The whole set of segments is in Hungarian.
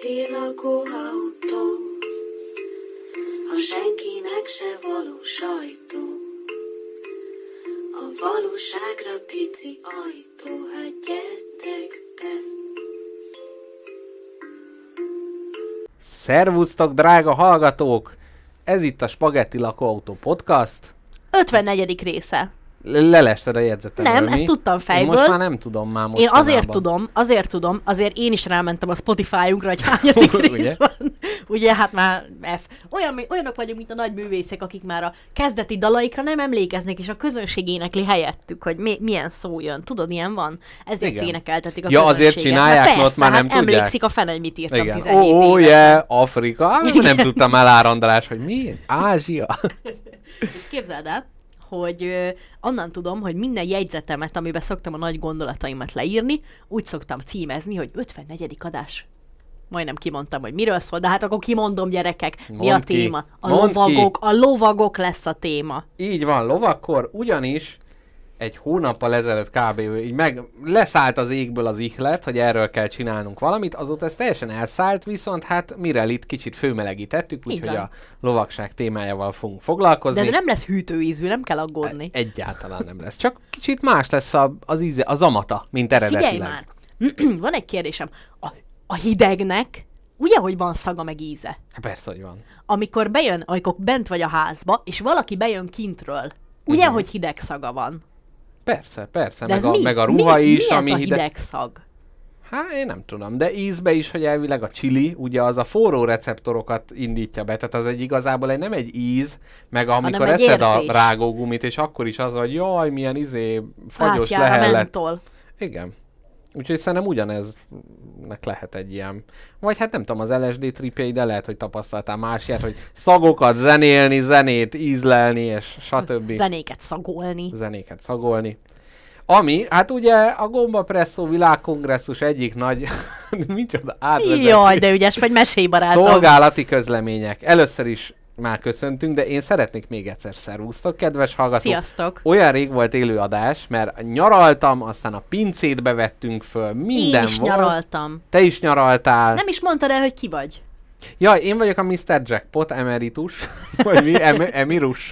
Spaghetti lakóautó, a senkinek se való sajtó, a valóságra pici ajtó, hát gyertek be. Szervusztok, drága hallgatók! Ez itt a Spaghetti lakóautó podcast. 54. része. Lelested a jegyzetemről, Nem, mi? ezt tudtam fejből. Én most már nem tudom már Én mostanában. azért tudom, azért én is rámentem a Spotify-unkra, hogy hányadik rész van. Ugye, hát már olyanok vagyunk, mint a nagy művészek, akik már a kezdeti dalaikra nem emlékeznek, és a közönség énekli helyettük, hogy milyen szó jön. Tudod, ilyen van? Ezért Igen. énekeltetik a Ja, közönséget. azért csinálják, persze, ott már nem tudják. emlékszik a fene, hogy mit írtam Igen. 17 évesen. Yeah, Afrika. Nem tudtam elárandalás, hogy mi? Ázsia. És képzeld el, hogy onnan tudom, hogy minden jegyzetemet, amiben szoktam a nagy gondolataimat leírni, úgy szoktam címezni, hogy 54. adás. Majdnem kimondtam, hogy miről szól, de hát akkor kimondom, gyerekek, mi a Mondd ki. téma. Mondd A lovagok lesz a téma. Így van, lovakkor, ugyanis egy hónappal ezelőtt kb. Így leszállt az égből az ihlet, hogy erről kell csinálnunk valamit, azóta ez teljesen elszállt, viszont hát mire itt kicsit főmelegítettük, úgyhogy a lovagság témájával fogunk foglalkozni. De nem lesz hűtőízű, nem kell aggódni. Egyáltalán nem lesz. Csak kicsit más lesz az íze, az amata, mint eredetileg. Figyelj már! Van egy kérdésem. A hidegnek ugye, hogy van szaga meg íze? Hát persze, hogy van. Amikor bent vagy a házba, és valaki bejön kintről, ugye, hogy hideg szaga van? Persze, De meg a ruha is, mi ami ez a hideg. hideg szag? Hát én nem tudom, de ízbe is, hogy elvileg a chili, ugye az a forró receptorokat indítja be, tehát az igazából nem egy íz, meg amikor egy eszed érzés. a rágógumit, és akkor is az, hogy jaj, milyen fagyos Átjár a lehellet. mentol. Igen. Úgyhogy szerintem ugyaneznek lehet egy ilyen. Vagy hát nem tudom, az LSD tripjei, de lehet, hogy tapasztaltál más ilyet, hogy szagokat zenélni, zenét ízlelni, és stb. Zenéket szagolni. Ami, hát ugye a Gomba Presszó világkongresszus egyik nagy, micsoda átvezető. Jaj, de ügyes vagy, mesélbarátom. Szolgálati közlemények. Először is már köszöntünk, de én szeretnék még egyszer szervusztok, kedves hallgatók. Sziasztok. Olyan rég volt élő adás, mert nyaraltam, aztán a pincét bevettünk föl, minden Én is volt. nyaraltam. Te is nyaraltál. Nem is mondtad el, hogy ki vagy. Jaj, én vagyok a Mr. Jackpot, emeritus, vagy mi? Emirus?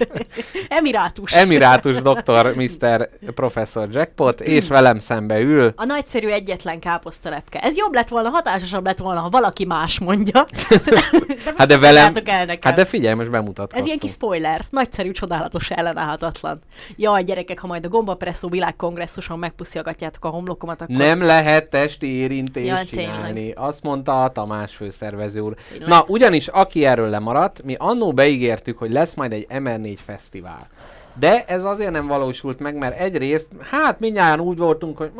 Emirátus doktor, Mr. Professor Jackpot, és velem szembe ül. A nagyszerű egyetlen káposztalepke. Ez jobb lett volna, hatásosabb lett volna, ha valaki más mondja. Hát de velem, el nekem. hát de figyelj, most bemutatkoztunk. Ez ilyen kis spoiler. Nagyszerű, csodálatos, ellenállhatatlan. Jaj, gyerekek, ha majd a Gomba Presszó világkongresszuson megpuszilgatjátok a homlokomat, akkor... Nem lehet testi érintést Jaj, csinálni. tényleg. Azt mondta a Tamás főszervező úr. Tényleg. Na, ugyanis aki erről lemaradt, mi annó beígértük, hogy lesz majd egy MR4 fesztivál. De ez azért nem valósult meg, mert egyrészt, hát mindjárt úgy voltunk, hogy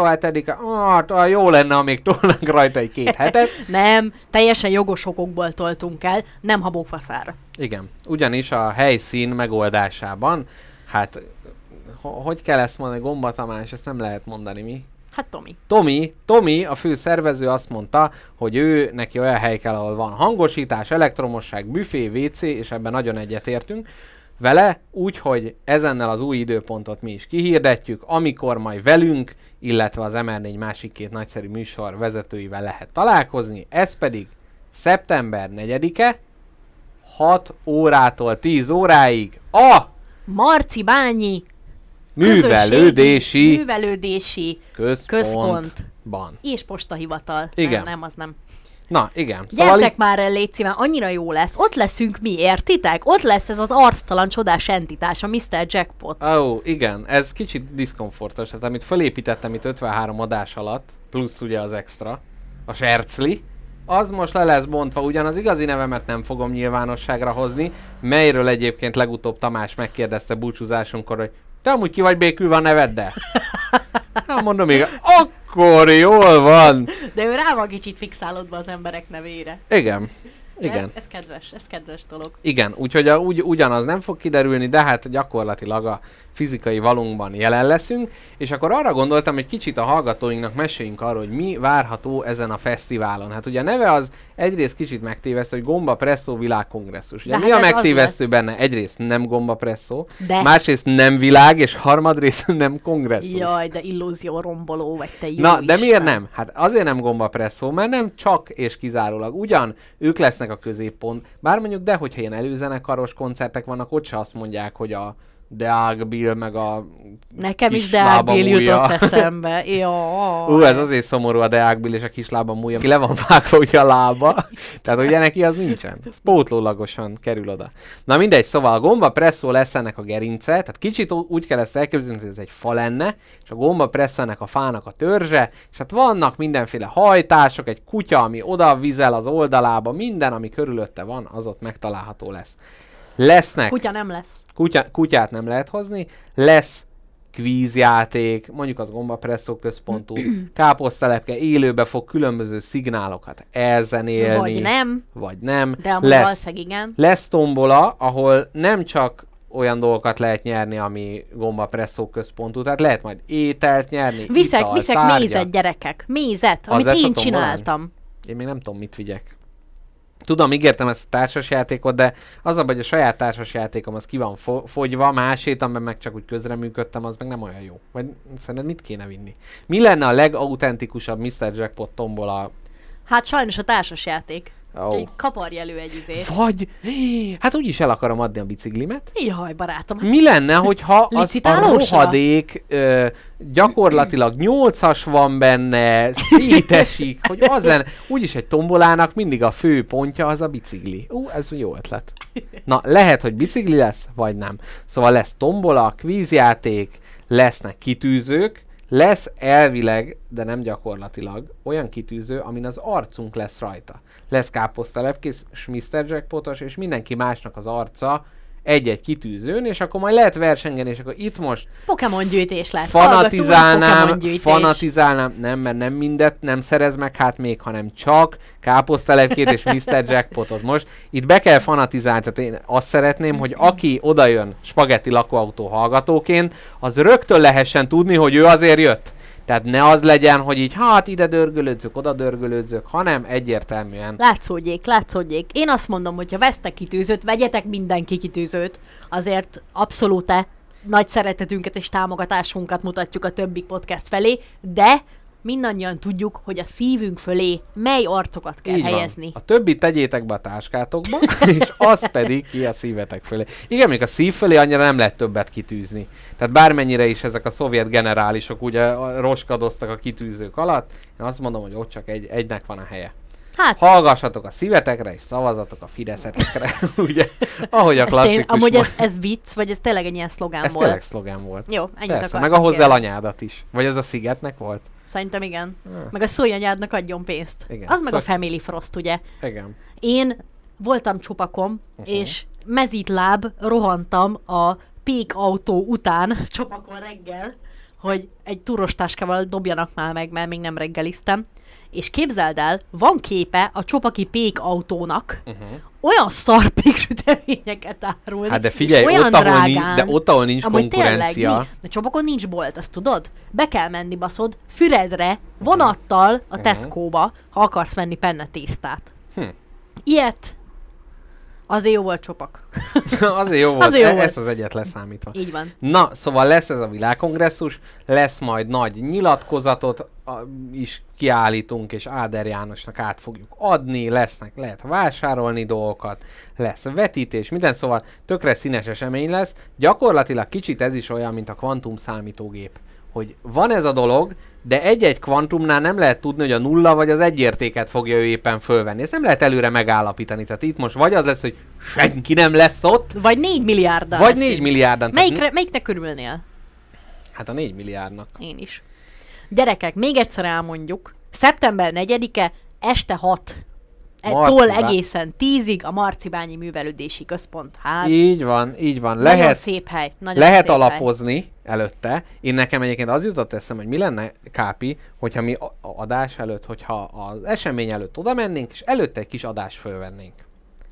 27-e, jó lenne, ha még tolnánk rajta egy 2 hetet. Nem, teljesen jogos okokból toltunk el, nem habókfaszára. Igen, ugyanis a helyszín megoldásában, hát, hogy kell ezt mondani, Gomba Tamás, ezt nem lehet mondani, mi? Hát Tomi. Tomi, a fő szervező azt mondta, hogy ő neki olyan hely kell, ahol van hangosítás, elektromosság, büfé, WC, és ebben nagyon egyetértünk vele, úgyhogy ezennel az új időpontot mi is kihirdetjük, amikor majd velünk, illetve az MR4 másik 2 nagyszerű műsor vezetőivel lehet találkozni, ez pedig szeptember 4-e, 6 órától 10 óráig a Marcibányi művelődési központban. És postahivatal. Igen. Nem, az nem. Na, igen. Gyertek már el, légy szíven, annyira jó lesz. Ott leszünk mi, értitek? Ott lesz ez az arctalan csodás entitás, a Mr. Jackpot. Ó, igen, ez kicsit diszkomfortos. Tehát amit felépítettem itt 53 adás alatt, plusz ugye az extra, a sercli, az most le lesz bontva, ugyan az igazi nevemet nem fogom nyilvánosságra hozni, melyről egyébként legutóbb Tamás megkérdezte búcsúzásunkkor, hogy te amúgy ki vagy békülve a neveddel? Hát mondom még, akkor jól van. De ő rá van kicsit fixálódva az emberek nevére. Igen. Igen. Ez kedves dolog. Igen, úgyhogy ugyanaz nem fog kiderülni, de hát gyakorlatilag a fizikai valunkban jelen leszünk, és akkor arra gondoltam, hogy kicsit a hallgatóinknak meséljünk arról, hogy mi várható ezen a fesztiválon. Hát ugye a neve az egyrészt kicsit megtévesztő, hogy Gomba Presszó világkongresszus. Ugye mi a megtévesztő benne? Egyrészt nem Gomba Presszó, másrészt nem világ, és harmadrészt nem kongresszus. Jaj, de illúzió romboló vagy te jó Na, de Isten. miért nem? Hát azért nem Gomba Presszó, mert nem csak és kizárólag. Ugyan ők lesznek a középpont, bár mondjuk, de hogyha ilyen előzenekaros koncertek vannak, ott se azt mondják, hogy a Deák Bill, meg a Nekem is Deák Bill jutott eszembe. Ez azért szomorú, a Deák Bill és a kislába múlja, ki le van vágva ugye a lába. Tehát ugye neki az nincsen. Ez pótlólagosan kerül oda. Na mindegy, szóval a Gomba Presszó lesz ennek a gerince, tehát kicsit úgy kell ezt elképzelni, hogy ez egy fa lenne, és a Gomba Presszó ennek a fának a törzse, és hát vannak mindenféle hajtások, egy kutya, ami oda vizel az oldalába, minden, ami körülötte van, az ott megtalálható lesz. Lesznek. Kutya nem lesz. Kutyát nem lehet hozni. Lesz kvízjáték, mondjuk az Gomba Presszó központú, káposztelepke élőbe fog különböző szignálokat elzenélni. Vagy nem. De amúgy valószínűleg igen. Lesz tombola, ahol nem csak olyan dolgokat lehet nyerni, ami Gomba Presszó központú, tehát lehet majd ételt nyerni, Viszek mézet, gyerekek. Mézet, amit én csináltam. Én még nem tudom, mit vigyek. Tudom, ígértem ezt a társasjátékot, de az a baj, hogy a saját társasjátékom az ki van fogyva, másét, amiben meg csak úgy közreműködtem, az meg nem olyan jó. Vagy szerinted mit kéne vinni? Mi lenne a legautentikusabb Mr. Jackpot tombola? Hát sajnos a társasjáték. Úgyhogy kaparj elő egy izét. Vagy, hát úgyis el akarom adni a biciklimet. Jaj, barátom. Mi lenne, hogyha az a rohadék gyakorlatilag 8-as van benne, szétesik, hogy az lenne, úgyis egy tombolának mindig a fő pontja az a bicikli. Ez jó ötlet. Na, lehet, hogy bicikli lesz, vagy nem. Szóval lesz tombola, kvízjáték, lesznek kitűzők, lesz elvileg, de nem gyakorlatilag, olyan kitűző, amin az arcunk lesz rajta. Lesz káposztalepkész, Mr. Jackpotos, és mindenki másnak az arca egy-egy kitűzőn, és akkor majd lehet versengeni, és akkor itt most Pokémon gyűjtés lesz. Fanatizálnám, nem, mert nem mindet nem szerez meg hát még, hanem csak káposztalepkét és Mr. Jackpotot. Most itt be kell fanatizálni, tehát én azt szeretném, hogy aki odajön Spagetti lakóautó hallgatóként, az rögtön lehessen tudni, hogy ő azért jött. Tehát ne az legyen, hogy így hát ide dörgölődzök, oda dörgölődzök, hanem egyértelműen. Látszódjék. Én azt mondom, hogy ha vesztek kitűzőt, vegyetek mindenki kitűzőt. Azért abszolút nagy szeretetünket és támogatásunkat mutatjuk a többi podcast felé, de mindannyian tudjuk, hogy a szívünk fölé mely arcokat kell helyezni. A többit tegyétek be a táskátokba, és az pedig ki a szívetek fölé. Igen, még a szív fölé annyira nem lehet többet kitűzni. Tehát bármennyire is ezek a szovjet generálisok ugye roskadoztak a kitűzők alatt, én azt mondom, hogy ott csak egynek van a helye. Hát, hallgassatok a szívetekre, és szavazatok a fideszetekre, ugye? Ahogy a klasszikus... Amúgy ez vicc, vagy ez tényleg egy ilyen szlogán volt? Ez tényleg szlogán volt. Jó, ennyit akartam. Meg a hozzá anyádat is. Vagy ez a Szigetnek volt? Szerintem igen. Meg a szólj anyádnak adjon pénzt. Igen. Az meg a Family Frost, ugye? Igen. Én voltam csopakom, és mezítláb rohantam a pék autó után csopakon reggel, hogy egy turostáskával dobjanak már meg, mert még nem reggeliztem. És képzeld el, van képe a csopaki pék autónak, olyan szar péksüteményeket árulni. Hát de figyelj, ott, ahol nincs konkurencia. Tényleg, de csopakon nincs bolt, azt tudod? Be kell menni, baszod, Füredre, vonattal a Tesco-ba, ha akarsz venni pennetésztát. Ilyet azért jó volt csopak. Azért jó volt, ez az egyet leszámítva. Így van. Na, szóval lesz ez a világkongresszus, lesz majd nagy nyilatkozatot is kiállítunk, és Áder Jánosnak át fogjuk adni, lehet vásárolni dolgokat, lesz vetítés, minden, szóval tökre színes esemény lesz. Gyakorlatilag kicsit ez is olyan, mint a kvantum számítógép, hogy van ez a dolog, de egy-egy kvantumnál nem lehet tudni, hogy a nulla vagy az egy értéket fogja ő éppen fölvenni. Ezt nem lehet előre megállapítani. Tehát itt most vagy az lesz, hogy senki nem lesz ott. Vagy 4 milliárdan. Vagy 4 milliárdan. Melyiknek körülnél? Hát a 4 milliárdnak. Én is. Gyerekek, még egyszer elmondjuk. Szeptember 4-e este 6. Tól egészen 10-ig a Marcibányi Művelődési Központ ház. Így van. Nagyon szép hely. Lehet alapozni előtte. Én nekem egyébként az jutott eszem, hogy mi lenne, Kápi, hogyha mi adás előtt, hogyha az esemény előtt oda mennénk, és előtte egy kis adást fölvennénk.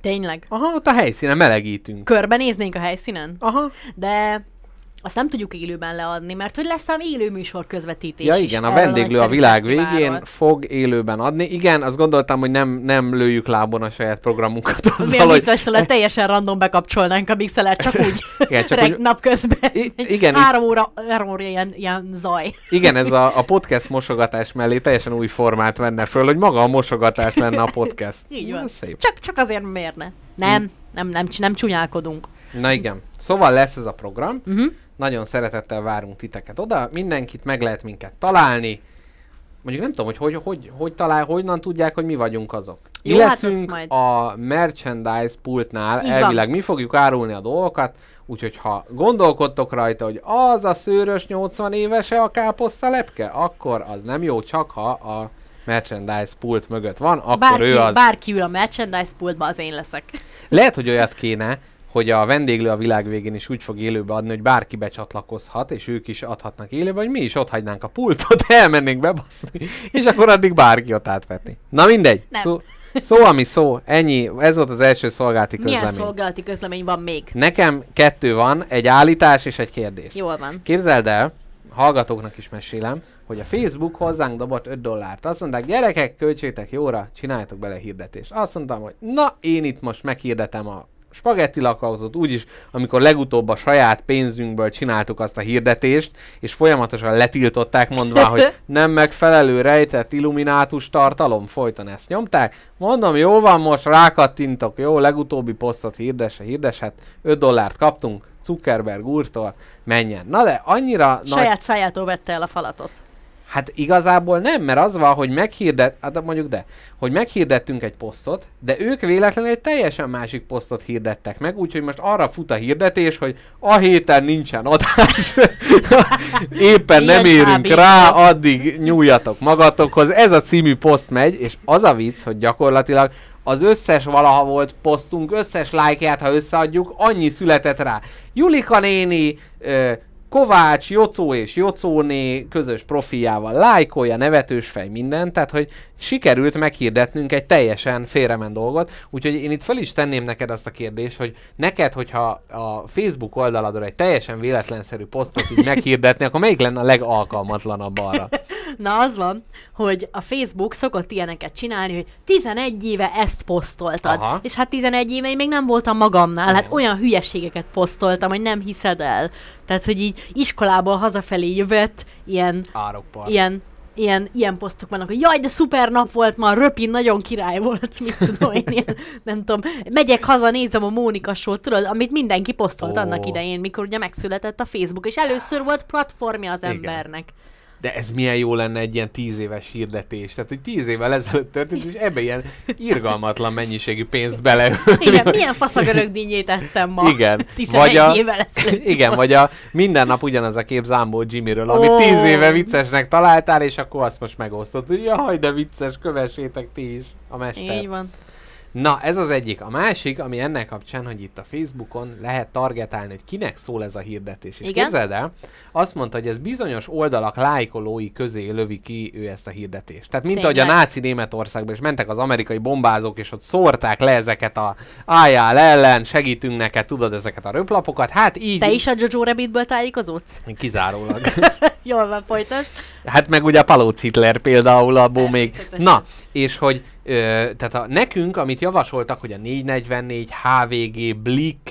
Tényleg? Aha, ott a helyszínen melegítünk. Körbenéznénk a helyszínen? Aha. De azt nem tudjuk élőben leadni, mert hogy lesz ám élő műsor közvetítés Ja is igen, a erről vendéglő a nagyszerű világ fesztiválról. végén fog élőben adni. Igen, azt gondoltam, hogy nem lőjük lábon a saját programunkat azzal, Milyen hogy... vicces lenne, teljesen random bekapcsolnánk a mixelert, csak úgy Igen, csak úgy- napközben. igen, 3 óra ilyen zaj. Igen, ez a podcast mosogatás mellé teljesen új formát venne föl, hogy maga a mosogatás lenne a podcast. Így van. Ez szép. Csak azért miért ne? Nem csúnyálkodunk. Na igen, szóval lesz ez a program. Uh-huh. Nagyon szeretettel várunk titeket oda, mindenkit meg lehet minket találni. Mondjuk nem tudom, honnan tudják, hogy mi vagyunk azok. Mi Jó, hát leszünk azt majd. a merchandise pultnál, Így elvileg mi fogjuk árulni a dolgokat, úgyhogy ha gondolkodtok rajta, hogy az a szőrös 80 évese a káposztalepke, akkor az nem jó, csak ha a merchandise pult mögött van, akkor ő az. Bárki ül a merchandise pultba, az én leszek. Lehet, hogy olyat kéne, hogy a vendéglő a világ végén is úgy fog élőbe adni, hogy bárki becsatlakozhat, és ők is adhatnak élőbe, hogy mi is ott hagynánk a pultot, elmennénk bebaszni, és akkor addig bárki ott átvetni. Na mindegy, Nem. szó ami szó, ennyi, ez volt az első szolgálati közlemény. Milyen szolgálati közlemény van még? Nekem 2 van, egy állítás és egy kérdés. Jól van. Képzeld el, hallgatóknak is mesélem, hogy a Facebook hozzánk dobott $5. Azt mondták, gyerekek, költsétek jóra, csináljátok bele hirdetést. Azt mondtam, hogy na, én itt most meghirdetem a spagetti lakautót, úgyis, amikor legutóbb a saját pénzünkből csináltuk azt a hirdetést, és folyamatosan letiltották, mondva, hogy nem megfelelő rejtett illuminátus tartalom, folyton ezt nyomták. Mondom, jó van, most rákattintok, jó, legutóbbi posztot hirdeshet, $5 kaptunk, Zuckerberg úrtól, menjen. Na de annyira Saját szájától vette el a falatot. Hát igazából nem, mert az van, hogy hogy meghirdettünk egy posztot, de ők véletlenül egy teljesen másik posztot hirdettek meg, úgyhogy most arra fut a hirdetés, hogy a héten nincsen adás, éppen Ilyen nem érünk csábító. rá, addig nyúljatok magatokhoz. Ez a című poszt megy, és az a vicc, hogy gyakorlatilag az összes valaha volt posztunk, összes lájkját, ha összeadjuk, annyi született rá. Julika néni, Kovács, Jocó és Jocóné közös profiljával lájkolja, nevetős fej, minden, tehát hogy sikerült meghirdetnünk egy teljesen félrement dolgot, úgyhogy én itt fel is tenném neked azt a kérdést, hogy neked, hogyha a Facebook oldaladon egy teljesen véletlenszerű posztot így meghirdetni, akkor melyik lenne a legalkalmatlanabb arra? Na az van, hogy a Facebook szokott ilyeneket csinálni, hogy 11 éve ezt posztoltad. Aha. És hát 11 éve én még nem voltam magamnál, hát olyan hülyeségeket posztoltam, hogy nem hiszed el. Tehát, hogy így iskolából hazafelé jövött, Árokpar. ilyen posztok vannak, hogy jaj, de szuper nap volt ma, Röpin nagyon király volt, mit tudom én, ilyen, nem tudom, megyek haza, nézem a Mónika show-t, tudod, amit mindenki posztolt annak idején, mikor ugye megszületett a Facebook, és először volt platformja az embernek. De ez milyen jó lenne egy ilyen 10 éves hirdetés. Tehát, hogy 10 évvel ezelőtt történt, és ebbe ilyen irgalmatlan mennyiségű pénzt beleölni. Igen, milyen faszagörögdínyét ettem ma. Igen. 11 évvel ezelőtt. Igen, vagy a minden nap ugyanaz a kép Zambó Jimmyről, amit 10 éve viccesnek találtál, és akkor azt most megosztott, hogy jaj, de vicces, kövessétek ti is a mester. Így van. Na, ez az egyik. A másik, ami ennek kapcsán, hogy itt a Facebookon lehet targetálni, hogy kinek szól ez a hirdetés. És igen? képzeld el, azt mondta, hogy ez bizonyos oldalak lájkolói közé lövi ki ő ezt a hirdetést. Tehát mint ahogy a náci Németországban is mentek az amerikai bombázók, és ott szórták le ezeket a álljál ellen, segítünk neked, tudod, ezeket a röplapokat. Hát így... Te is a Jojo Rabbitből tájékozódsz? Kizárólag. Jól van, folytasd. Hát meg ugye a Palóc Hitler például abból még. Na, és hogy tehát nekünk, amit javasoltak, hogy a 444, HVG, Blick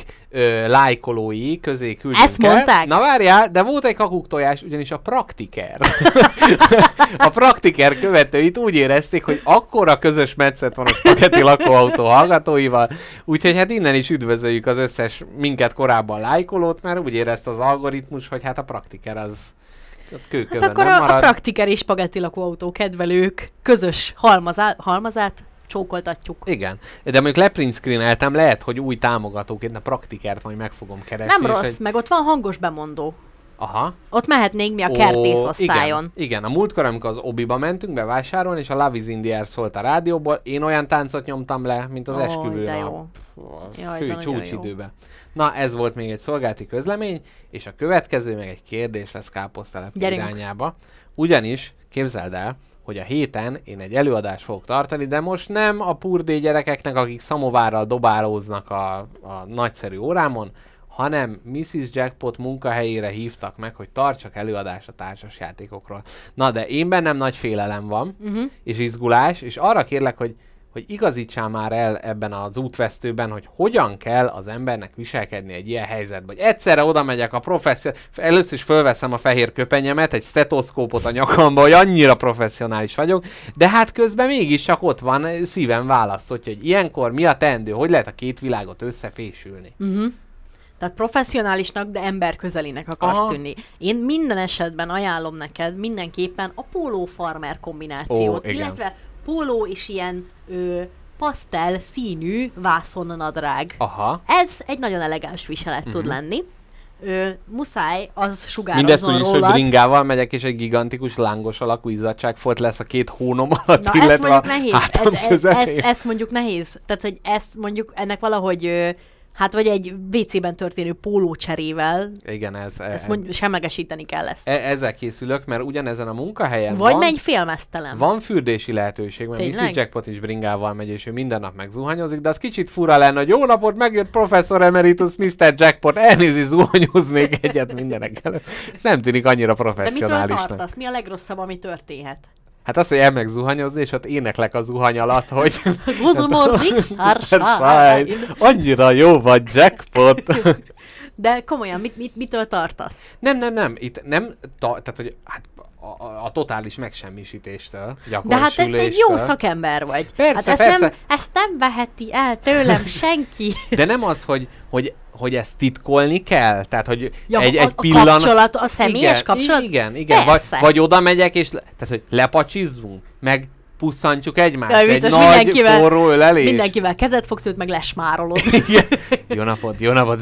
lájkolói közé küldjünk Ezt mondták? Na várjál, de volt egy kakuktojás, ugyanis a Praktiker. A Praktiker követőit úgy érezték, hogy akkora közös metszet van a spagetti lakóautó hallgatóival, úgyhogy hát innen is üdvözöljük az összes minket korábban lájkolót, mert úgy érezte az algoritmus, hogy hát a Praktiker az hát akkor a Praktiker és spagetti lakóautó kedvelők közös halmazát csókoltatjuk. Igen, de mondjuk leprint screeneltem, lehet, hogy új támogatóként a Praktikert majd meg fogom keresni. Nem rossz, meg ott van hangos bemondó. Aha. Ott mehetnénk mi a kertész osztályon. Igen, a múltkor, amikor az Obiba mentünk bevásárolni, és a Love is in the Air szólt a rádióból, én olyan táncot nyomtam le, mint az esküvőn a fő csúcsidőben. Na, ez volt még egy szolgálati közlemény, és a következő meg egy kérdés lesz káposztalepke irányába. Ugyanis, képzeld el, hogy a héten én egy előadást fogok tartani, de most nem a purdé gyerekeknek, akik szamovárral dobálóznak a nagyszerű órámon, hanem Mrs. Jackpot munkahelyére hívtak meg, hogy tartsak előadást a társasjátékokról. Na, de én bennem nagy félelem van, és izgulás, és arra kérlek, hogy igazítsál már el ebben az útvesztőben, hogy hogyan kell az embernek viselkedni egy ilyen helyzetben. Hogy egyszerre oda megyek a először is fölveszem a fehér köpenyemet, egy stetoszkópot a nyakamba, hogy annyira professzionális vagyok, de hát közben mégiscsak ott van szívem választotja, hogy ilyenkor mi a teendő, hogy lehet a két világot összefésülni. Tehát professzionálisnak, de emberközelinek akarsz tűnni. Én minden esetben ajánlom neked mindenképpen a póló-farmer kombinációt, illetve póló és ilyen pasztel színű vászonnadrág. Aha. Ez egy nagyon elegáns viselet tud lenni. Muszáj az sugározzon mindezt úgy is, rólad. hogy bringával megyek, és egy gigantikus lángos alakú izzadságfolt lesz a két hónom alatt, Na, illetve ezt mondjuk nehéz. Ezt mondjuk nehéz. Tehát, hogy ezt mondjuk ennek valahogy hát vagy egy WC-ben történő pólócserével. Igen, ezt semlegesíteni kell ezt. Ezzel készülök, mert ugyanezen a munkahelyen vagy menj félmeztelen. Van fürdési lehetőség, mert Tényleg? Mrs. Jackpot is bringával megy, és ő minden nap megzuhanyozik, de az kicsit fura lenne, hogy jó napot, megjött Professor Emeritus Mr. Jackpot, elnézést, zuhanyoznék egyet mindenek előtt. Ez nem tűnik annyira De mitől professzionálisnak. tartasz? Mi a legrosszabb, ami történhet? Hát az, hogy elmeg zuhanyozni, és ott éneklek a zuhany alatt, hogy... Good morning, Starshine! Annyira jó vagy, Jackpot! De komolyan, mitől tartasz? Nem. Itt nem... Tehát, hogy hát a totális megsemmisítéstől, De hát egy jó szakember vagy. Persze, hát persze. Ezt nem veheti el tőlem senki. De nem az, hogy ezt titkolni kell? Tehát, hogy Ja, egy pillanat... kapcsolat, a személyes kapcsolat? Igen. Vagy oda megyek, és tehát, hogy lepacsizzunk, meg pusszantsuk egymást. Ja, egy nagy forró ölelés. Mindenkivel kezet fogsz, őt meg lesmárolod. Igen. Jó napot.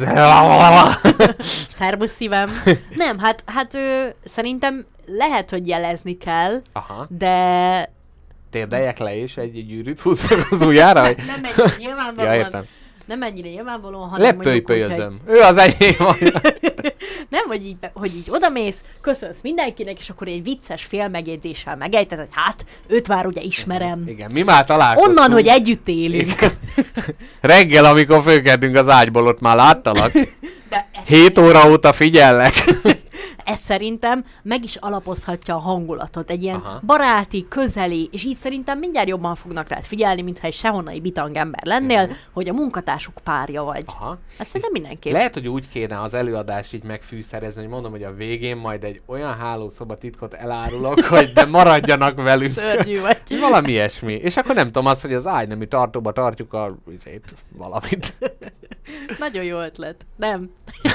Szervusz szívem. Nem, hát szerintem lehet, hogy jelezni kell, Aha. de... Térdeljek le, és egy gyűrűt húzzak az ujjára? Hogy... Nem ennyire nyilvánvalóan. Ja, értem. Nem ennyire nyilvánvalóan, hanem Lepölypölyözöm. Ő az enyém. Nem, hogy így odamész, köszönsz mindenkinek, és akkor egy vicces félmegjegyzéssel megejted, hogy hát, őt már ugye ismerem. Igen, mi már találkoztunk. Onnan, hogy együtt élünk. Reggel, amikor fölkeltünk az ágyból, ott már láttalak. De 7 óra óta figyellek. ez szerintem meg is alapozhatja a hangulatot. Egy ilyen Aha. baráti, közeli, és így szerintem mindjárt jobban fognak rád figyelni, mintha egy sehonnai bitang ember lennél, hogy a munkatársuk párja vagy. Aha. Ez szerintem mindenképp. Lehet, hogy úgy kéne az előadást így megfűszerezni, hogy mondom, hogy a végén majd egy olyan hálószoba titkot elárulok, hogy de maradjanak velünk. Szörnyű vagy. Valami ilyesmi. És akkor nem tudom azt, hogy az ágynemi tartóba tartjuk valamit. Nagyon jó ötlet. Nem.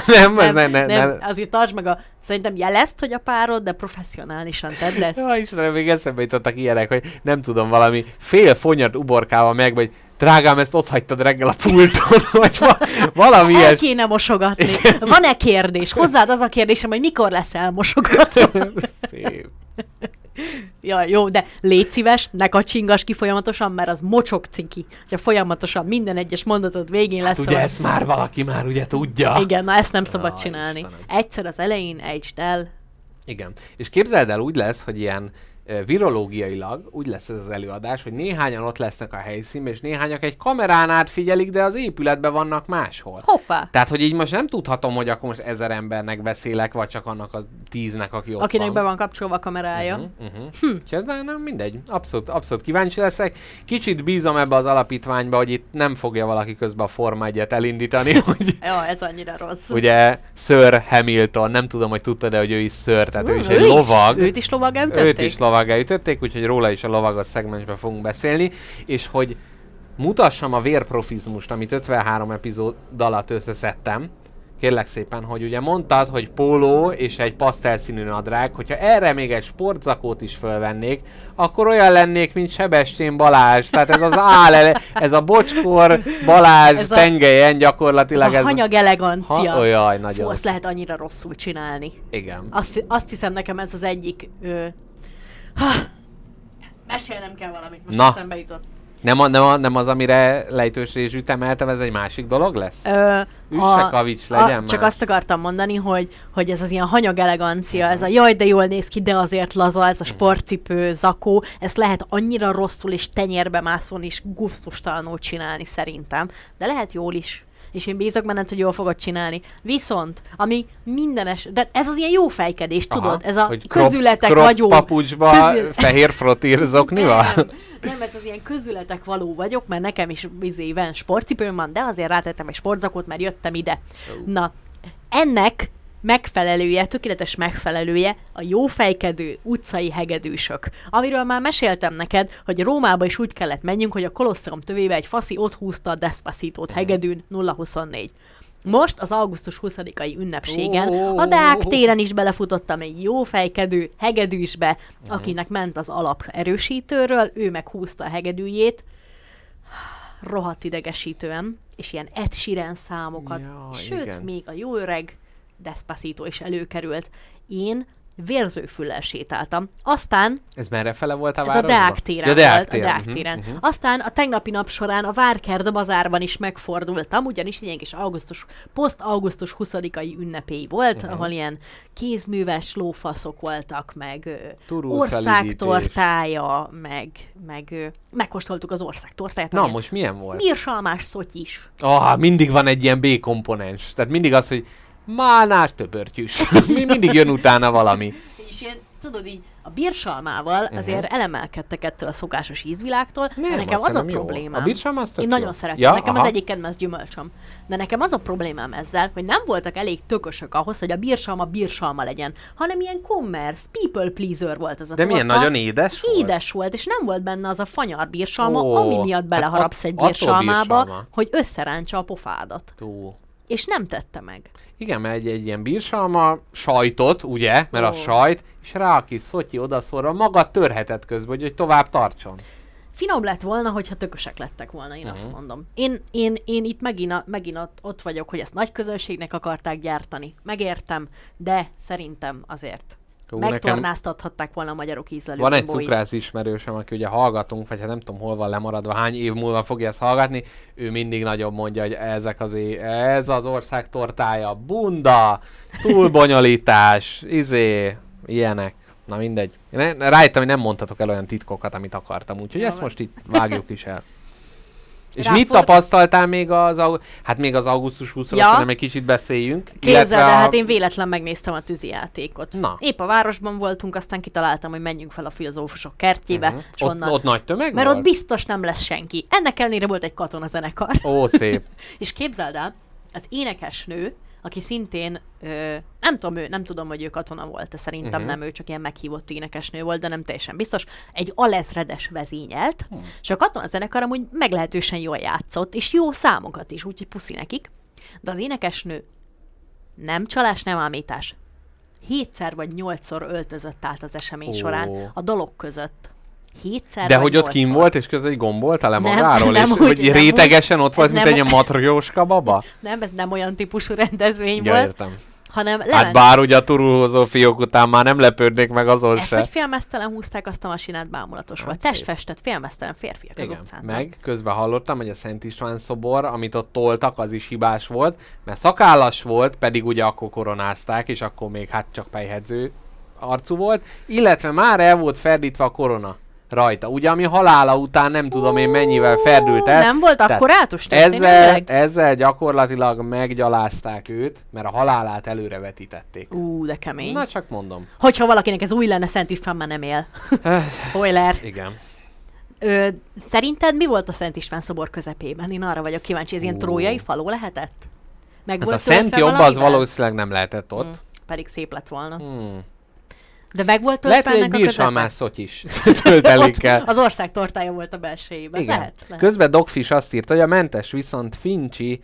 Nem. Azért tartsd meg szerintem jelezd, hogy a párod, de professzionálisan tedd ezt. Ja, Istenem, még eszembe jutottak ilyenek, hogy nem tudom, valami fél fonyat uborkával meg, vagy drágám, ezt ott hagytad reggel a pulton, vagy valami El ilyes. kéne mosogatni. Van-e kérdés? Hozzád az a kérdésem, hogy mikor lesz elmosogatva. Szép. Ja, jó, de légy szíves, ne kacsingass ki folyamatosan, mert az mocsok ciki. Ha folyamatosan minden egyes mondatod végén lesz. Hát ugye ezt már valaki már ugye tudja. Igen, na ezt nem szabad Jaj, csinálni. Istenem. Egyszer az elején ejtsd el. Igen. És képzeld el, úgy lesz, hogy ilyen virológiailag úgy lesz ez az előadás, hogy néhányan ott lesznek a helyszínben, és néhányak egy kamerán át figyelik, de az épületben vannak máshol. Hoppá! Tehát, hogy így most nem tudhatom, hogy akkor most 1000 embernek beszélek, vagy csak annak a 10-nek, aki ott Akinek van. be van kapcsolva a kamerája. Úgyhogy nem, mindegy. Abszolút kíváncsi leszek. Kicsit bízom ebbe az alapítványba, hogy itt nem fogja valaki közben a Forma 1-et elindítani, hogy Ja, ez annyira rossz. ugye Sir Hamilton, nem tudom, hogy tudtad-e, hogy ő is Sir, tehát ő is egy lovag. Őt is lovag elütötték? Őt is lovag elütötték, úgyhogy róla is a lovagos szegmensben fogunk beszélni, és hogy mutassam a vérprofizmust, amit 53 epizód alatt összeszedtem. Kérlek szépen, hogy ugye mondtad, hogy póló és egy pasztelszínű nadrág, hogyha erre még egy sportzakót is fölvennék, akkor olyan lennék, mint Sebestyén Balázs. Tehát ez az ez a Bocskor Balázs tengelyen gyakorlatilag. Ez a hanyag elegancia. Olyaj, nagyon. Fú, azt lehet annyira rosszul csinálni. Igen. Azt hiszem, nekem ez az egyik... Mesélnem kell valamit, most Na. eszembe jutott. Nem az, amire lejtős rézs ütemeltem, ez egy másik dolog lesz? Üsse kavics, legyen csak már. azt akartam mondani, hogy ez az ilyen hanyag elegancia, ez a jaj, de jól néz ki, de azért laza, ez a sportcipő, zakó, ezt lehet annyira rosszul és tenyérbe mászón is gusztustalanul csinálni szerintem, de lehet jól is. És én bízok benned, hogy jól fogod csinálni. Viszont, ami mindenes, de ez az ilyen jó fejkedés, tudod? Ez a közületek vagyok. Papucsba, fehér frotírzoknival? Nem, ez az ilyen közületek való vagyok, mert nekem is van sportcipőm van, de azért rátettem egy sportzakót, mert jöttem ide. Na, ennek megfelelője, tökéletes megfelelője a jófejkedő utcai hegedűsök. Amiről már meséltem neked, hogy Rómába is úgy kellett menjünk, hogy a Kolosseum tövébe egy faszi ott húzta a Despacitót hegedűn 0-24. Most az augusztus 20-ai ünnepségen a Deák téren is belefutottam egy jófejkedő hegedűsbe, akinek ment az alap erősítőről, ő meg húzta a hegedűjét, rohadt idegesítően, és ilyen Ed Sheeran számokat, sőt, igen. Még a jó öreg Despacito is előkerült. Én vérzőfüllel sétáltam. Aztán... Ez merre fele volt a városban? Ez a Deák téren volt. A Deák téren. Aztán a tegnapi nap során a Várkerd bazárban is megfordultam, ugyanis ilyen kis post-augusztus 20-ai ünnepély volt, ahol ilyen kézműves lófaszok voltak, meg országtortája, meg megkóstoltuk az országtortáját. Na, most milyen volt? Mirsalmás szotyis. Mindig van egy ilyen B-komponens. Tehát mindig az, hogy málnás töbörtyűs. Mindig jön utána valami. És ilyen, tudod így, a bírsalmával azért elemelkedtek ettől a szokásos ízvilágtól, de nekem az a problémám. A bírsalma az tök én jó. nagyon szeretem, nekem az egyik kedvenc gyümölcsöm. De nekem az a problémám ezzel, hogy nem voltak elég tökösök ahhoz, hogy a bírsalma legyen, hanem ilyen commerce, people pleaser volt az a de torta. milyen nagyon édes volt? Édes volt, és nem volt benne az a fanyar bírsalma, ami miatt beleharapsz egy bírsalmába, hogy összerántsa a pofádat. És nem tette meg. Igen, mert egy ilyen bírsalma sajtot, ugye, mert a sajt, és rá a kis szotyi odaszorva magad törhetett közben, hogy tovább tartson. Finom lett volna, hogyha tökösek lettek volna, én azt mondom. Én itt megint ott vagyok, hogy ezt nagy közönségnek akarták gyártani. Megértem, de szerintem azért megtornáztathatták volna a magyarok ízlelő van egy cukrász ismerősöm, aki ugye hallgatunk, vagy hát nem tudom hol van lemaradva, hány év múlva fogja ezt hallgatni, ő mindig nagyon mondja, hogy ez az ország tortája, bunda, túlbonyolítás, ilyenek. Na mindegy. Rájöttem, hogy nem mondhatok el olyan titkokat, amit akartam, úgyhogy ezt most itt vágjuk is el. És mit tapasztaltál még az augusztus 20-ról, szerintem egy kicsit beszéljünk. Képzeld, de hát én véletlen megnéztem a tűzijátékot. Na. Épp a városban voltunk, aztán kitaláltam, hogy menjünk fel a filozófusok kertjébe. Ott nagy tömeg mert volt? Ott biztos nem lesz senki. Ennek ellenére volt egy katonazenekar. Ó, szép. És képzeld el, az énekesnő, aki szintén, nem tudom, hogy ő katona volt, de szerintem nem, ő csak ilyen meghívott énekesnő volt, de nem teljesen biztos. Egy alezredes vezényelt, és a katonazenekar amúgy meglehetősen jól játszott, és jó számokat is, úgyhogy puszi nekik. De az énekesnő nem csalás, nem ámítás. 7-szer vagy 8-szor öltözött át az esemény során a dalok között. 7-szer de hogy ott kim volt, és közben egy gombolta le magáról, és hogy rétegesen ott volt, mint egy ilyen matrjóska baba? Nem, ez nem olyan típusú rendezvény ja, volt. Értem. Hanem hát bár ugye a turulhozó fiók után már nem lepődnék meg azon se. Hogy félmeztelen húzták azt a masinát, bámulatos volt. Testfestett, félmeztelen férfiak az utcán. Meg közben hallottam, hogy a Szent István szobor, amit ott toltak, az is hibás volt, mert szakállas volt, pedig ugye akkor koronázták, és akkor még hát csak pejhedző arcú volt, illetve már el volt ferdítve a korona rajta. Ugye, ami halála után nem tudom én mennyivel ferdült el. Nem volt akkor átus ezzel gyakorlatilag meggyalázták őt, mert a halálát előre vetítették. De kemény. Na, csak mondom. Hogyha valakinek ez új lenne, Szent István már nem él. Spoiler. Igen. Szerinted mi volt a Szent István szobor közepében? Én arra vagyok kíváncsi, ez ilyen trójai faló lehetett? Meg hát a Szent Jobb az valószínűleg nem lehetett ott. Pedig szép lett volna. De meg volt lehet, hogy egy bírsalmás is töltelik el. Az ország tortája volt a belsejében. Igen. Lehet. Közben Dogfish azt írta, hogy a mentes viszont fincsi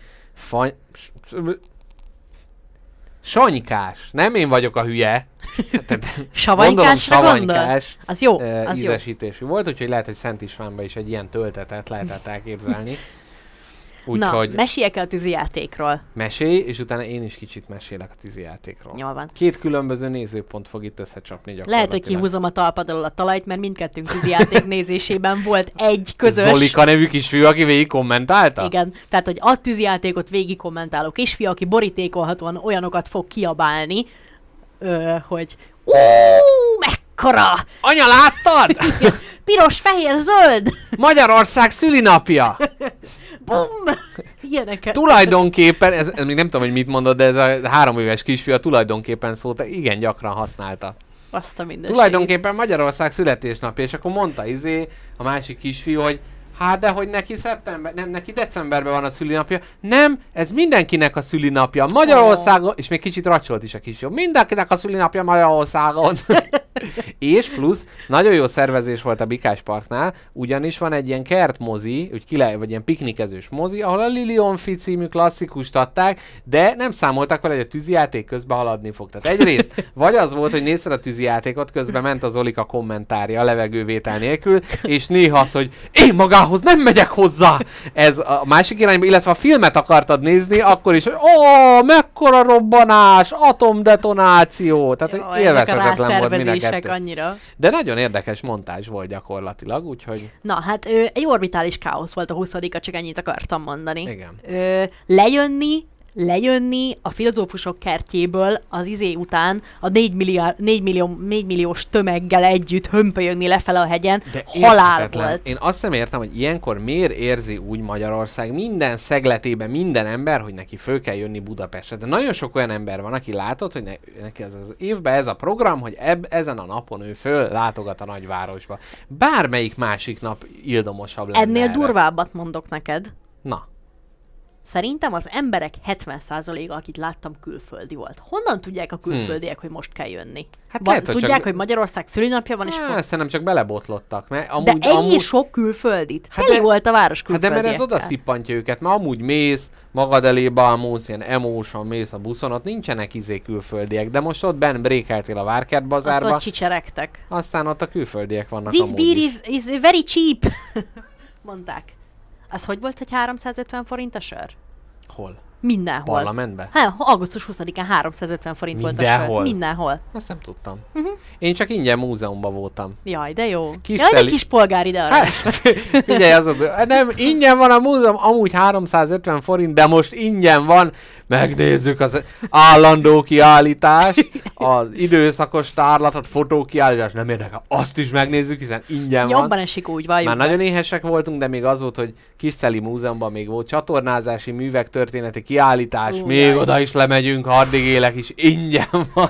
sanykás. Nem én vagyok a hülye. Savanykásra savanykás az jó. Az ízesítésű volt, úgyhogy lehet, hogy Szent Istvánban is egy ilyen töltetet lehetett elképzelni. Úgyhogy meséljek el a tűzijátékról. mesélj, és utána én is kicsit mesélek a tűzijátékról. Jól van. 2 különböző nézőpont fog itt összecsapni gyakorlatilag. Lehet, hogy kihúzom a talpad alól a talajt, mert mindkettőnk tűzijáték nézésében volt egy közös... Zolika nevű kisfiú, aki végig kommentálta? Igen, tehát, hogy a tűzijátékot végig kommentáló kisfiú, aki borítékolhatóan olyanokat fog kiabálni, hogy mekkora! Anya, láttad? Piros, fehér, zöld! Magyarország szülinapja! Bum! Ilyeneket. Tulajdonképpen, ez még nem tudom, hogy mit mondod, de ez a 3 éves kisfiú tulajdonképpen szót igen gyakran használta. Azt a mindenségét. Tulajdonképpen Magyarország születésnapja, és akkor mondta a másik kisfiú, hogy hát de hogy neki neki decemberben van a szülinapja. Nem, ez mindenkinek a szülinapja. Magyarországon, és még kicsit racsolt is a kisfiú. Mindenkinek a szülinapja Magyarországon. És plusz, nagyon jó szervezés volt a Bikás Parknál, ugyanis van egy ilyen kertmozi, vagy ilyen piknikezős mozi, ahol a Lilionfi című klasszikust adták, de nem számoltak vele, hogy a tűzijáték közben haladni fog. Tehát egyrészt, vagy az volt, hogy nézted a tűzijátékot, közben ment az Zolika kommentárja a levegővétel nélkül, és néha az, hogy én magához nem megyek hozzá! Ez a másik irányba, illetve a filmet akartad nézni, akkor is, hogy mekkora robbanás, atomdetonáció. Tehát élvezhetetlen volt mind a kettő. Annyira. De nagyon érdekes montázs volt gyakorlatilag, úgyhogy... Na, hát egy orbitális káosz volt a 20-a, csak ennyit akartam mondani. Igen. Lejönni a filozófusok kertjéből az után a 4 milliós tömeggel együtt hömpölyögni lefele a hegyen, de halál volt. Én azt nem értem, hogy ilyenkor miért érzi úgy Magyarország minden szegletében minden ember, hogy neki föl kell jönni Budapestre. De nagyon sok olyan ember van, aki látod, hogy neki az évben ez a program, hogy ezen a napon ő föl látogat a nagyvárosba. Bármelyik másik nap ildomosabb lenne. Ennél erre. durvábbat mondok neked. Na. Szerintem az emberek 70%-a, akit láttam, külföldi volt. Honnan tudják a külföldiek, hogy most kell jönni? Hát lehet, tudják, csak... hogy Magyarország szülinapja van, és szerintem csak belebotlottak. Mert de ennyi sok külföldit? Hát teli volt a város külföldiekkel. Hát de mert ez oda szippantja őket, mert amúgy mész, magad elé bámulsz, ilyen emósan mész a buszon, ott nincsenek külföldiek, de most ott benn brékeltél a Várkert bazárba. Ott csicseregtek. Aztán ott a külföldiek vannak. This beer is very cheap, mondták. Az hogy volt, hogy 350 forint a sör? Hol? Mindenhol. Parlamentben? Hát, augusztus 20-án 350 forint Mindenhol? volt a sör. Mindenhol. Azt nem tudtam. Én csak ingyen múzeumban voltam. Jaj, de jó. Kis egy kis polgár ide arra. Hát, figyelj, nem, ingyen van a múzeum, amúgy 350 forint, de most ingyen van. Megnézzük az állandó kiállítást, az időszakos tárlatot, fotókiállítás, nem érdekel. Azt is megnézzük, hiszen ingyen van. Jobban esik úgy, valljuk. Már nagyon éhesek voltunk, de még az volt, hogy Kisceli Múzeumban még volt csatornázási művek történeti kiállítás, még oda is lemegyünk, ha addig élek is, ingyen van.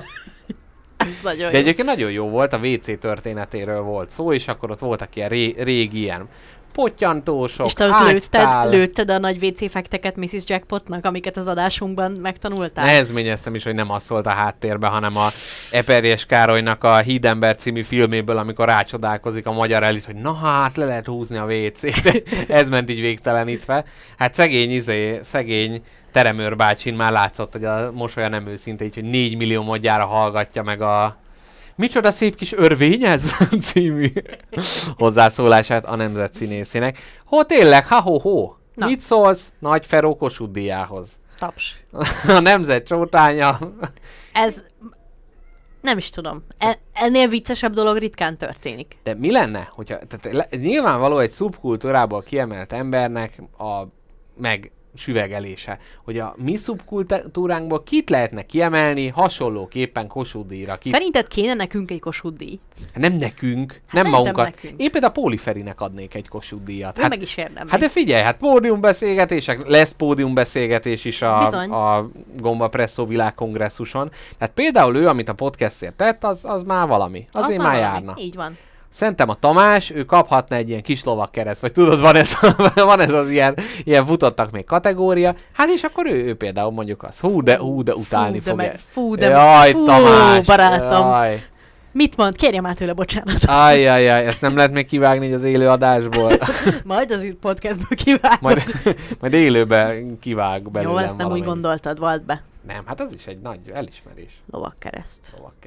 De egyébként nagyon jó volt, a WC történetéről volt szó, és akkor ott voltak ilyen régi ilyen pottyantósok, és te lőtted a nagy WC fekteket Mrs. Jackpotnak, amiket az adásunkban megtanultál? Nehezményeztem is, hogy nem az szólt a háttérben, hanem a Eperjes Károlynak a Hídember című filméből, amikor rácsodálkozik a magyar elit, hogy na hát, le lehet húzni a WC-t. Ez ment így végtelenítve. Hát szegény Teremőr bácsin már látszott, hogy a mosolya nem őszinte, így, hogy 4 millió modjára hallgatja meg a Micsoda szép kis örvény ez című hozzászólását a nemzet színészének. Tényleg, ho-ho-ho. Mit szólsz Nagy Feró Kossuth díjához? Taps. A nemzet csótánya. Ez... Nem is tudom. Ennél viccesebb dolog ritkán történik. De mi lenne, hogyha... nyilvánvaló egy szubkultúrából kiemelt embernek a süvegelése, hogy a mi szubkultúránkból kit lehetne kiemelni hasonlóképpen Kossuth díjra. Szerinted kéne nekünk egy Kossuth díj? Nem nekünk, nem magunkat. Én például Póli Ferinek adnék egy Kossuth díjat. Ő meg is érdemli. Hát de figyelj, pódiumbeszélgetések, lesz pódiumbeszélgetés is a Gomba Presszó világkongresszuson. Tehát például ő, amit a podcastért tett, az már valami. Azért már járna. Így van. Szerintem a Tamás, ő kaphatna egy ilyen kis lovakkereszt, vagy tudod, van ez az ilyen futottak még kategória, hát és akkor ő például mondjuk azt, hú de utálni fogja. Jaj, Tamás, barátom. Jaj. Mit mond? Kérjem már tőle bocsánatot. Ajjajjaj, ezt nem lehet még kivágni az élő adásból. Majd az itt podcastból kivágom. Majd élőben kivág belőlem. Jó, ezt nem úgy gondoltad, vald be. Nem, hát az is egy nagy elismerés. Lovakkereszt.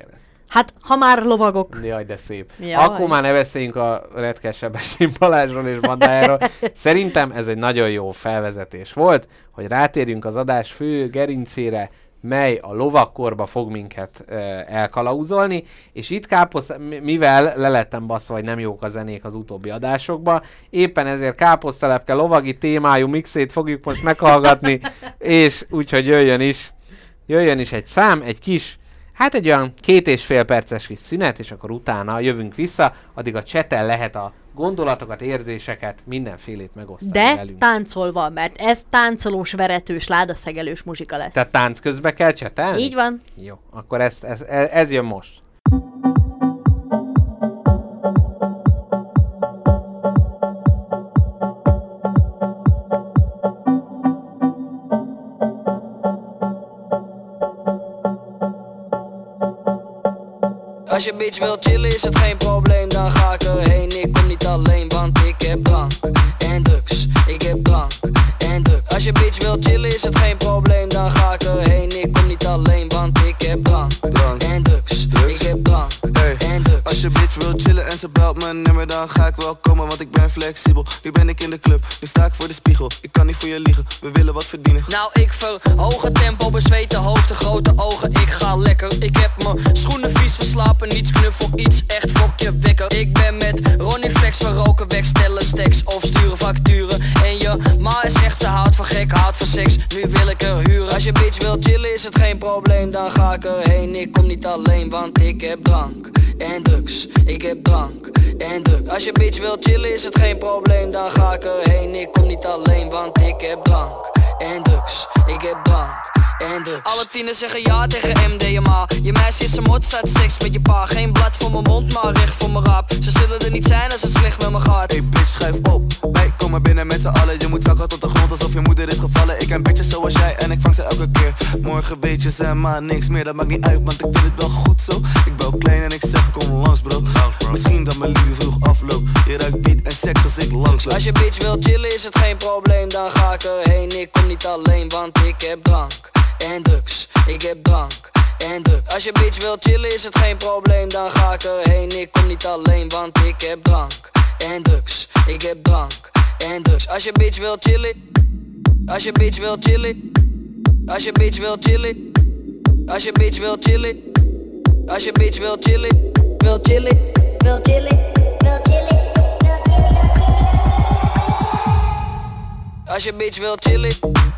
Hát, ha már lovagok. Jaj, de szép. Jaj. Akkor már ne beszéljünk a Retkes Sebestyén Balázsról és bandájáról. Szerintem ez egy nagyon jó felvezetés volt, hogy rátérjünk az adás fő gerincére, mely a lovakkorba fog minket elkalauzolni, és itt mivel lelettem baszva, hogy nem jók a zenék az utóbbi adásokba, éppen ezért Káposztelepke lovagi témájú mixét fogjuk most meghallgatni, és úgyhogy jöjjön is egy szám, egy kis, hát egy olyan 2,5 perces kis szünet, és akkor utána jövünk vissza, addig a chaten lehet a gondolatokat, érzéseket, mindenfélét megosztani de velünk. táncolva, mert ez táncolós, veretős, ládaszegelős muzsika lesz. Tehát tánc közben kell csetelni? Így van. Jó, akkor ez jön most. Als je bitch wil chillen is het geen probleem, dan ga ik erheen. Ik kom niet alleen, want ik heb drank en drugs. Ik heb drank en drugs. Als je bitch wil chillen is het geen probleem, dan ga ik erheen. Ik kom niet alleen, want ik heb drank en drugs. Ik heb drank en drugs. Als je bitch wil chillen en ze belt mijn nummer, dan ga ik wel komen, want ik ben flexibel. Nu ben ik in de club, nu sta ik voor de spiegel. Ik kan niet voor je liegen, we willen wat verdienen. Nou, ik verhoog het tempo, bezweten hoofd, de grote ogen. Ik ga lekker, ik heb mijn schoenen vies verslapen. Niets knuffel, iets echt fokje wekker. Ik ben met Ronnie Flex, we roken weg, stellen stacks of sturen facturen. En je ma is echt, ze houdt van gek, houdt van seks. Nu wil ik er huren. Als je bitch wil chillen is het geen probleem, dan ga ik erheen. Ik kom niet alleen, want ik heb drank en drugs. Ik heb drank en drugs. Als je bitch wil chillen is het geen probleem, dan ga ik erheen. Ik kom niet alleen, want ik heb drank en drugs. Ik heb drank en drugs. Alle tieners zeggen ja tegen MDMA. Je meisje is een mot, staat seks met je pa. Geen blad voor mijn mond, maar recht voor mijn rap. Ze zullen er niet zijn als het slecht met me gaat. Hey bitch, schuif op. Wij komen binnen met z'n allen. Je moet zakken tot de grond alsof je moeder is gevallen. Ik ken bitches zoals jij en ik vang ze elke keer. Morgen weet je ze maar niks meer, dat maakt niet uit, want ik vind het wel goed zo. Ik bel klein en ik zeg kom langs bro. Misschien dat mijn liefde vroeg afloopt. Je ruikt beat en seks als ik langsloop. Als je bitch wil chillen is het geen probleem, dan ga ik erheen. Ik kom niet alleen, want ik heb drank en drugs. Ik heb drank en drugs. Als je bitch wil chillen is het geen probleem, dan ga ik erheen. Ik kom niet alleen, want ik heb drank en drugs. Ik heb drank en drugs. Als je bitch wil chillen, als je bitch wil chillen, als je bitch wil chillen, als je bitch wil chillen, als je bitch wil chillen, wil chillen, wil chillen, wil chillen, wil chillen. Als je bitch wil chillen.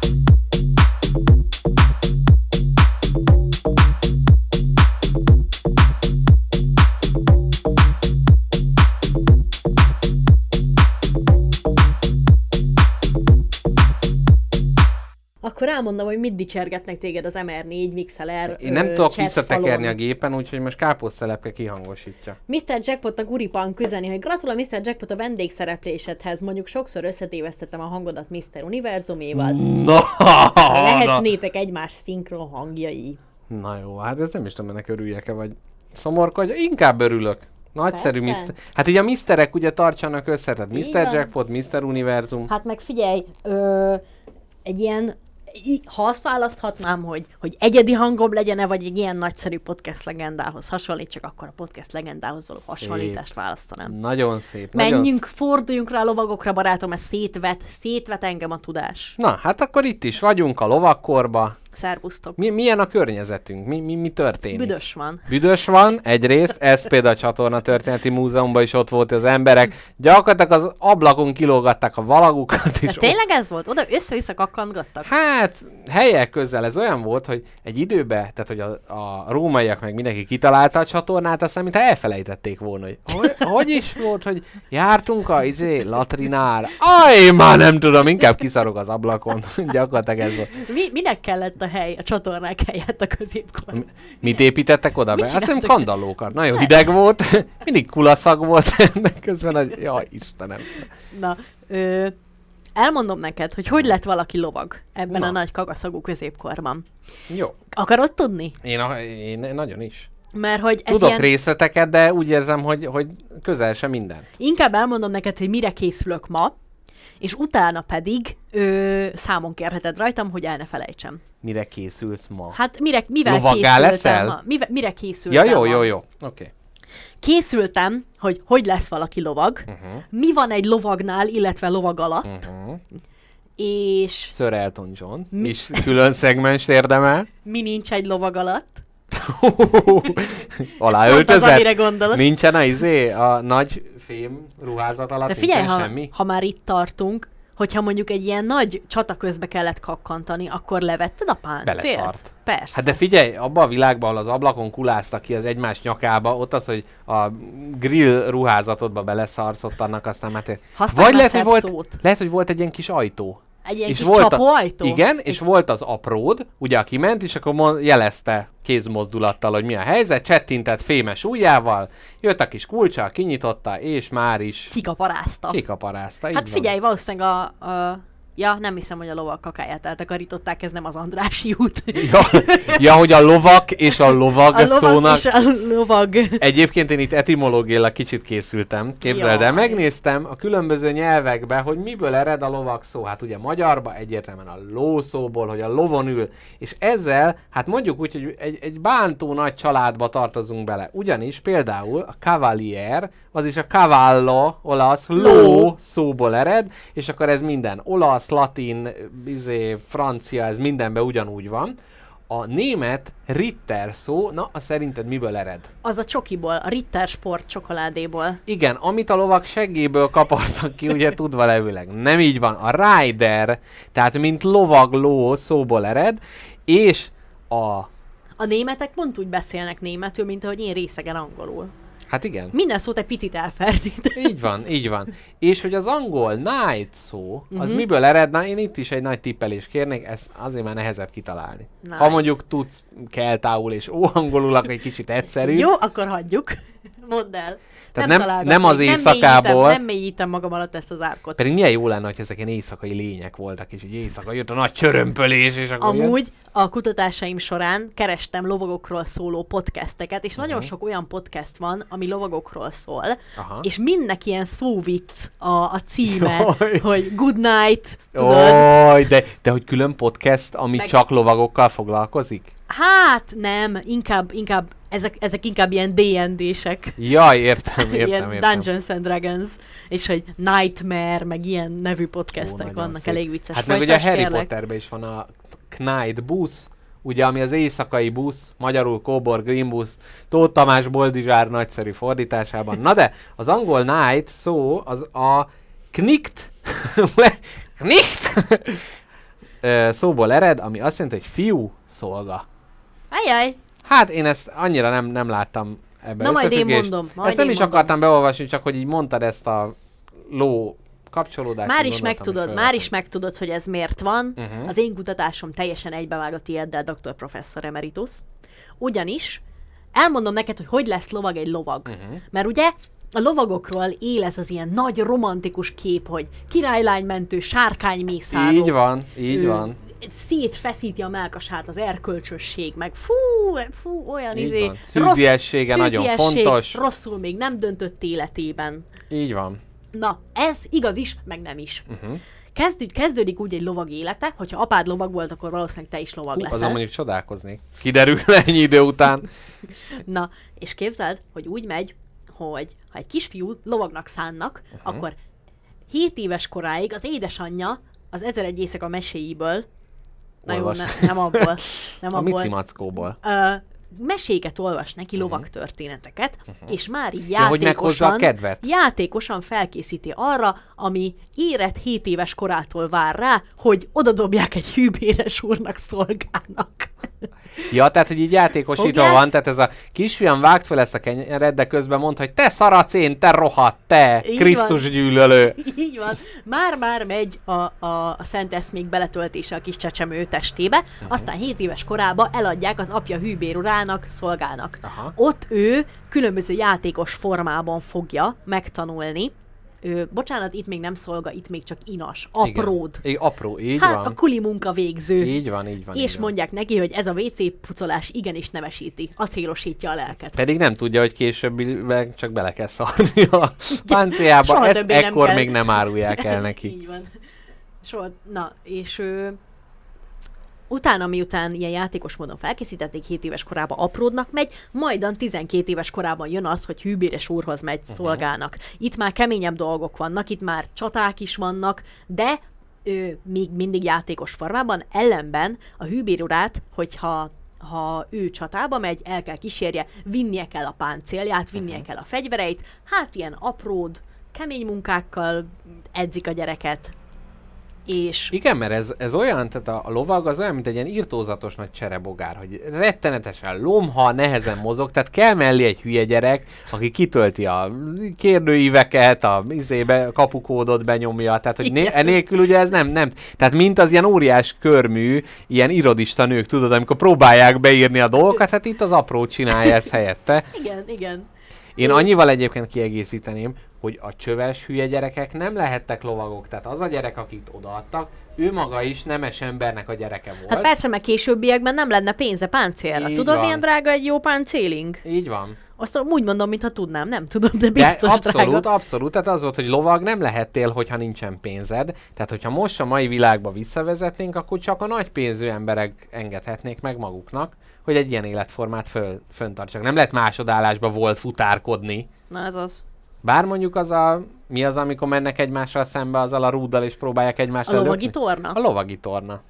Akkor elmondom, hogy mit dicsergetnek téged az MR4 MixLR. Én nem tudok chat visszatekerni falon. a gépen, úgyhogy most Káposztelepke kihangosítja. Mr. Jackpotnak Uripán üzeni, hogy gratulál Mr. Jackpot a vendégszereplésedhez, mondjuk sokszor összetévesztettem a hangodat Mr. Univerzuméval. Lehetnétek egymás szinkron hangjai. Na jó, hát ez nem is tudom, ennek örüljek-e, vagy szomorkodj, inkább örülök. Nagyszerű Persze. Mr. Hát így a miszterek ugye tartsanak össze, tehát Így Mr. van. Jackpot, Mr. Univerzum. Hát meg figyelj, egy ilyen, ha azt választhatnám, hogy egyedi hangom legyen-e, vagy egy ilyen nagyszerű podcast legendához hasonlítsak, akkor a podcast legendához való hasonlítást választanám. Nagyon szép. Menjünk, forduljunk rá a lovagokra, barátom, ez szétvet engem a tudás. Na, hát akkor itt is vagyunk a lovakkorba. Szervusztok. Milyen a környezetünk? Mi történik? Büdös van. Büdös van, egyrészt, ez például a Csatorna Történeti Múzeumban is ott volt az emberek. Gyakorlatilag az ablakon kilógatták a valagukat is. De tényleg ez volt? Oda össze-vissza kakkantgattak? Hát, helyek közel ez olyan volt, hogy egy időben, tehát hogy a rómaiak meg mindenki kitalálta a csatornát, aztán mintha elfelejtették volna, hogy is volt, hogy jártunk a latrinára. Aj, már nem tudom, inkább kiszarok az ablakon. Gyakorlatilag ez volt. Minek kellett a hely, a csatornák helyett a középkor? Mit építettek oda be? Mit Azt hiszem csináltak? kandallókat. Nagyon hideg volt, mindig kulaszag volt, de közben jaj, Istenem. Na, elmondom neked, hogy lett valaki lovag ebben Na. a nagy kagaszagú középkorban. Jó. Akarod tudni? Én nagyon is. Mert hogy ez Tudok ilyen... részleteket, de úgy érzem, hogy közel sem mindent. Inkább elmondom neked, hogy mire készülök ma, és utána pedig számon kérheted rajtam, hogy el ne felejtsem. Mire készülsz ma? Hát mivel Lovaggá készültem leszel? ma? Mire készültem Ja, ma? jó. Oké. Készültem, hogy lesz valaki lovag, mi van egy lovagnál, illetve lovag alatt, és Sir Elton John is külön szegmens érdemel. mi nincs egy lovag alatt. Aláöltözett? az, amire gondolsz. Nincsen a nagy fém ruházat alatt, De figyelj, nincsen semmi? ha már itt tartunk, hogyha mondjuk egy ilyen nagy csata közbe kellett kakkantani, akkor levetted a páncélt? Beleszart. Persze. Hát de figyelj, abban a világban, ahol az ablakon kuláztak ki az egymás nyakába, ott az, hogy a grill ruházatodba beleszarsz, ott annak aztán már Használj már szebb lehet, szót. hogy volt egy ilyen kis ajtó. Egy ilyen És kis volt csapóajtó? Igen, és volt az apród, ugye, aki ment, és akkor jelezte kézmozdulattal, hogy mi a helyzet, csettintett fémes ujjával, jött a kis kulccsal, kinyitotta, és már is Kikaparázta. így Hát van. figyelj, valószínűleg ja, nem hiszem, hogy a lovak kakáját eltakarították, ez nem az Andrássy út. Ja, hogy a lovak és a lovag A lovak szónak... és a lovag. Egyébként én itt etimológiailag kicsit készültem, képzeld el, Jaj. megnéztem a különböző nyelvekben, hogy miből ered a lovag szó. Hát ugye magyarba egyértelműen a ló szóból, hogy a lovon ül, és ezzel, hát mondjuk úgy, hogy egy bántó nagy családba tartozunk bele. Ugyanis például a cavalier, az is a cavallo, olasz, ló szóból ered, és akkor ez minden olasz, latin, francia, ez mindenben ugyanúgy van. A német Ritter szó, na, az szerinted miből ered? Az a csokiból, a Ritter Sport csokoládéból. Igen, amit a lovak seggéből kapartak ki, ugye tudva levőleg. Nem így van. A rider, tehát mint lovag ló szóból ered, és A németek pont úgy beszélnek németül, mint ahogy én részegen angolul. Hát igen. Minden szót egy picit elferdít. Így van. És hogy az angol night szó, az miből ered? Na, én itt is egy nagy tippelést kérnék, ezt azért már nehezebb kitalálni. Night. Ha mondjuk tudsz keltául és óangolul, akkor egy kicsit egyszerű. Jó, akkor hagyjuk. Mondd el. Tehát találgatok. nem az éjszakából. Nem mélyítem magam alatt ezt az árkot. Pedig milyen jó lenne, hogy ezek ilyen éjszakai lények voltak, és így éjszaka jött a nagy csörömpölés, és akkor Amúgy a kutatásaim során kerestem lovagokról szóló podcasteket, és nagyon sok olyan podcast van, ami lovagokról szól, és mindnek ilyen szóvicc a címe, Jaj. hogy Good Night, tudod? Oj, de hogy külön podcast, ami Meg- csak lovagokkal foglalkozik? Hát nem, inkább ezek inkább ilyen D&D-sek. Jaj, értem. Ilyen Dungeons and Dragons, és hogy Nightmare, meg ilyen nevű podcastek nagyon vannak, szép. elég vicces. Hát meg ugye a Folytasd, Harry kérlek. Potterben is van a Knight busz, ugye, ami az éjszakai busz, magyarul Kóbor Green busz, Tóth Tamás Boldizsár nagyszerű fordításában. Na de, az angol night szó az a knicht, szóból ered, ami azt jelenti, hogy fiú szolga. Ajaj, Hát én ezt annyira nem láttam ebben. Na, majd én összefüggést. mondom, majd Ezt nem én is mondom. akartam beolvasni, csak hogy így mondtad ezt a ló kapcsolódást. már így is gondoltam, hogy megtudod, hogy ez miért van. Az én kutatásom teljesen egybevág a tiéddel, Dr. Professor Emeritus. Ugyanis elmondom neked, hogy lesz lovag egy lovag. Mert ugye a lovagokról él ez az ilyen nagy romantikus kép, hogy királylánymentő, sárkánymészáró. Így van. Szétfeszíti a mellkasát az erkölcsösség, meg fú, olyan Így van. Szűziessége nagyon fontos. Rosszul még nem döntött életében. Így van. Na, ez igaz is, meg nem is. Kezdődik úgy egy lovag élete, hogyha apád lovag volt, akkor valószínűleg te is lovag Azon leszel. mondjuk csodálkoznék. Kiderül ennyi idő után. Na, és képzeld, hogy úgy megy, hogy ha egy kisfiú lovagnak szánnak, akkor 7 éves koráig az édesanyja az 1001 éjszaka meséiből, na jó, Olvas. nem abból, nem A abból, Mici Mackóból. meséket olvas neki, lovag történeteket, és már így Ja, hogy meghozza a kedvet. játékosan felkészíti arra, ami érett 7 éves korától vár rá, hogy odadobják egy hűbéres úrnak szolgának. Ja, tehát, hogy így játékosítva Fogják? van, tehát ez a kisfiam vágd fel ezt a kenyeret, de közben mondta, hogy te szaracén, te rohadt, te Így Krisztus van. gyűlölő. Így van. Már megy a szent eszmék beletöltése a kis csecsemő testébe, aztán 7 éves korába eladják az apja hűbér urának, szolgának. Aha. Ott ő különböző játékos formában fogja megtanulni bocsánat, itt még nem szolga, itt még csak inas, apród. Igen. Apró, így hát van. a kuli munka végző. Így van. És mondják neki, hogy ez a WC pucolás igenis nemesíti, acélosítja a lelket. Pedig nem tudja, hogy később csak bele kell szarni a páncéljába. Soha Ezt többé nem ekkor kell. még nem árulják el neki. Így van. Na, és utána, miután ilyen játékos módon felkészítették, 7 éves korában apródnak megy, majdan 12 éves korában jön az, hogy hűbéres úrhoz megy szolgálnak. Itt már keményebb dolgok vannak, itt már csaták is vannak, de még mindig játékos formában, ellenben a hűbér urát, hogyha ő csatába megy, el kell kísérje, vinnie kell a páncélját, vinnie kell a fegyvereit, hát ilyen apród, kemény munkákkal edzik a gyereket. És... Igen, mert ez olyan, tehát a lovag az olyan, mint egy ilyen irtózatos nagy cserebogár, hogy rettenetesen lomha, nehezen mozog, tehát kell mellé egy hülye gyerek, aki kitölti a kérdőíveket, a kapukódot benyomja, tehát hogy enélkül ugye ez nem. Tehát mint az ilyen óriás körmű, ilyen irodista nők, tudod, amikor próbálják beírni a dolgokat, hát itt az apró csinálja ezt helyette. Igen. Én annyival egyébként kiegészíteném, hogy a csöves hülye gyerekek nem lehettek lovagok. Tehát az a gyerek, akit odaadtak, ő maga is nemes embernek a gyereke volt. Hát persze, meg későbbiekben nem lenne pénze páncélra. Így Tudod, van. milyen drága egy jó páncéling? Így van. Azt úgy mondom, mintha tudnám, nem tudom, de biztos de drága. abszolút. Tehát az volt, hogy lovag nem lehettél, hogyha nincsen pénzed. Tehát, hogyha most a mai világba visszavezetnénk, akkor csak a nagy pénzű emberek engedhetnék meg maguknak, hogy egy ilyen életformát föntartsak. Nem lehet másodállásba volt futárkodni. Na ez az. Bár mondjuk mi az, amikor mennek egymással szembe azzal a rúddal, és próbálják egymással A lovagi lökni? torna? A lovagi torna.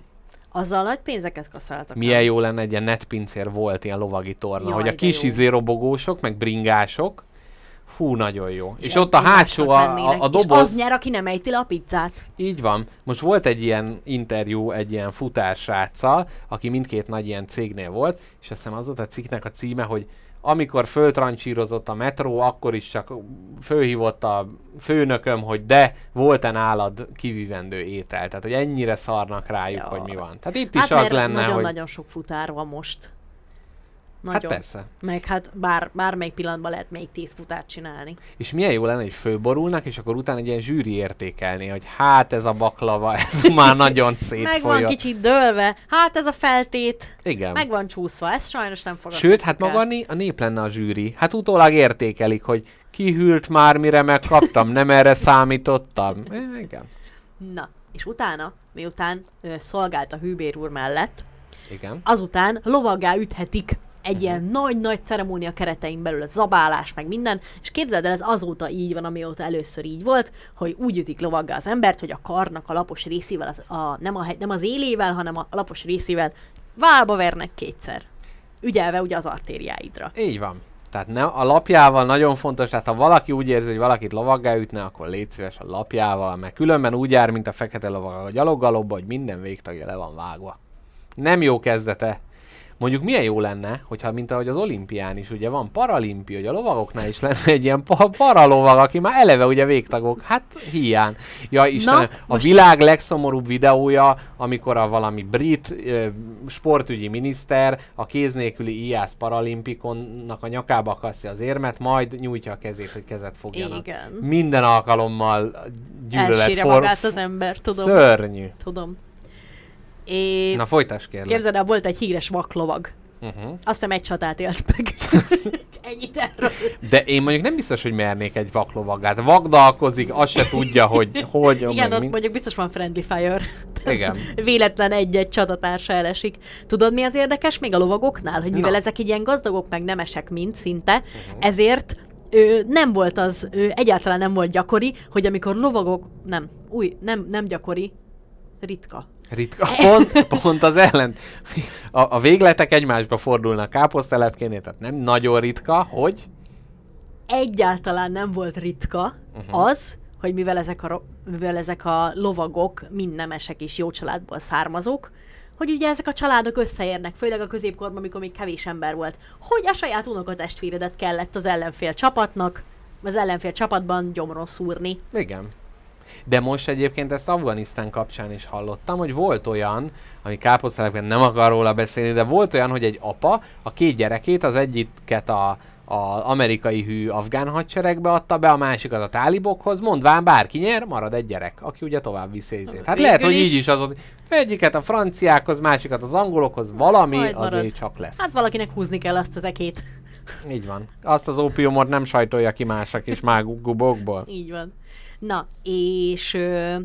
Azzal nagy pénzeket kaszáltak. Milyen jó lenne, egy ilyen netpincér volt ilyen lovagi torna, Jaj, hogy a de kis jó. robogósok, meg bringások, fú, nagyon jó. És ott a hátsó, a doboz... És az nyer, aki nem ejti le a pizzát. Így van. Most volt egy ilyen interjú egy ilyen futársráccal, aki mindkét nagy ilyen cégnél volt, és azt hiszem az volt a cikknek a címe, hogy amikor föltrancsírozott a metró, akkor is csak fölhívott a főnököm, hogy de volt-e nálad kivívendő étel. Tehát, hogy ennyire szarnak rájuk, hogy mi van. Tehát itt is az lenne, nagyon-nagyon sok futár van most. Nagyon. Hát persze. Meg hát bármelyik pillanatban lehet még 10 futárt csinálni. És milyen jó lenne, hogy fölborulnak, és akkor utána egy ilyen zsűri értékelni, hogy hát ez a baklava, ez már nagyon szétfolyott. Meg van kicsit dőlve, hát ez a feltét, Igen. meg van csúszva, ez sajnos nem fogad. Sőt, hát maga a nép lenne a zsűri. Hát utólag értékelik, hogy kihűlt már, mire megkaptam, nem erre számítottam. Igen. Na, és utána, miután szolgált a hűbér úr mellett, Igen. azután lovaggá üthetik egy ilyen nagy-nagy ceremónia keretein belül, a zabálás, meg minden, és képzeld el, ez azóta így van, amióta először így volt, hogy úgy ütik lovaggá az embert, hogy a karnak a lapos részével, nem az élével, hanem a lapos részével válba vernek kétszer. Ügyelve ugye az artériáidra. Így van. Tehát a lapjával nagyon fontos, tehát ha valaki úgy érzi, hogy valakit lovaggá ütne, akkor légy szíves a lapjával, mert különben úgy jár, mint a fekete lovag a gyaloggalobba, hogy minden végtagja le van vágva. Nem jó kezdete. Mondjuk milyen jó lenne, hogyha mint ahogy az olimpián is ugye van paralimpia, hogy a lovagoknál is lenne egy ilyen paralovag, aki már eleve ugye végtagok, hát hiány. Ja Istenem, a világ legszomorúbb videója, amikor a valami brit sportügyi miniszter a kéz nélküli IASZ paralimpikonnak a nyakába akasztja az érmet, majd nyújtja a kezét, hogy kezet fogjanak. Igen. Minden alkalommal gyűlölet Elsírja magát az ember, tudom. Szörnyű. Tudom. Na folytass kérlek. Képzeld el, volt egy híres vaklovag. Aztán egy csatát élt meg. Ennyit erről. De én mondjuk nem biztos, hogy mernék egy vaklovagát. Vagdalkozik, azt se tudja, hogy igen, ott mondjuk biztos van friendly fire. Igen. Véletlen egy-egy csatatársa elesik. Tudod, mi az érdekes még a lovagoknál? Hogy mivel ezek így ilyen gazdagok, meg nemesek mind szinte, ezért nem volt az, egyáltalán nem volt gyakori, hogy amikor lovagok, nem gyakori, ritka. Pont az ellen. A végletek egymásba fordulnak káposztelepkénél, tehát nem nagyon ritka, hogy? Egyáltalán nem volt ritka az, hogy mivel ezek a lovagok mind nemesek és jó családból származók, hogy ugye ezek a családok összeérnek, főleg a középkorban, amikor még kevés ember volt, hogy a saját unokatestvéredet kellett az ellenfél csapatnak, az ellenfél csapatban gyomron szúrni. Igen. De most egyébként ezt Afganisztán kapcsán is hallottam, hogy volt olyan, ami káposztelepként nem akar róla beszélni, de volt olyan, hogy egy apa a két gyerekét, az egyiket a az amerikai hű afgán hadseregbe adta be, a másikat a tálibokhoz, mondván bárki nyer, marad egy gyerek, aki ugye tovább viszi izét. Hát lehet, hogy így is az egyiket a franciákhoz, másikat az angolokhoz, valami azért csak lesz. Hát valakinek húzni kell azt az ekét. Így van. Azt az ópiumot nem sajtolja ki más a kis mágubokból. Így van. Na, és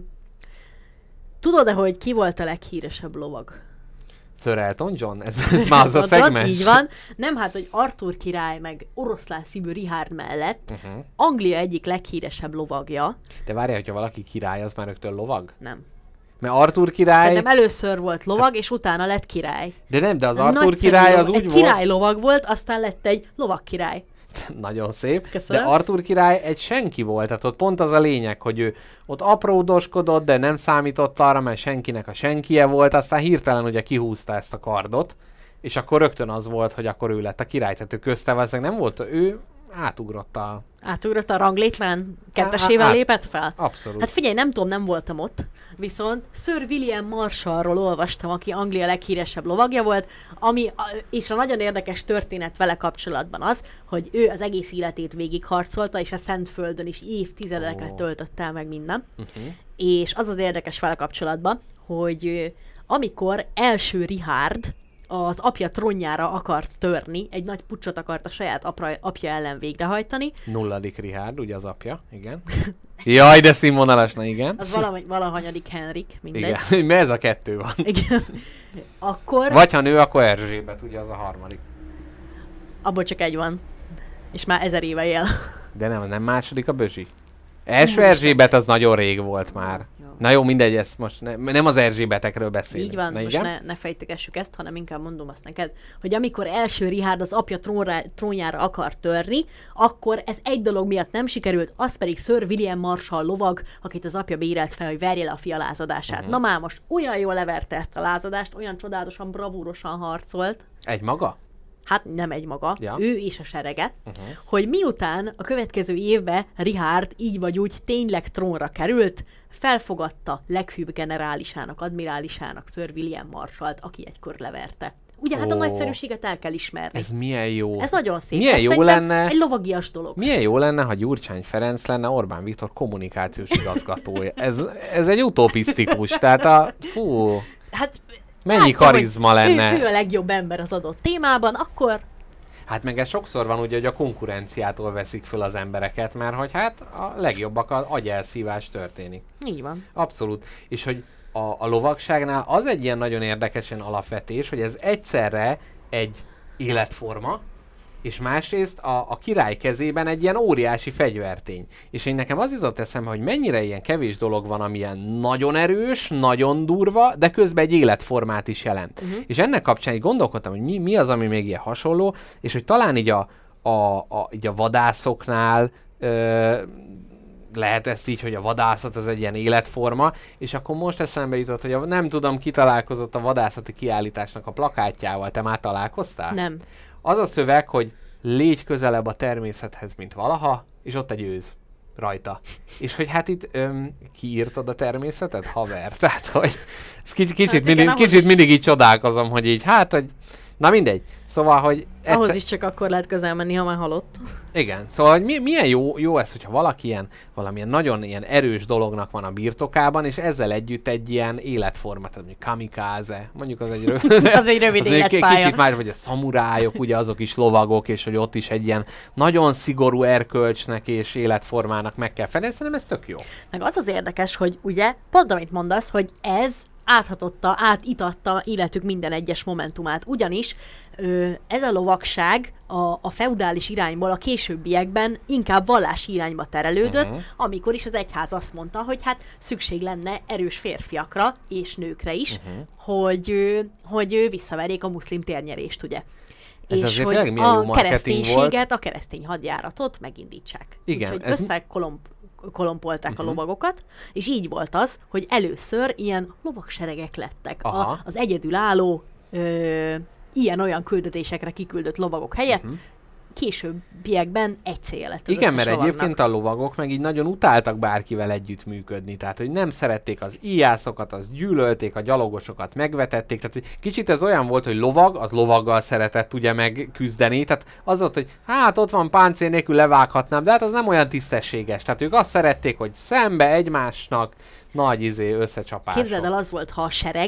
tudod-e, hogy ki volt a leghíresebb lovag? Sir Elton John? Ez már az a szegmens. Így van. Nem, hát, hogy Arthur király meg oroszlán szívű Richard mellett Anglia egyik leghíresebb lovagja. De várjál, hogyha valaki király, az már rögtön lovag? Nem. Mert Arthur király... Szerintem először volt lovag, és utána lett király. De nem, de az Arthur király az úgy volt... Egy király lovag volt, aztán lett egy lovag király. Nagyon szép. Köszönöm. De Arthur király egy senki volt, tehát ott pont az a lényeg, hogy ő ott apródoskodott, de nem számított arra, mert senkinek a senkie volt, aztán hirtelen ugye kihúzta ezt a kardot, és akkor rögtön az volt, hogy akkor ő lett a király, tehát ő közte valószínűleg nem volt, ő átugrott a ranglétrán kettesével lépett fel? Abszolút. Hát figyelj, nem tudom, nem voltam ott, viszont Sir William Marshallról olvastam, aki Anglia leghíresebb lovagja volt, és a nagyon érdekes történet vele kapcsolatban az, hogy ő az egész életét végigharcolta, és a Szentföldön is évtizedeket töltött el meg minden. És az az érdekes vele kapcsolatban, hogy amikor első Richard az apja trónjára akart törni, egy nagy puccsot akart a saját apja ellen végrehajtani. 0. Richard, ugye az apja, igen. Jaj, de színvonalas, na igen. Az valahanyadik Henrik, mindegy. Igen, mert ez a 2 van. Igen. Akkor... Vagy ha nő, akkor Erzsébet, ugye az a 3. Abból csak egy van. És már 1000 éve él. De nem második a Bözsi. Első Erzsébet az nagyon rég volt már. Na jó, mindegy, ezt most nem az Erzsébetekről beszélünk. Így van, most ne fejtegessük ezt, hanem inkább mondom azt neked, hogy amikor első Richard az apja trónjára akar törni, akkor ez egy dolog miatt nem sikerült, az pedig Sir William Marshall lovag, akit az apja bérelt fel, hogy verje le a fia lázadását. Na már most olyan jól leverte ezt a lázadást, olyan csodálatosan, bravúrosan harcolt. Egy maga? Hát nem egy maga, ő és a serege, hogy miután a következő évben Richard így vagy úgy tényleg trónra került, felfogadta leghűbb generálisának, admirálisának Sir William Marshallt, aki egykor leverte. Ugye hát a nagyszerűséget el kell ismerni. Ez milyen jó. Ez nagyon szép. Milyen ez jó lenne, egy lovagias dolog. Milyen jó lenne, ha Gyurcsány Ferenc lenne Orbán Viktor kommunikációs igazgatója. Ez egy utopisztikus, tehát Hát mennyi karizma lenne. Ő a legjobb ember az adott témában, akkor... Hát meg ez sokszor van ugye, hogy a konkurenciától veszik föl az embereket, mert hogy hát a legjobbak az agyelszívás történik. Így van. Abszolút. És hogy a lovagságnál az egy ilyen nagyon érdekesen alapvetés, hogy ez egyszerre egy életforma, és másrészt a király kezében egy ilyen óriási fegyvertény. És én nekem az jutott eszembe, hogy mennyire ilyen kevés dolog van, ami ilyen nagyon erős, nagyon durva, de közben egy életformát is jelent. És ennek kapcsán így gondolkodtam, hogy mi az, ami még ilyen hasonló, és hogy talán így így a vadászoknál lehet ezt így, hogy a vadászat az egy ilyen életforma, és akkor most eszembe jutott, hogy nem tudom, ki találkozott a vadászati kiállításnak a plakátjával. Te már találkoztál? Nem. Az a szöveg, hogy légy közelebb a természethez, mint valaha, és ott egy őz rajta. És hogy hát itt kiírtad a természetet, haver? Tehát, hogy ez kicsit mindig így csodálkozom, hogy így, hogy na mindegy. Szóval, hogy... Ahhoz is csak akkor lehet közel menni, ha már halott. Igen. Szóval, hogy milyen jó ez, hogyha valaki valamilyen nagyon ilyen erős dolognak van a birtokában, és ezzel együtt egy ilyen életforma, tehát mondjuk kamikáze, mondjuk az egy rövid életpálya. Kicsit más, vagy a szamurájok, ugye azok is lovagok, és hogy ott is egy ilyen nagyon szigorú erkölcsnek és életformának meg kell felelni, szerintem ez tök jó. Meg az az érdekes, hogy ugye, pont amit mondasz, hogy ez átitatta életük minden egyes momentumát. Ugyanis ez a lovagság a feudális irányból a későbbiekben inkább vallási irányba terelődött, amikor is az egyház azt mondta, hogy hát szükség lenne erős férfiakra és nőkre is, hogy visszaverjék a muszlim térnyerést, ugye. Ez és hogy a kereszténységet, a keresztény hadjáratot megindítsák. Igen. Úgyhogy kolompolták a lovagokat, és így volt az, hogy először ilyen lovagseregek lettek. Az egyedülálló ilyen-olyan küldetésekre kiküldött lovagok helyett későbbiekben egy célja lett az Igen, összes mert lovagnak. egyébként a lovagok meg így nagyon utáltak bárkivel együttműködni, tehát hogy nem szerették az íjászokat, az gyűlölték, a gyalogosokat megvetették, tehát hogy kicsit ez olyan volt, hogy lovag, az lovaggal szeretett ugye megküzdeni, tehát az volt, hogy hát ott van páncél nélkül levághatnám, de hát az nem olyan tisztességes, tehát ők azt szerették, hogy szembe egymásnak nagy összecsapások. Képzeld el, az volt, ha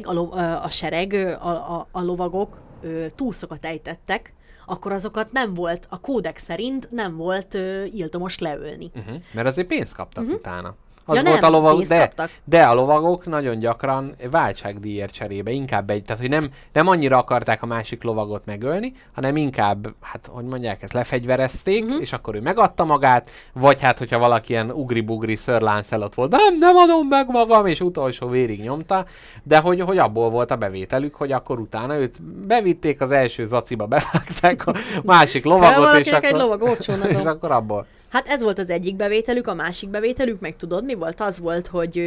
a lovagok túszokat ejtettek, akkor azokat nem volt, a kódex szerint nem volt ildomos leölni. Mert azért pénzt kaptak utána. Az Ja volt nem, a lovag, pénzt kaptak. de a lovagok nagyon gyakran váltságdíjért cserébe, inkább tehát hogy nem annyira akarták a másik lovagot megölni, hanem inkább, hát hogy mondják, ezt lefegyverezték, és akkor ő megadta magát, vagy hát, hogyha valaki ilyen ugri-bugri Sir Lancelot volt, nem adom meg magam, és utolsó vérig nyomta, de hogy abból volt a bevételük, hogy akkor utána őt bevitték, az első zaciba bevágták a másik lovagot, és egy lovag, olcsón adom. és akkor abból. Hát ez volt az egyik bevételük, a másik bevételük, meg tudod mi volt? Az volt,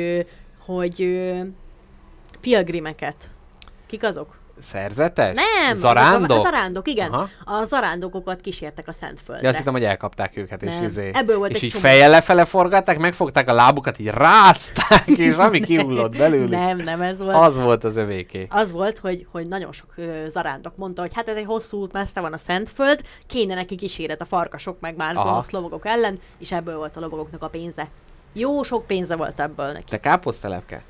hogy pilgrimeket. Kik azok? Szerzetes? Nem! Zarándok? A zarándok, igen. Aha. A zarándokokat kísértek a Szentföldre. De azt hittem, hogy elkapták őket, Nem. és Ebből volt és egy így csomó. fejjel lefele forgatták, megfogták a lábukat, így rázták, és ami kihullott belőlük, Nem, ez volt. az volt az övéké. Az volt, hogy nagyon sok zarándok mondta, hogy hát ez egy hosszú út, messze van a Szentföld, kéne neki kíséret a farkasok meg más gonosz lovagok ellen, és ebből volt a lovagoknak a pénze. Jó sok pénze volt ebből neki. Te káposztelepke,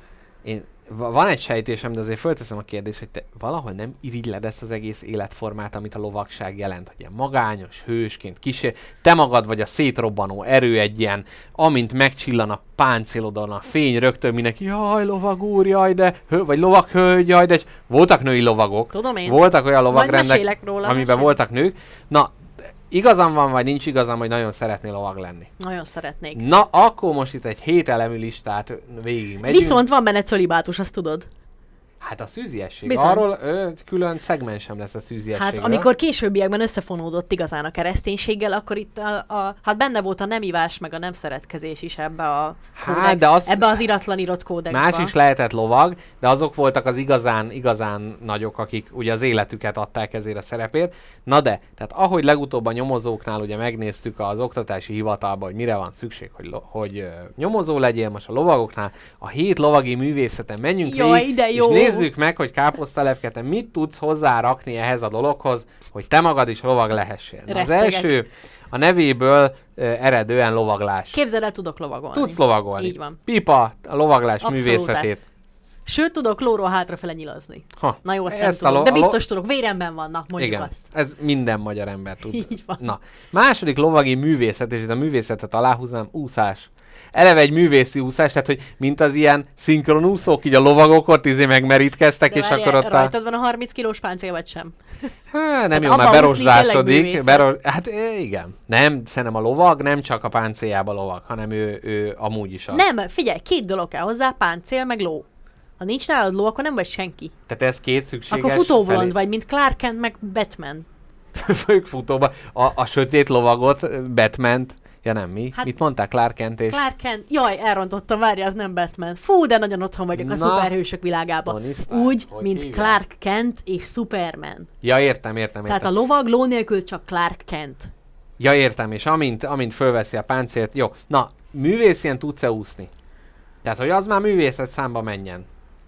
van egy sejtésem, de azért fölteszem a kérdést, hogy te valahol nem irigyled ezt az egész életformát, amit a lovagság jelent, hogy ilyen magányos, hősként te magad vagy a szétrobbanó erő egy ilyen, amint megcsillan a páncélodon a fény, rögtön mindenki, jaj, lovag úr, jaj, de, vagy lovag hölgy, jaj, de, voltak női lovagok. Tudom én. Voltak olyan Majd lovagrendek, mesélek róla, amiben voltak nők. Na, igazam van, vagy nincs igazam, hogy nagyon szeretnél lovag lenni. Nagyon szeretnék. Na, akkor most itt egy 7 elemű listát végig megyünk. Viszont van benne cölibátus, azt tudod. Hát a szűziesség. Bizony. Arról külön szegmensem lesz a szűziességről. Hát amikor későbbiekben összefonódott igazán a kereszténységgel, akkor itt hát benne volt a nemivás, meg a nem szeretkezés is ebbe a ebbe az iratlan írott kódexbe. Más is lehetett lovag, de azok voltak az igazán nagyok, akik ugye az életüket adták ezért a szerepért. Na de, tehát ahogy legutóbb a nyomozóknál ugye megnéztük az oktatási hivatalban, hogy mire van szükség, hogy nyomozó legyél, most a lovagoknál a 7 lovagi művészeten menjünk végig, és nézzük meg, hogy káposztalepke, te mit tudsz hozzárakni ehhez a dologhoz, hogy te magad is lovag lehessél. Az első a nevéből eredően lovaglás. Képzeld el, tudok lovagolni. Tudsz lovagolni. Így van. Pipa, a lovaglás Abszolút. művészetét. Sőt, tudok lóról hátrafele nyilazni. Na jó, azt nem ezt tudom, de biztos tudok, véremben vannak, mondjuk igen, azt. ez minden magyar ember tud. Így van. Na, második lovagi művészet, és itt a művészetet aláhúznám, úszás. Eleve egy művészi úszás, tehát hogy mint az ilyen szinkronúszók, így a lovagok ott megmerítkeztek, és akkor ott rajtad van a 30 kilós páncél, vagy sem? Nem jó, már berosdásodik. Hát igen. Nem, szerintem a lovag nem csak a páncéljába lovag, hanem ő amúgy is az. Nem, figyelj, 2 dolog kell hozzá, páncél meg ló. Ha nincs nálad ló, akkor nem vagy senki. Tehát ez 2 szükséges. Akkor futóbolond vagy, mint Clark Kent meg Batman. Fők futóba. A sötét lovagot, Batman-t. Ja nem, mi? Hát, mit mondták? Clark Kent és... Clark Kent. Jaj, elrontottam, várja, az nem Batman. Fú, de nagyon otthon vagyok a szuperhősök világában. Úgy, mint hívják? Clark Kent és Superman. Ja, értem. Tehát a lovag ló nélkül csak Clark Kent. Ja, értem, és amint fölveszi a páncélt, jó. Na, művészien tudsz-e úszni? Tehát, hogy az már művészet számba menjen.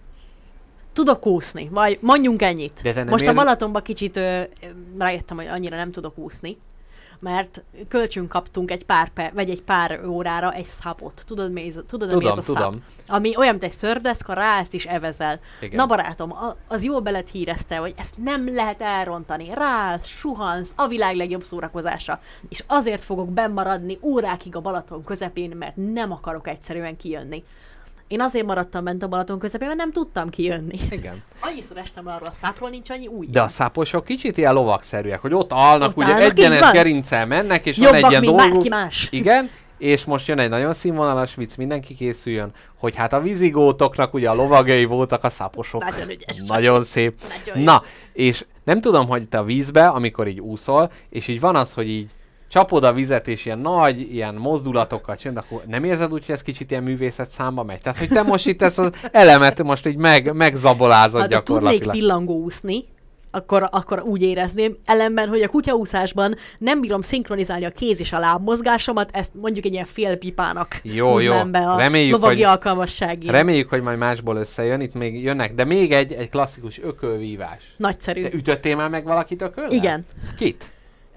Tudok úszni, vagy mondjunk ennyit. Most a Balatonba kicsit rájöttem, hogy annyira nem tudok úszni, mert kölcsön kaptunk egy pár órára egy szapot. Tudod, mi ez a szap? Ami olyan, mint egy szördeszka, ráállsz és evezel. Igen. Na barátom, az jól be lett hírezte, hogy ezt nem lehet elrontani. Ráállsz, suhansz, a világ legjobb szórakozása. És azért fogok bennmaradni órákig a Balaton közepén, mert nem akarok egyszerűen kijönni. Én azért maradtam bent a Balaton közepén, mert nem tudtam kijönni. Igen. Annyiszor estem arról a szápról, nincs annyi új. De a száposok kicsit ilyen lovagszerűek, hogy ott állnak, ugye egyenes gerincel mennek, és jobbak, van egy ilyen dolguk. Más. Igen, és most jön egy nagyon színvonalas vicc, mindenki készüljön, hogy hát a vizigótoknak ugye a lovagjai voltak a száposok. Nagyon ügyes. Nagyon szép. Nagyon na, és nem tudom, hogy te a vízbe, amikor így úszol, és így van az, hogy így csapod a vizet, és ilyen nagy, ilyen mozdulatokkal csinálod, akkor nem érzed úgy, hogy ez kicsit ilyen művészet számba megy? Tehát, hogy te most itt ezt az elemet most így megzabolázod hát, gyakorlatilag. Tudnék pillangó úszni, akkor úgy érezném. Ellenben, hogy a kutyaúszásban nem bírom szinkronizálni a kéz és a lábmozgásomat, ezt mondjuk egy ilyen félpipának húznám be a lovagi alkalmasságért. Reméljük, hogy majd másból összejön, itt még jönnek, de még egy klasszikus ökölvívás. Nagyszerű. Te ütöttél már meg valakit ököllel? Igen. Kit?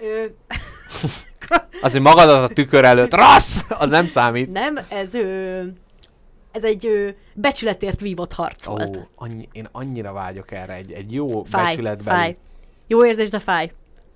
Azért magadat a tükör előtt, rassz! Az nem számít. Nem, ez egy becsületért vívott harc volt. Én annyira vágyok erre, egy jó Fáj. becsületbeli. Jó érzés, de fáj.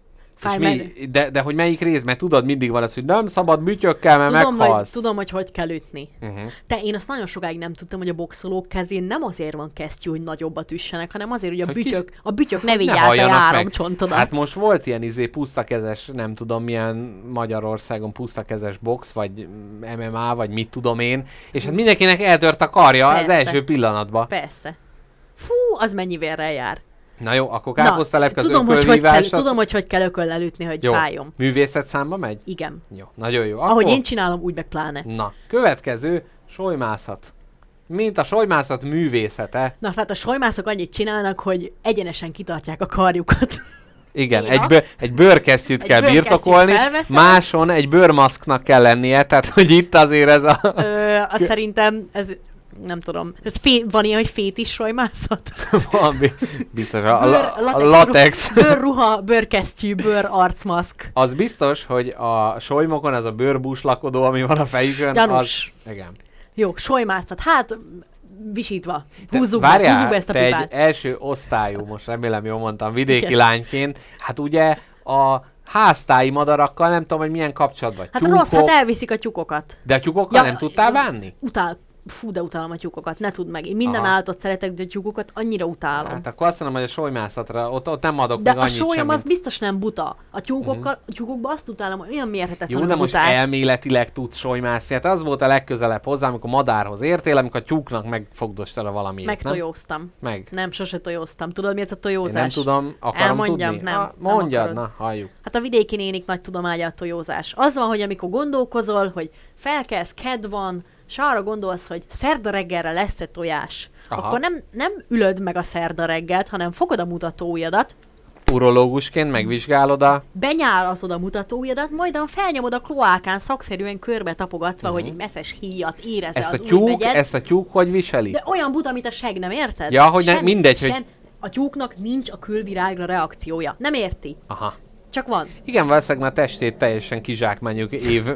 De hogy melyik rész? Mert tudod, mindig van az, hogy nem szabad bütyökkel, mert meghalsz. Tudom, hogy kell ütni. De én azt nagyon sokáig nem tudtam, hogy a boxolók kezén nem azért van kesztyű, hogy nagyobbat üssenek, hanem azért, hogy a bütyök ne vigyák a járomcsontodat. Hát most volt ilyen pusztakezes, nem tudom milyen Magyarországon pusztakezes box, vagy MMA, vagy mit tudom én, és hát mindenkinek eltört a karja az első pillanatban. Persze. Fú, az mennyi vérrel jár. Na jó, akkor káposztalepke az ökölvívás. Tudom, hogy kell ököllel ütni, hogy fájjon. Művészet számba megy? Igen. Jó, nagyon jó. Ahogy én csinálom, úgy meg pláne. Na, következő, solymászat. Mint a solymászat művészete. Na, hát a solymászok annyit csinálnak, hogy egyenesen kitartják a karjukat. Igen, egy bőrkesztyűt kell birtokolni, máson egy bőrmaszknak kell lennie, tehát hogy itt azért ez a... Azt szerintem ez... Nem tudom. Van ilyen, hogy fétis solymászat? Van, biztos. A latex. Bőrruha, bőrkesztyű, bőrarcmaszk. Az biztos, hogy a solymokon az a bőrbúslakodó, ami van a fejükön. Gyanús. Igen. Jó, solymászat. Hát, visítva. Húzzuk be ezt a pipát. Egy első osztályú, most remélem jól mondtam, vidéki lányként. Hát ugye a háztáji madarakkal nem tudom, hogy milyen kapcsolatban. Hát rossz, hát elviszik a tyúkokat. De a tyúkokkal nem tudtál bánni? Fú, de utálom a tyúkokat, ne tudd meg. Én minden állatot szeretek, de a tyúkokat annyira utálom. Hát akkor azt mondom, hogy a solymászatra ott nem adok de még annyit sem. De a sólyom az biztos nem buta. A tyúkokban azt utálom, hogy olyan mérhetetlenül buták. Jó, de buták. most elméletileg tudsz solymászni. Hát az volt a legközelebb hozzá, amikor madárhoz értél, amikor a tyúknak megfogdostál valamiért. Megtojóztam. Nem, sose tojóztam. Tudod, mi ez a tojózás? Én nem tudom, akarom tudni? Nem. Mondjad, na, halljuk. Hát a vidéki nénik nagy tudománya a tojózás. Az van, hogy amikor gondolkozol, hogy felkelsz, kedv van, és arra gondolsz, hogy szerda reggelre lesz-e tojás, akkor nem ülöd meg a szerda reggelt, hanem fogod a mutatóujjadat, urológusként megvizsgálod benyálaszod a mutatóujjadat, majd felnyomod a kloákán szakszerűen körbe tapogatva, hogy egy messzes híjat érezze az ujjbegyed. Ezt a tyúk hogy viseli? De olyan buta, mint a seg, nem érted? Ja, hogy mindegy, hogy... A tyúknak nincs a külvirágra reakciója. Nem érti? Aha. Csak van. Igen, valószínűleg már testét teljesen kizsákmányuk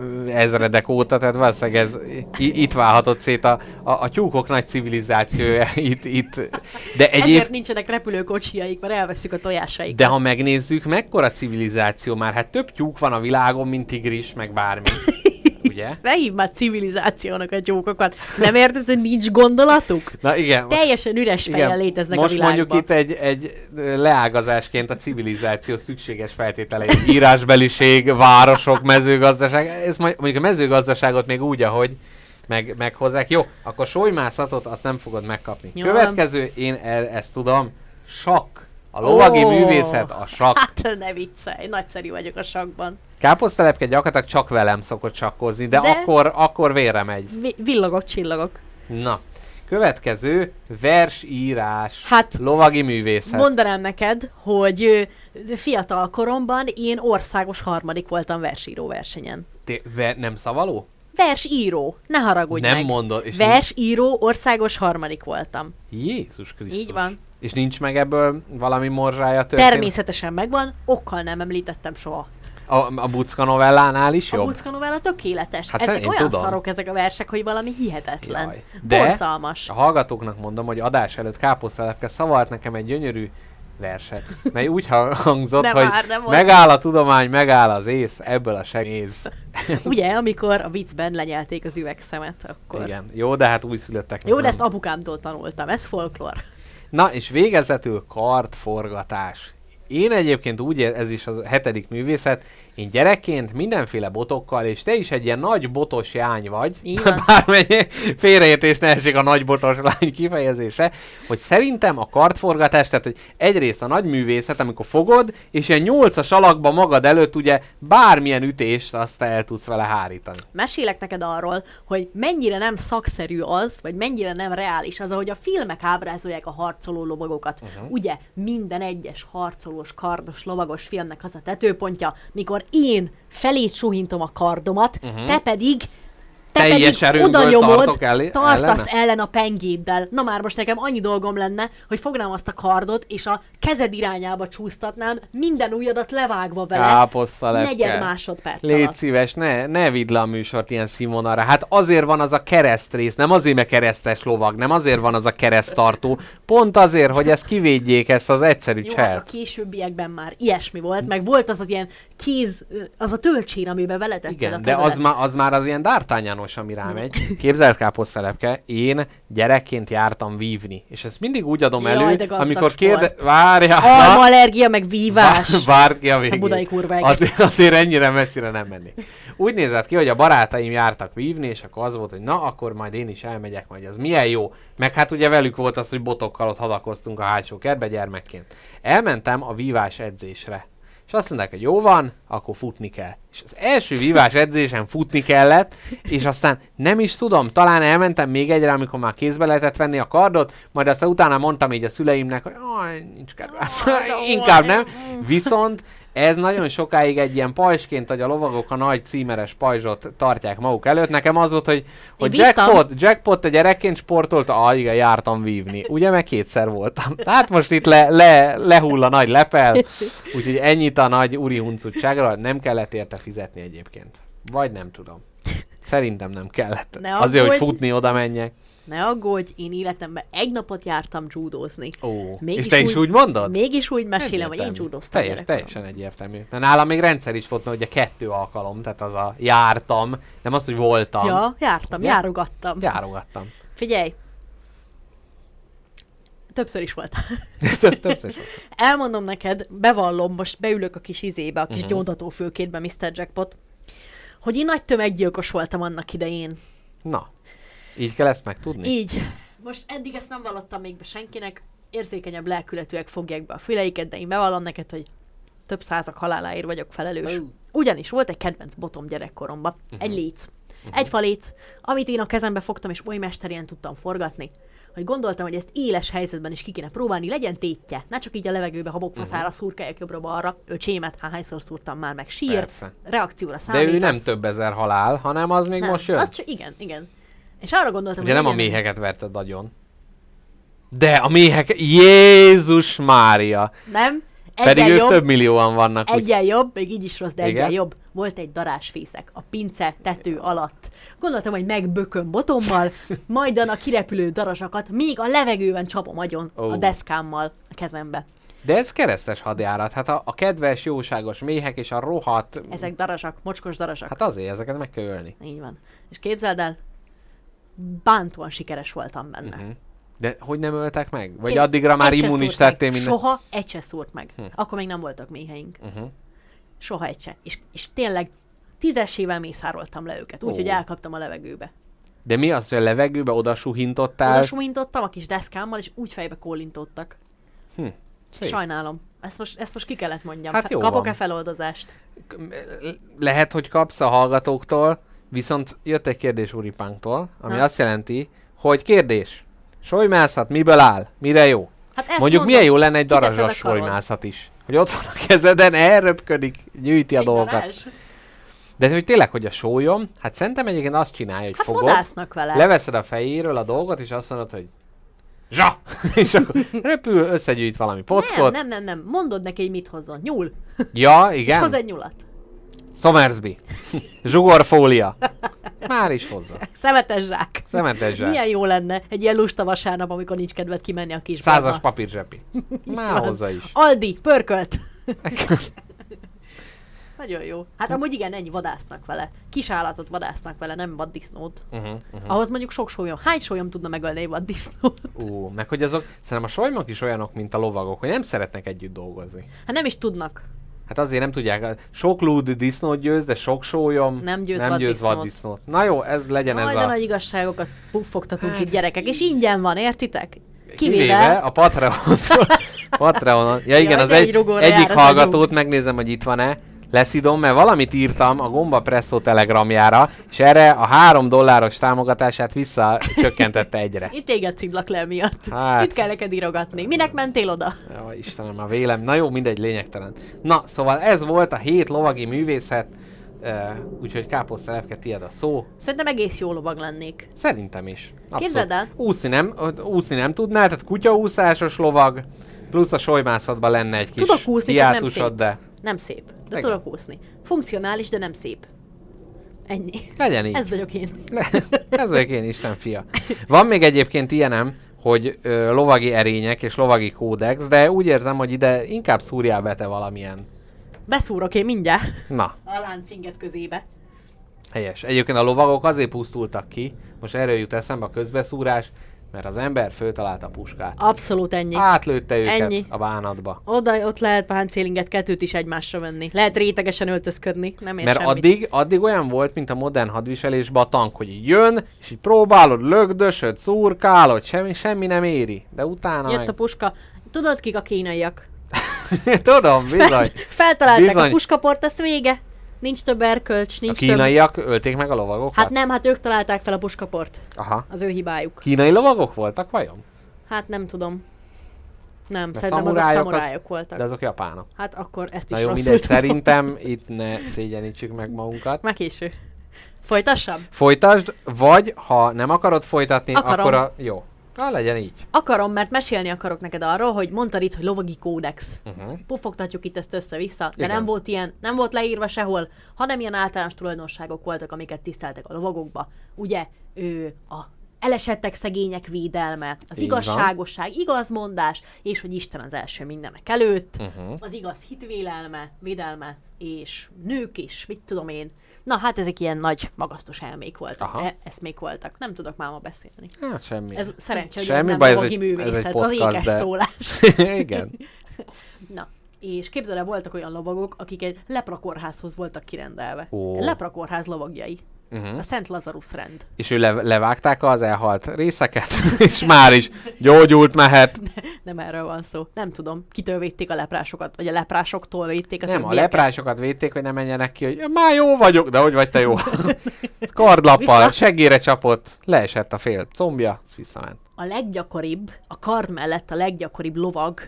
ezredek óta, tehát valószínűleg ez itt válhatott szét a tyúkok nagy civilizációja itt. De ezért nincsenek repülőkocsijaik, mert elveszük a tojásaikat. De ha megnézzük, mekkora civilizáció már, hát több tyúk van a világon, mint tigris, meg bármi. Ugye? Ne hívd már civilizációnak a tyúkokat. Nem érted, hogy nincs gondolatuk? Na igen. Teljesen üres fejjel léteznek a világban. Most mondjuk itt egy leágazásként a civilizáció szükséges feltételei. Írásbeliség, városok, mezőgazdaság. Ez mondjuk a mezőgazdaságot még úgy, ahogy meghozzák. Jó, akkor solymászatot azt nem fogod megkapni. Jó. Következő, én ezt tudom, sakk. A lovagi művészet a sakk. Hát ne viccelj, nagyszerű vagyok a sakkban. Káposztelepke gyakorlatilag csak velem szokott sakkozni, de akkor vérre megy. Villogok, csillagok. Na, következő versírás, lovagi művészet. Mondanám neked, hogy fiatal koromban én országos harmadik voltam versíró versenyen. Nem szavaló? Versíró, ne haragudj nem meg. Mondod. És versíró, országos harmadik voltam. Jézus Krisztus. Így van. És nincs meg ebből valami morzsája történet? Természetesen megvan, okkal nem említettem soha. A Buczka novellánál is jobb? A Buczka novella tökéletes. Hát ezek olyan szarok ezek a versek, hogy valami hihetetlen. Jaj. De borzalmas. A hallgatóknak mondom, hogy adás előtt Káposztelepke szavalt nekem egy gyönyörű verset, mely úgy hangzott, hogy megáll a tudomány, megáll az ész, ebből a se néz. Ugye, amikor a viccben lenyelték az üvegszemet, akkor... Igen, jó, de hát újszülötteknek. Jó, de ezt apukámtól tanultam, ez folklór. Na, és végezetül kartforgatás. Én egyébként úgy, ez is a 7. művészet, én gyerekként mindenféle botokkal, és te is egy ilyen nagy botos jány vagy, Így van. bármennyi félreértés ne esik a nagy botos lány kifejezése, hogy szerintem a kardforgatás, tehát hogy egyrészt a nagy művészet, amikor fogod, és ilyen 8-as alakba magad előtt ugye bármilyen ütést azt el tudsz vele hárítani. Mesélek neked arról, hogy mennyire nem szakszerű az, vagy mennyire nem reális az, ahogy a filmek ábrázolják a harcoló lovagokat. Ugye minden egyes harcolós, kardos, lovagos filmnek az a tetőpontja, mikor én felét suhintom a kardomat, te pedig Teljes erőmből oda nyomod, tartok tartasz ellene? ellen a pengéddel. Na már most nekem annyi dolgom lenne, hogy fognám azt a kardot, és a kezed irányába csúsztatnám, minden ujjadat levágva vele, Káposztalepke. negyed másodperc Légy alatt. szíves, ne vidd le a műsort ilyen színvonalra. Hát azért van az a keresztrész, nem azért, mert keresztes lovag, nem azért van az a kereszttartó, pont azért, hogy ezt kivédjék, ezt az egyszerű Jó, hát a cselt. későbbiekben már ilyesmi volt, meg volt az ilyen kéz, az a tölcsér, amiben veletetted a Igen, de kezedet. az már az ilyen D'Artagnanos, ami rámegy. Képzeld, káposztelepke, én gyerekként jártam vívni, és ezt mindig úgy adom Jaj, elő, de gazdag amikor sport. Várjál! Almaallergia, meg vívás. Várd ki a végét. budai kurva egész. Azért ennyire messzire nem menni. Úgy nézett ki, hogy a barátaim jártak vívni, és akkor az volt, hogy na, akkor majd én is elmegyek, majd az milyen jó. Meg hát ugye velük volt az, hogy botokkal ott hadakoztunk a hátsó kertbe gyermekként. Elmentem a vívás edzésre. És azt mondták, hogy jó van, akkor futni kell. És az első vívás edzésen futni kellett, és aztán nem is tudom, talán elmentem még egyre, amikor már kézbe lehetett venni a kardot, majd aztán utána mondtam így a szüleimnek, hogy nincs kedve. Inkább nem. Viszont ez nagyon sokáig egy ilyen pajzsként, hogy a lovagok a nagy címeres pajzsot tartják maguk előtt. Nekem az volt, hogy jackpot, te gyerekként sportolta? Igen, jártam vívni. Ugye, meg 2-szer voltam. Tehát most itt lehull a nagy lepel, úgyhogy ennyit a nagy úri huncutságról. Nem kellett érte fizetni egyébként. Vagy nem tudom. Szerintem nem kellett. Ne Azért, hogy aggódj. futni oda menjek. Ne aggódj, én életemben egy napot jártam judózni. És te is úgy mondod? Mégis úgy mesélem, hogy én Egyértelmű. judóztam Teljesen egyértelmű. De nálam még rendszer is volt, hogy a 2 alkalom, tehát az a jártam, nem az, hogy voltam. Ja, jártam, Ja. járogattam. Járogattam. Figyelj! Többször is voltam. Többször is volt. Elmondom neked, bevallom, most beülök a kis izébe, a kis gyóntatófülkétbe, Mr. Jackpot, hogy én nagy tömeggyilkos voltam annak idején. Na, így kell ezt megtudni? Így. Most eddig ezt nem vallottam még be senkinek, érzékenyebb lelkületűek fogják be a füleiket, de én bevallom neked, hogy több százak haláláért vagyok felelős. Ugyanis volt egy kedvenc botom gyerekkoromban, egy léc. Egy faléc, amit én a kezembe fogtam, és oly mesterien tudtam forgatni, hogy gondoltam, hogy ezt éles helyzetben is ki kéne próbálni, legyen tétje. Ne csak így a levegőbe habokfaszára szurkáljak jobbra-balra. Öcsémet hányszor szúrtam már meg, sír, Persze. reakcióra De számítasz. ő nem több ezer halál, hanem az még Nem, most jön. az csak, igen. És arra gondoltam, Ugye hogy nem a legyen- méheket verted agyon. De a méhek... Jézus Mária! Nem, Pedig egyen ők jobb, több millióan vannak. úgy- egyen jobb, még így is rossz, de Igen? egyen jobb. Volt egy darázsfészek a pince tető alatt. Gondoltam, hogy megbököm botommal, majdan a kirepülő darazsakat még a levegőben csapom agyon Ó. a deszkámmal a kezembe. De ez keresztes hadjárat. Hát a kedves, jóságos méhek és a rohadt... Ezek darazsak, mocskos darazsak. Hát azért, ezeket meg kell ölni. Így van. És képzeld el, bántóan sikeres voltam benne. De hogy nem öltek meg? Vagy addigra már Egy se immunis szúrt meg. lettél minden... Soha egy se szúrt meg. Akkor még nem voltak méheink. Soha egy se. És tényleg 10-esével mészároltam le őket, úgyhogy Ó. elkaptam a levegőbe. De mi az, hogy a levegőbe oda suhintottál? Oda suhintottam a kis deszkámmal, és úgy fejbe kólintottak. Szép. Sajnálom. Ezt most ki kellett mondjam. Hát jó Kapok-e van. feloldozást? Lehet, hogy kapsz a hallgatóktól, viszont jött egy kérdés Uripánktól, ami Na. azt jelenti, hogy kérdés. Solymászat miből áll? Mire jó? Hát ezt Mondjuk mondom, milyen jó lenne egy kiteszed darazsas a karod. solymászat is. Hogy ott van a kezeden, elröpködik, gyűjti a Egy dolgokat. darázs? De hogy tényleg, hogy a sólyom, hát szerintem egyébként azt csinálja, hogy Hát fogod, vadásznak vele. leveszed a fejéről a dolgot, és azt mondod, hogy zsa! És akkor röpül, összegyűjt valami pockot. Nem. Mondod neki, hogy mit hozzon. Nyúl. Ja, És igen. hoz egy nyulat. Somersby. Zsugorfólia. Már is hozza. Szemetes zsák. Szemetes zsák. Milyen jó lenne egy ilyen lusta vasárnap, amikor nincs kedved kimenni a kis 100-as papírzsepi. Már van. hozza is. Aldi, pörkölt. Nagyon jó. Hát amúgy igen, ennyi vadásznak vele. Kis állatot vadásznak vele, nem vaddisznót. Ahhoz mondjuk sok sólyom. Hány sólyom tudna megölni egy vaddisznót? Meg hogy azok, szerintem a solymok is olyanok, mint a lovagok, hogy nem szeretnek együtt dolgozni. Hát nem is tudnak. Hát azért nem tudják. Sok lúd disznót győz, de sok sólyom Nem győz győz vaddisznót. vaddisznót. Na jó, ez legyen ez de a... nagy igazságokat puffogtatunk itt, gyerekek, és ingyen van, értitek? Kivéve a Patreonon. Ja igen, Ja, az egy rugóra egyik jár az hallgatót agyunk. megnézem, hogy itt van-e. Leszidom, mert valamit írtam a Gomba Presszó telegramjára, és erre a $3 támogatását visszacsökkentette egyre. Itt téged szidlak le miatt. Hát. Itt kell neked írogatni. Minek mentél oda? Ja, Istenem, a vélem. Na jó, mindegy, lényegtelen. Na, szóval ez volt a 7 lovagi művészet, úgyhogy káposztelepke, tiéd a szó. Szerintem egész jó lovag lennék. Szerintem is. Abszolút. Képzeld el. Úszni nem tudnál, tehát kutyaúszásos lovag, plusz a solymászatban lenne egy kis Tudok úszni, csak nem hiátusod, szép. de Nem szép, de Igen. tudok úszni. Funkcionális, de nem szép. Ennyi. legyen így. Ez vagyok én. Ez vagyok én, Isten fia. Van még egyébként ilyenem, hogy lovagi erények és lovagi kódex, de úgy érzem, hogy ide inkább szúrjál be te valamilyen. Beszúrok én mindjárt. Na, A láncinget közébe. helyes. Egyébként a lovagok azért pusztultak ki, most erről jut eszembe a közbeszúrás, mert az ember föltalálta a puskát. Abszolút ennyi. Átlőtte őket Ennyi. a bánatba. Ott lehet páncélinget, kettőt is egymásra venni. Lehet rétegesen öltözködni, nem ér Mert semmit. addig olyan volt, mint a modern hadviselésben a tank, hogy így jön, és így próbálod, lögdösöd, szurkálod, semmi nem éri. De utána Jött meg... a puska. Tudod, kik a kínaiak? Tudom, bizony. Feltalálták Bizony. a puskaport, ezt vége. Nincs több erkölcs, A nincs több... kínaiak ölték meg a lovagokat? Hát nem, hát ők találták fel a puskaport. Aha. Az ő hibájuk. Kínai lovagok voltak vajon? Hát nem tudom. Nem, De szerintem azok szamurájok szamurájok voltak. De azok japánok. Hát akkor ezt Na is jó, rosszul mindegy, tudom. szerintem itt ne szégyenítsük meg magunkat. Már késő. Folytassam? Folytasd, vagy ha nem akarod folytatni, Akarom. akkor jó. Legyen így. Akarom, mert mesélni akarok neked arról, hogy mondtad itt, hogy lovagi kódex. Uh-huh. Puffogtatjuk itt ezt össze-vissza, de Igen. nem volt ilyen, nem volt leírva sehol, hanem ilyen általános tulajdonságok voltak, amiket tiszteltek a lovagokba. Ugye, a elesettek, szegények védelme, az Így van. igazságosság, igazmondás, és hogy Isten az első mindenek előtt, Uh-huh. az igaz hitvélelme, védelme, és nők is, mit tudom én. Na, hát ezek ilyen nagy, magasztos elmék voltak, Aha. eszmék voltak. Nem tudok már ma beszélni. Hát semmi. Ez szerencsé, hogy Semmi ez nem baj, ez lovagi egy művészet, az podcast, ékes de- szólás. Igen. Na, és képzeld el, voltak olyan lovagok, akik egy leprakorházhoz voltak kirendelve. Ó. Leprakorház lovagjai. Uh-huh. A Szent Lazarus rend. És ő levágták az elhalt részeket, és már is gyógyult mehet. Nem erről van szó. Nem tudom, kitől védték a leprásokat, vagy a leprásoktól védték a Nem, a többieket. leprásokat védték, hogy ne menjenek ki, hogy már jó vagyok, de hogy vagy te jó? Kardlappal, Vissza. seggére csapott, leesett a fél combja, az visszament. A leggyakoribb, a kard mellett a leggyakoribb lovag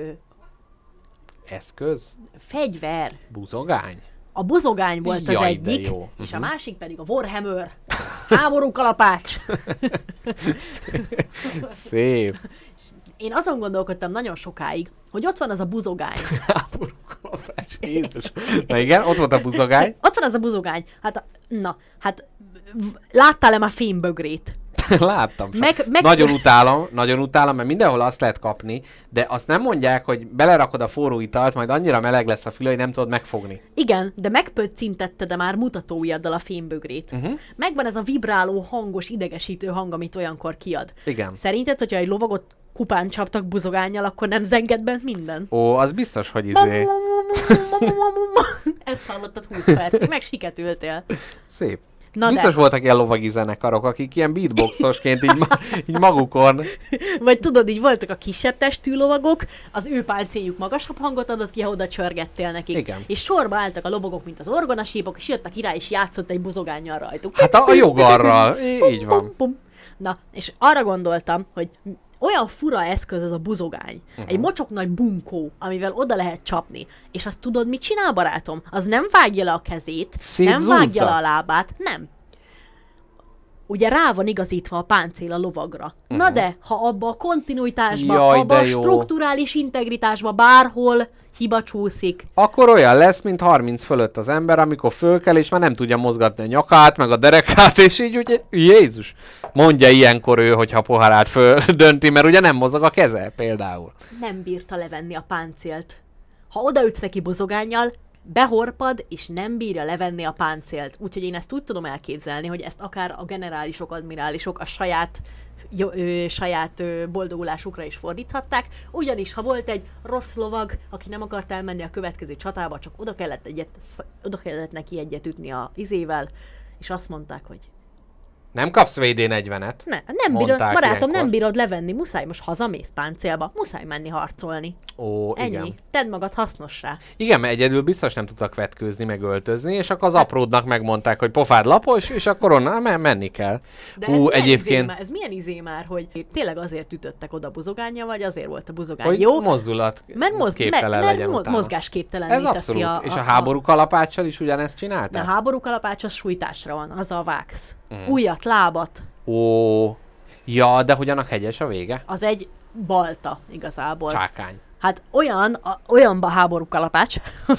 Eszköz, fegyver. buzogány. A buzogány volt az Jaj, de egyik, jó. és a Mhm. másik pedig a Warhammer. Háború kalapács. Szép. Én azon gondolkodtam nagyon sokáig, hogy ott van az a buzogány. Háborúkalapás, Jézus. Na igen, ott volt a buzogány. Ott van az a buzogány. Hát láttál-e már fémbögrét? Láttam. Meg- Nagyon utálom, mert mindenhol azt lehet kapni, de azt nem mondják, hogy belerakod a forró italt, majd annyira meleg lesz a füle, hogy nem tudod megfogni. Igen, de megpöccintetted de már mutatóujjaddal a fémbögrét. Uh-huh. Megvan ez a vibráló, hangos, idegesítő hang, amit olyankor kiad. Igen. Szerinted, hogyha egy lovagot kupán csaptak buzogánnyal, akkor nem zenged bent minden? Ó, az biztos, hogy Ezt hallottad 20 percig, meg siketültél. Szép. Na Biztos de. voltak ilyen lovagi zenekarok, akik ilyen beatboxosként így magukon. Vagy tudod, így voltak a kisebb testű lovagok, az ő páncéljuk magasabb hangot adott ki, ha oda csörgettél nekik. Igen. És sorba álltak a lovagok, mint az orgonasípok, és jött a király, és játszott egy buzogánnyal rajtuk. Hát a jogarral. Így van. Pum. Na, és arra gondoltam, hogy olyan fura eszköz ez a buzogány. Egy mocsok nagy bunkó, amivel oda lehet csapni. És azt tudod, mit csinál, barátom? Az nem vágja le a kezét, nem Szétzúzza? vágja le a lábát, nem. Ugye rá van igazítva a páncél a lovagra. Na de, ha abba a kontinuitásba, Jaj, abba de a jó. strukturális integritásba bárhol hiba csúszik, Akkor olyan lesz, mint 30 fölött az ember, amikor fölkel, és már nem tudja mozgatni a nyakát, meg a derekát, és így ugye, Jézus, mondja ilyenkor ő, hogyha poharát föl dönti, mert ugye nem mozog a keze például. nem bírta levenni a páncélt. Ha odaütsz neki buzogánnyal, behorpad, és nem bírja levenni a páncélt. Úgyhogy én ezt úgy tudom elképzelni, hogy ezt akár a generálisok, admirálisok a saját boldogulásukra is fordíthatták, ugyanis ha volt egy rossz lovag, aki nem akart elmenni a következő csatába, csak oda kellett neki egyet ütni a izével, és azt mondták, hogy Nem kapsz VD40-et. Nem bírod, barátom, nem bírod levenni, muszáj most hazamész páncélba, muszáj menni harcolni. Ó, ennyi. igen. Tedd magad hasznossá. Igen, mert egyedül biztos nem tudtak vetkőzni, meg öltözni, és akkor az apródnak megmondták, hogy pofád lapos, és akkor onnan menni kell. De ez milyen izé már, hogy tényleg azért ütöttek oda buzogánya, vagy azért volt a buzogány hogy jó? mozdulat képtelen legyen utána. Mozgásképtelenné Ez teszi abszolút. És a háború kalapáccsal is ugyanezt csinálták? A háború kalapács az sújtásra van, az a váx. Újat, lábat. Ó, ja, de hogy annak hegyes a vége? Az egy balta igazából. Csákány. Hát olyan a háború kalapács,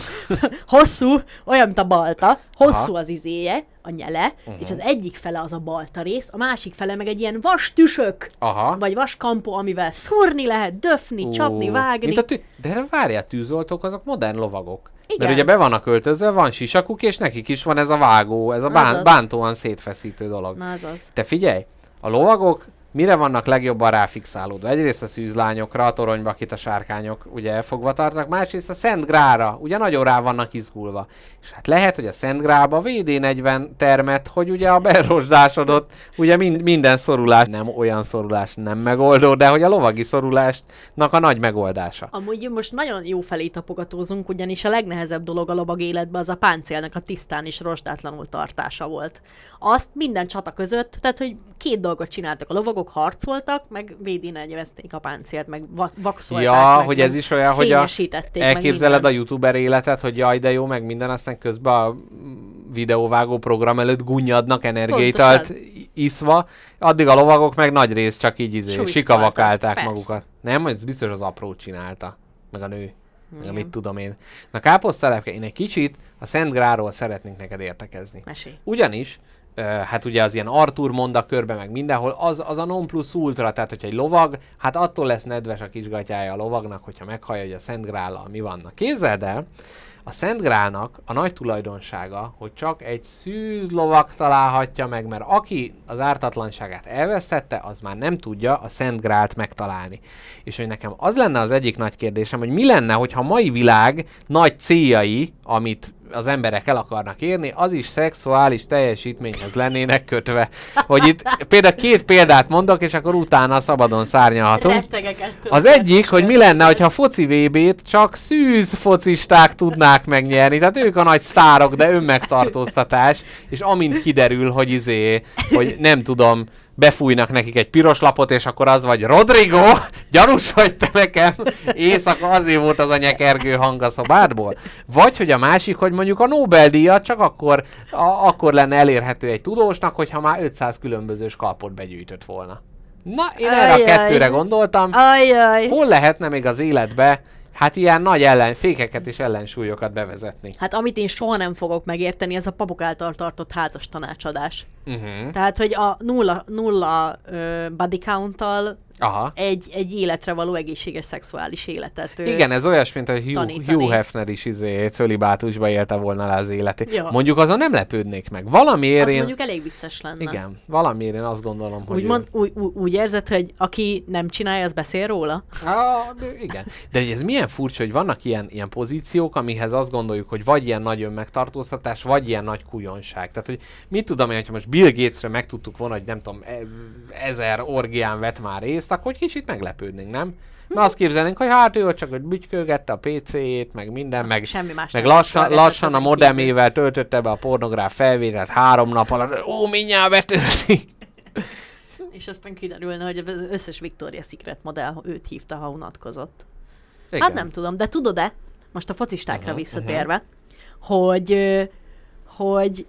hosszú, olyan, mint a balta, hosszú az izéje, a nyele, és az egyik fele az a balta rész, a másik fele meg egy ilyen vas tüsök, vagy vas kampó, amivel szúrni lehet, döfni, csapni, vágni. De várjál, tűzoltók, azok modern lovagok. Igen. Mert ugye be vannak öltözve, van sisakuk, és nekik is van ez a vágó, ez a bántóan szétfeszítő dolog. Na, azaz. Te figyelj, a lovagok mire vannak legjobban ráfixálódva? Egyrészt a szűzlányokra, a toronyba, akit a sárkányok ugye elfogva tartanak, másrészt a Szent Grálra, ugye nagyon rá vannak izgulva. És hát lehet, hogy a Szent Grálba VD40 termet, hogy ugye a berosdásodott, ugye minden szorulás, nem olyan szorulás nem megoldó, de hogy a lovagi szorulásnak a nagy megoldása. Amúgy most nagyon jó felé tapogatózunk, ugyanis a legnehezebb dolog a lovag életben az a páncélnak a tisztán és rosdátlanul tartása volt. Azt minden csata között, tehát hogy két dolgot csináltak a lovagok, harcoltak, meg VD40-ezték a páncélt, meg vaxolták, ja, meg hogy ez is olyan, hogy elképzeled a youtuber életet, hogy jaj, de jó, meg minden, aztán közben a videóvágó program előtt gunnyadnak energiaitalt iszva, addig a lovagok meg nagy rész csak így sikavakálták magukat. Nem, ez biztos az apró csinálta, meg a nő. Meg mit tudom én. Na káposztelepke, én egy kicsit a Szent Grálról szeretnénk neked értekezni. Mesélj. Ugyanis hát ugye az ilyen Arthur mondakörbe, meg mindenhol, az a non plus ultra, tehát hogyha egy lovag, hát attól lesz nedves a kisgatyája a lovagnak, hogyha meghallja, hogy a Szent Grállal mi vannak. Képzeld el, a Szent Grálnak a nagy tulajdonsága, hogy csak egy szűz lovag találhatja meg, mert aki az ártatlanságát elvesztette, az már nem tudja a Szent Grált megtalálni. És hogy nekem az lenne az egyik nagy kérdésem, hogy mi lenne, hogyha a mai világ nagy céljai, amit az emberek el akarnak érni, az is szexuális teljesítményhez lennének kötve. Hogy itt például két példát mondok, és akkor utána szabadon szárnyalhatunk. Az egyik, hogy mi lenne, hogyha a foci VB-t csak szűz focisták tudnák megnyerni. Tehát ők a nagy sztárok, de önmegtartóztatás, és amint kiderül, hogy nem tudom, befújnak nekik egy piros lapot, és akkor az vagy Rodrigo, gyanús vagy te nekem, éjszaka azért volt az a nyekergő hang a szobádból. Vagy hogy a másik, hogy mondjuk a Nobel-díjat csak akkor lenne elérhető egy tudósnak, hogyha már 500 különböző skalpot begyűjtött volna. Na, én erre a kettőre gondoltam. Hol lehetne még az életbe hát ilyen nagy fékeket és ellensúlyokat bevezetni? Hát amit én soha nem fogok megérteni, az a papok által tartott házas tanácsadás. Tehát, hogy a nulla body count-tal egy életre való egészséges szexuális életet igen, ez olyasmi, mint hogy Hugh Hefner is cölibátusba élte volna le az életét. Ja. Mondjuk azon nem lepődnék meg. Valamiért mondjuk elég vicces lenne. Igen, valamiért én azt gondolom, hogy... Úgy érzed, hogy aki nem csinálja, az beszél róla? Igen. De ez milyen furcsa, hogy vannak ilyen pozíciók, amihez azt gondoljuk, hogy vagy ilyen nagy önmegtartóztatás, vagy ilyen nagy kujonság. Tehát, hogy mit tudom én, hogyha most Bill Gatesre megtudtuk volna, hogy nem tudom, 1000 orgián vett már részt, akkor kicsit meglepődnénk, nem? Mert azt képzelnénk, hogy hát ő csak bütykölgette a PC-ét, meg minden, meg lassan a modemével töltötte be a pornográf felvételt 3 nap alatt. Mindjárt betöltik! És aztán kiderülne, hogy az összes Victoria's Secret modell őt hívta, ha unatkozott. Igen. Hát nem tudom, de tudod-e, most a focistákra visszatérve, hogy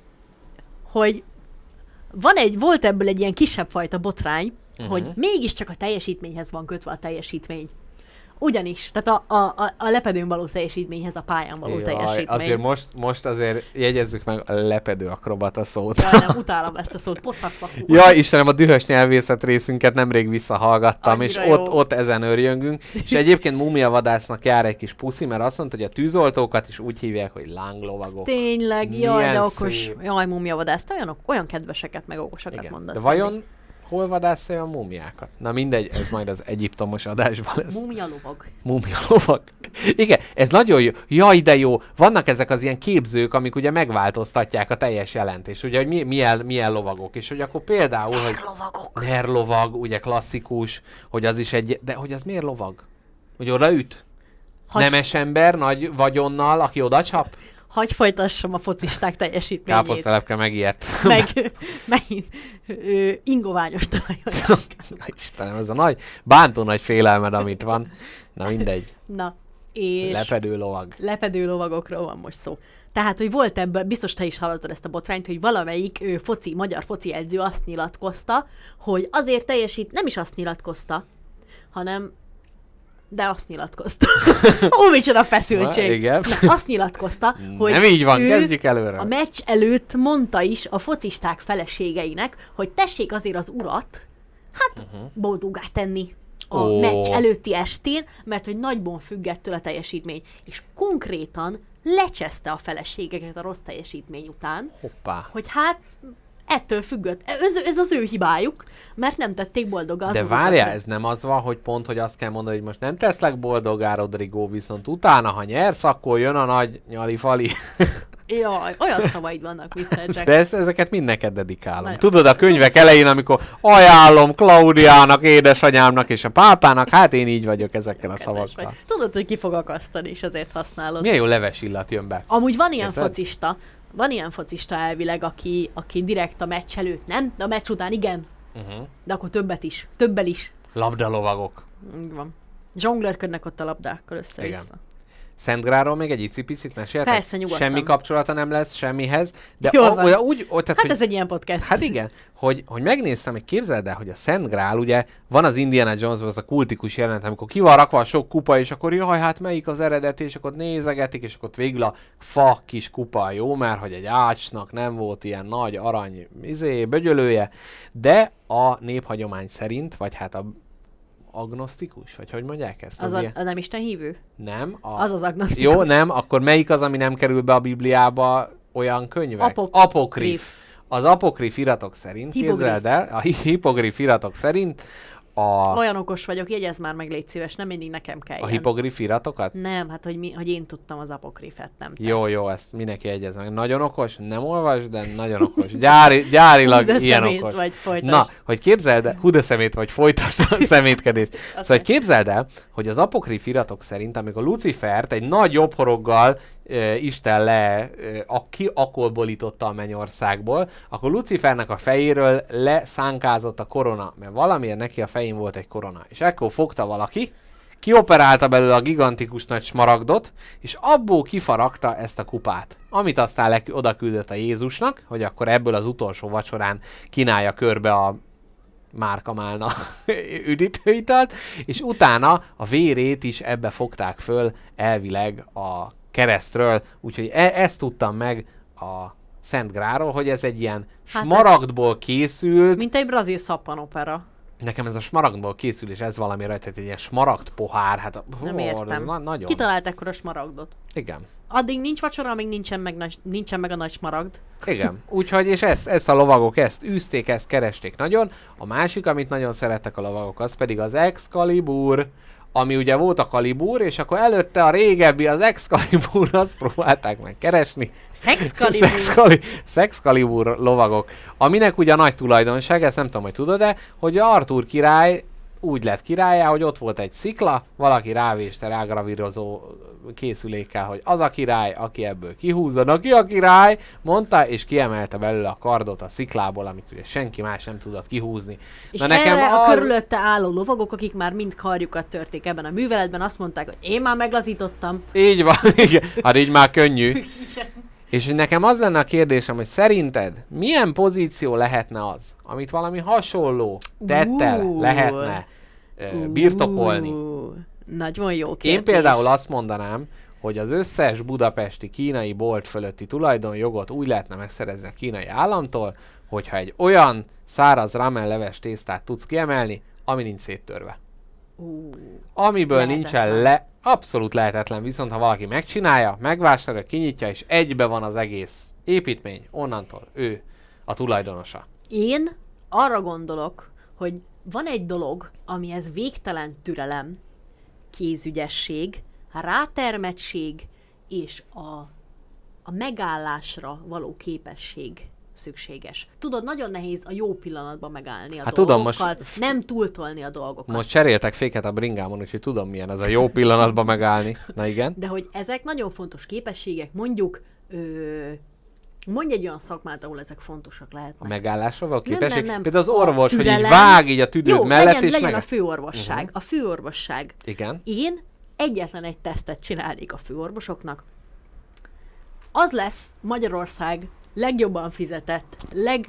volt ebből egy ilyen kisebb fajta botrány, hogy mégiscsak a teljesítményhez van kötve a teljesítmény. Ugyanis, tehát a lepedőn való teljesítményhez a pályán való teljesítmény. Azért most azért jegyezzük meg a lepedő akrobata szót. Jaj, nem, utálom ezt a szót, pocakva. Jaj, Istenem, a dühös nyelvészet részünket nemrég visszahallgattam, Annyira és jó. ott ezen örjöngünk. És egyébként Múmiavadásznak jár egy kis puszi, mert azt mondta, hogy a tűzoltókat is úgy hívják, hogy lánglovagok. Tényleg, jaj, Milyen de okos. szép. Jaj, múmiavadász, te olyan kedveseket, meg okosakat Igen. mondasz. De vajon hol vadászolja a múmiákat? Na mindegy, ez majd az egyiptomos adásban lesz. Múmia lovag. Múmia lovag. Igen, ez nagyon jó. Jaj, de jó. Vannak ezek az ilyen képzők, amik ugye megváltoztatják a teljes jelentést. Ugye, hogy milyen lovagok. És hogy akkor például, hogy Lovagok. nerlovag, ugye klasszikus, hogy az is egy... De hogy az miért lovag? Hogy oda üt? Nemes ember, nagy vagyonnal, aki oda csap? Hagy folytassam a focisták teljesítményét. Káposztelepke megijedt. Megint ingoványos talajon. Istenem, ez a bántó nagy félelmed, amit van. Na mindegy. Na, és Lepedő lovag. lepedő lovagokról van most szó. Tehát, hogy volt ebben, biztos te is hallottad ezt a botrányt, hogy valamelyik magyar foci edző azt nyilatkozta, hogy azért teljesít, nem is azt nyilatkozta, hanem de azt nyilatkozta. Ó, micsoda feszültség. Igen. De azt nyilatkozta, hogy Nem így van, ő kezdjük előre. a meccs előtt mondta is a focisták feleségeinek, hogy tessék azért az urat, boldoggá tenni a meccs előtti estén, mert hogy nagyban függ ettől a teljesítmény. És konkrétan lecseszte a feleségeket a rossz teljesítmény után, Hoppá. hogy hát ettől függött. Ez az ő hibájuk, mert nem tették boldogá az De urukat. várjál, ez nem az van, hogy pont, hogy azt kell mondani, hogy most nem teszlek boldogá, Rodrigo, viszont utána, ha nyersz, akkor jön a nagy nyali-fali. Jaj, olyan szavaid vannak, Mr. Jack. De ezeket mind neked dedikálom. Nagyon. Tudod, a könyvek elején, amikor ajánlom Klaudiának, édesanyámnak és a pápának, hát én így vagyok ezekkel a Kedves szavakkal. vagy. Tudod, hogy ki fog akasztani, és azért használod. Milyen jó leves illat jön be. Amúgy van ilyen Érzed? focista elvileg, aki direkt a meccs előtt nem, de a meccs után igen. De akkor többel is. Labdalovagok. Így van. Zsonglőrködnek ott a labdákkal össze-vissza. Szentgráról még egy icipicit meséltek? Persze, nyugodtan. Semmi kapcsolata nem lesz semmihez, de Jól van. tehát, Hát hogy, ez egy ilyen podcast. hát igen, hogy megnéztem, hogy képzeld el, hogy a Szent Grál, ugye van az Indiana Jonesban az a kultikus jelenet, amikor ki van rakva a sok kupa, és akkor jaj, hát melyik az eredeti, és akkor nézegetik, és akkor végül a fa kis kupa jó, mert hogy egy ácsnak nem volt ilyen nagy arany bögyölője, de a néphagyomány szerint, vagy hát a agnosztikus, vagy hogy mondják ezt? Az ilyen... a nem Isten hívő? Nem. Az az agnosztikus. Jó, nem, akkor melyik az, ami nem kerül be a Bibliába olyan könyvek? Apokrif. Az apokrif iratok szerint, képzeld el, a hipogrif iratok szerint Olyan okos vagyok, jegyezd már meg, légy szíves, nem mindig nekem kell. A hipogrif iratokat? Nem, hát hogy én tudtam az apokrifet, nem te. Jó, ezt mindenki jegyez meg. Nagyon okos, nem olvasd, de nagyon okos. Gyárilag ilyen okos. Vagy folytasd. Na, hogy képzeld el, de szemét vagy folytasd a szemétkedést. Szóval, hogy képzeld el, hogy az apokrif iratok szerint, amikor Lucifert egy nagy jobbhoroggal Isten kiakolbolította a mennyországból, akkor Lucifernek a fejéről leszánkázott a korona, mert valamiért neki a fején volt egy korona. És ekkor fogta valaki, kioperálta belőle a gigantikus nagy smaragdot, és abból kifaragta ezt a kupát, amit aztán oda küldött a Jézusnak, hogy akkor ebből az utolsó vacsorán kínálja körbe a márkamálna üdítőitalt, és utána a vérét is ebbe fogták föl elvileg a keresztről, úgyhogy ezt tudtam meg a Szent Grálról, hogy ez egy ilyen smaragdból készült... Mint egy brazil szappanopera. Nekem ez a smaragdból készül, és ez valami rajta, egy ilyen smaragd pohár, hát... Nem értem. Nagyon. Kitalált ekkor a smaragdot? Igen. Addig nincs vacsora, amíg nincsen meg a nagy smaragd. Igen. Úgyhogy, és ezt a lovagok ezt űzték, ezt keresték nagyon. A másik, amit nagyon szerettek a lovagok, az pedig az Excalibur, ami ugye volt a Kalibur, és akkor előtte a régebbi, az Excalibur, azt próbálták meg keresni. Sexcalibur lovagok, aminek ugye a nagy tulajdonság, ezt nem tudom, hogy tudod-e, hogy Artúr király úgy lett királyá, hogy ott volt egy szikla, valaki rávéste rágravírozó készülékkel, hogy az a király, aki ebből kihúzza, ki a király, mondta, és kiemelte belőle a kardot a sziklából, amit ugye senki más nem tudott kihúzni. És erre a körülötte álló lovagok, akik már mind karjukat törték ebben a műveletben, azt mondták, hogy én már meglazítottam. Így van, igen. Hát így már könnyű. És nekem az lenne a kérdésem, hogy szerinted milyen pozíció lehetne az, amit valami hasonló tettel lehetne birtokolni? Nagyon jó kérdés. Én például azt mondanám, hogy az összes budapesti kínai bolt fölötti tulajdonjogot úgy lehetne megszerezni a kínai államtól, hogyha egy olyan száraz ramen leves tésztát tudsz kiemelni, ami nincs széttörve. Amiből nincsen abszolút lehetetlen, viszont ha valaki megcsinálja, megvásárolja, kinyitja, és egybe van az egész építmény, onnantól ő a tulajdonosa. Én arra gondolok, hogy van egy dolog, amihez végtelen türelem, kézügyesség, rátermettség és a megállásra való képesség szükséges. Tudod, nagyon nehéz a jó pillanatban megállni a dolgokkal, most nem túltolni a dolgokat. Most cseréltek féket a bringámon, úgyhogy tudom, milyen ez a jó pillanatban megállni. Na igen. De hogy ezek nagyon fontos képességek, mondjuk mondj egy olyan szakmát, ahol ezek fontosak lehetnek. A megállásra való képesség? Nem. Például az orvos, hogy így vág így a tüdőd mellett, és legyen a főorvosság. A főorvosság. Igen. Én egyetlen egy tesztet csinálnék a főorvosoknak. Az lesz Magyarország legjobban fizetett,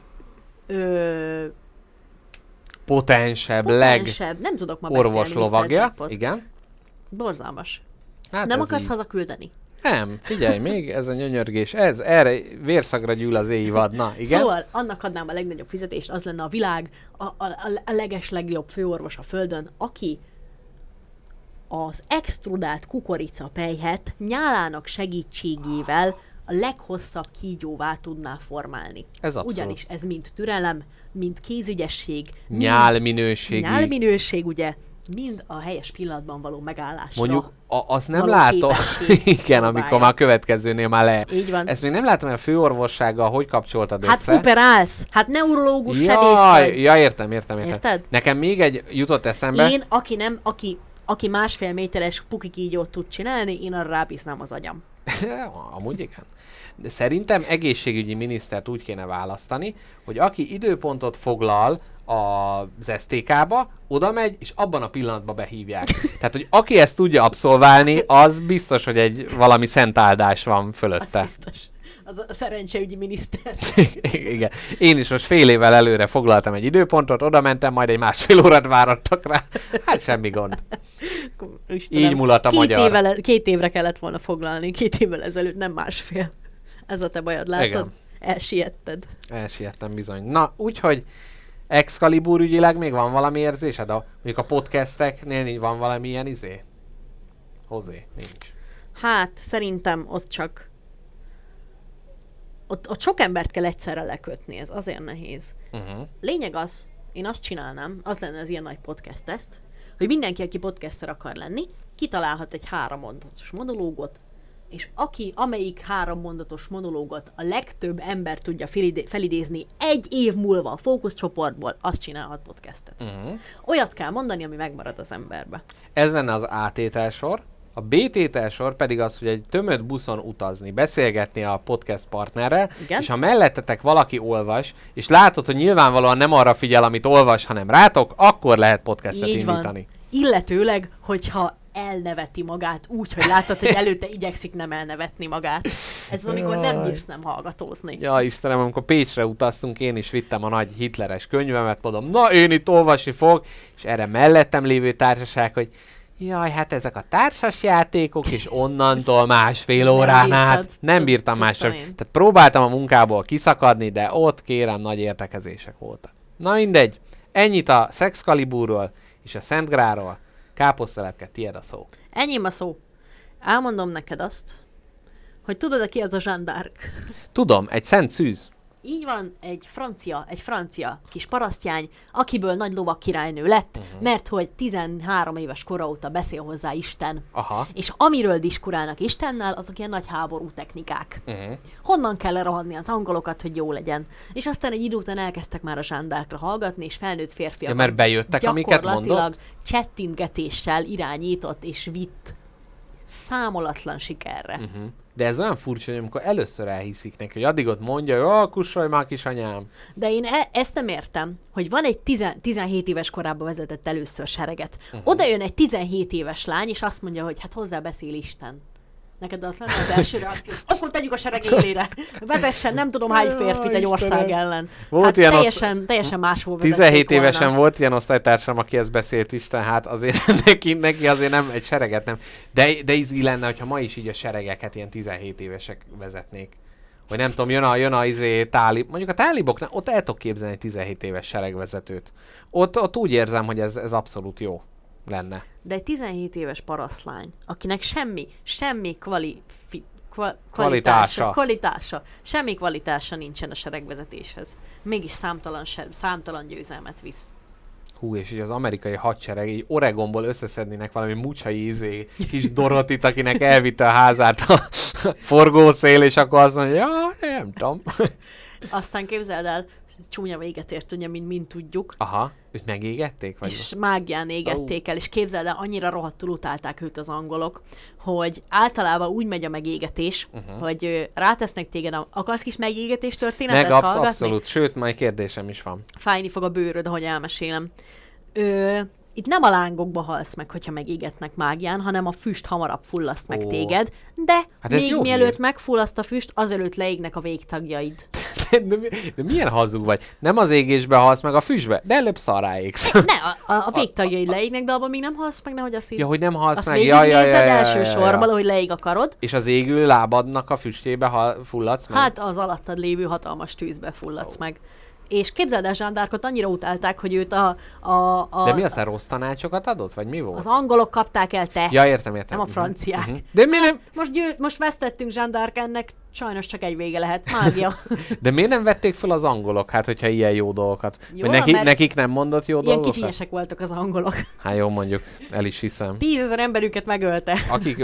potensebb, nem tudok ma orvoslovagja. Igen. Borzalmas. Hát nem akarsz hazaküldeni? Nem, figyelj még, ez a nyönyörgés, erre vérszagra gyűl az évad, na, igen. Szóval annak adnám a legnagyobb fizetést, az lenne a világ, a legeslegjobb főorvos a földön, aki az extrudált kukoricapelyhet nyálának segítségével a leghosszabb kígyóvá tudná formálni. Ez abszolút. Ugyanis ez mind türelem, mind kézügyesség, nyálminőség, ugye, mind a helyes pillanatban való megállásra. Mondjuk azt nem látom, igen, amikor már a következőnél már le. Így van. Ezt még nem látom, hogy a főorvossággal hogy kapcsoltad össze. Hát operálsz, hát neurológus sebész vagy. Ja, értem. Érted? Nekem még egy jutott eszembe. Én, aki 1,5 méteres pukikígyót tud csinálni, én arra rábíznám az agyam. Amúgy igen. De szerintem egészségügyi minisztert úgy kéne választani, hogy aki időpontot foglal az STK-ba, oda megy, és abban a pillanatban behívják. Tehát, hogy aki ezt tudja abszolválni, az biztos, hogy egy valami szent áldás van fölötte. Az biztos. Az a szerencseügyi miniszter. Igen. Én is most fél évvel előre foglaltam egy időpontot, oda mentem, majd egy 1,5 órát várattak rá. Hát semmi gond. Istenem, így mulat a magyar. 2 évre kellett volna foglalni, 2 évvel ezelőtt, nem 1,5. Ez a te bajod, látod? Igen. Elsietted. Elsiettem bizony. Na, úgyhogy Excalibur ügyileg még van valami érzésed? Mondjuk a podcasteknél van valami ilyen Hozé, nincs. Hát, szerintem ott csak ott sok embert kell egyszerre lekötni, ez azért nehéz. Lényeg az, én azt csinálnám, az lenne az ilyen nagy podcast teszt, hogy mindenki, aki podcaster akar lenni, kitalálhat egy 3 mondatos monológot, és amelyik 3 mondatos monológot a legtöbb ember tudja felidézni 1 év múlva a fókuszcsoportból, azt csinálhat podcastet. Olyat kell mondani, ami megmarad az emberbe. Ez lenne az A tételsor. A B tételsor pedig az, hogy egy tömött buszon utazni, beszélgetni a podcast partnerrel, igen? És ha mellettetek valaki olvas, és látod, hogy nyilvánvalóan nem arra figyel, amit olvas, hanem rátok, akkor lehet podcastet indítani. Illetőleg, hogyha elneveti magát úgy, hogy látod, hogy előtte igyekszik nem elnevetni magát. Ez az, amikor nem bírsz nem hallgatózni. Ja, Istenem, amikor Pécsre utaztunk, én is vittem a nagy hitleres könyvemet, mondom, na én itt olvasni fog, és erre mellettem lévő társaság, hogy jaj, hát ezek a társas játékok, és onnantól 1,5 órán át nem bírtam mások. Tehát próbáltam a munkából kiszakadni, de ott kérem, nagy értekezések voltak. Na mindegy, ennyit a Excaliburról és a Szent Grálról. Káposztelepke, tiéd a szó. Enyém a szó. Elmondom neked azt, hogy tudod, ki az a Jeanne d'Arc? Tudom, egy szent szűz. Így van, egy francia kis parasztjány, akiből nagy lovag királynő lett, mert hogy 13 éves kora óta beszél hozzá Isten. Aha. És amiről diskurálnak Istennel, azok ilyen nagy háború technikák. Honnan kell rohanni az angolokat, hogy jó legyen. És aztán egy idő után elkezdtek már a Jeanne d'Arcra hallgatni, és felnőtt férfiak. Ja, mert bejöttek, amiket mondott? Gyakorlatilag csettintgetéssel irányított és vitt számolatlan sikerre. De ez olyan furcsa, hogy amikor először elhiszik neki, hogy addig ott mondja, hogy kussolj már, kisanyám. De én ezt nem értem, hogy van egy 17 éves korában vezetett először sereget. Oda jön egy 17 éves lány, és azt mondja, hogy hát hozzá beszél Isten. Neked az lenne az első reakció. Akkor tegyük a sereg élére. Vezessen nem tudom hány férfit egy ország ellen. Volt hát ilyen teljesen máshol vezették 17 volna. évesen volt ilyen osztálytársam, aki ezt beszélt Isten, hát azért neki azért nem, egy sereget nem. De izgi lenne, hogyha ma is így a seregeket ilyen 17 évesek vezetnék. Vagy nem tudom, jön a tálib, mondjuk a táliboknál, ott el tudok képzelni egy 17 éves seregvezetőt. Ott úgy érzem, hogy ez abszolút jó lenne. De egy 17 éves parasztlány, akinek semmi kvalitása, semmi kvalitása nincsen a seregvezetéshez. Mégis számtalan győzelmet visz. Hú, és így az amerikai hadsereg így Oregonból összeszednének valami mucsai kis Dorotit, akinek elvitte a házát a forgószél, és akkor azt mondja, ja, nem tudom. Aztán képzeld el, csúnya véget ért, ugye, mint tudjuk. Aha, őt megégették? Vagy És mágián égették el, és képzeld el, annyira rohadtul utálták őt az angolok, hogy általában úgy megy a megégetés, hogy rátesznek téged, akarsz kis megégetés történetet hallgatni? Abszolút, sőt, majd kérdésem is van. Fájni fog a bőröd, ahogy elmesélem. Itt nem a lángokba halsz meg, hogyha megégetnek mágián, hanem a füst hamarabb fullaszt meg téged, de hát még mielőtt megfullaszt a füst, azelőtt leégnek a végtagjaid. De milyen hazug vagy? Nem az égésbe halsz meg, a füstbe, de előbb szarrá égsz. Ne, a végtagjaid leégnek, de abban még nem halsz meg, nehogy azt így... Ja, hogy nem halsz azt meg. végignézed első sorban, hogy leég a karod. És az égő lábadnak a füstébe fulladsz meg? Hát az alattad lévő hatalmas tűzbe fulladsz meg. És képzeld el, Jeanne d'Arcot annyira utálták, hogy őt De mi aztán rossz tanácsokat adott? Vagy mi volt? Az angolok kapták el, te. Ja, értem. Nem a franciák. De miért nem... Most vesztettünk Jeanne d'Arc, ennek sajnos csak egy vége lehet. Mágia. De miért nem vették fel az angolok, hát hogyha ilyen jó dolgokat? Jó, nekik nem mondott jó dolgokat? Ilyen kicsinyesek voltak az angolok. Hát jó, mondjuk, el is hiszem. 10 000 emberüket megölte.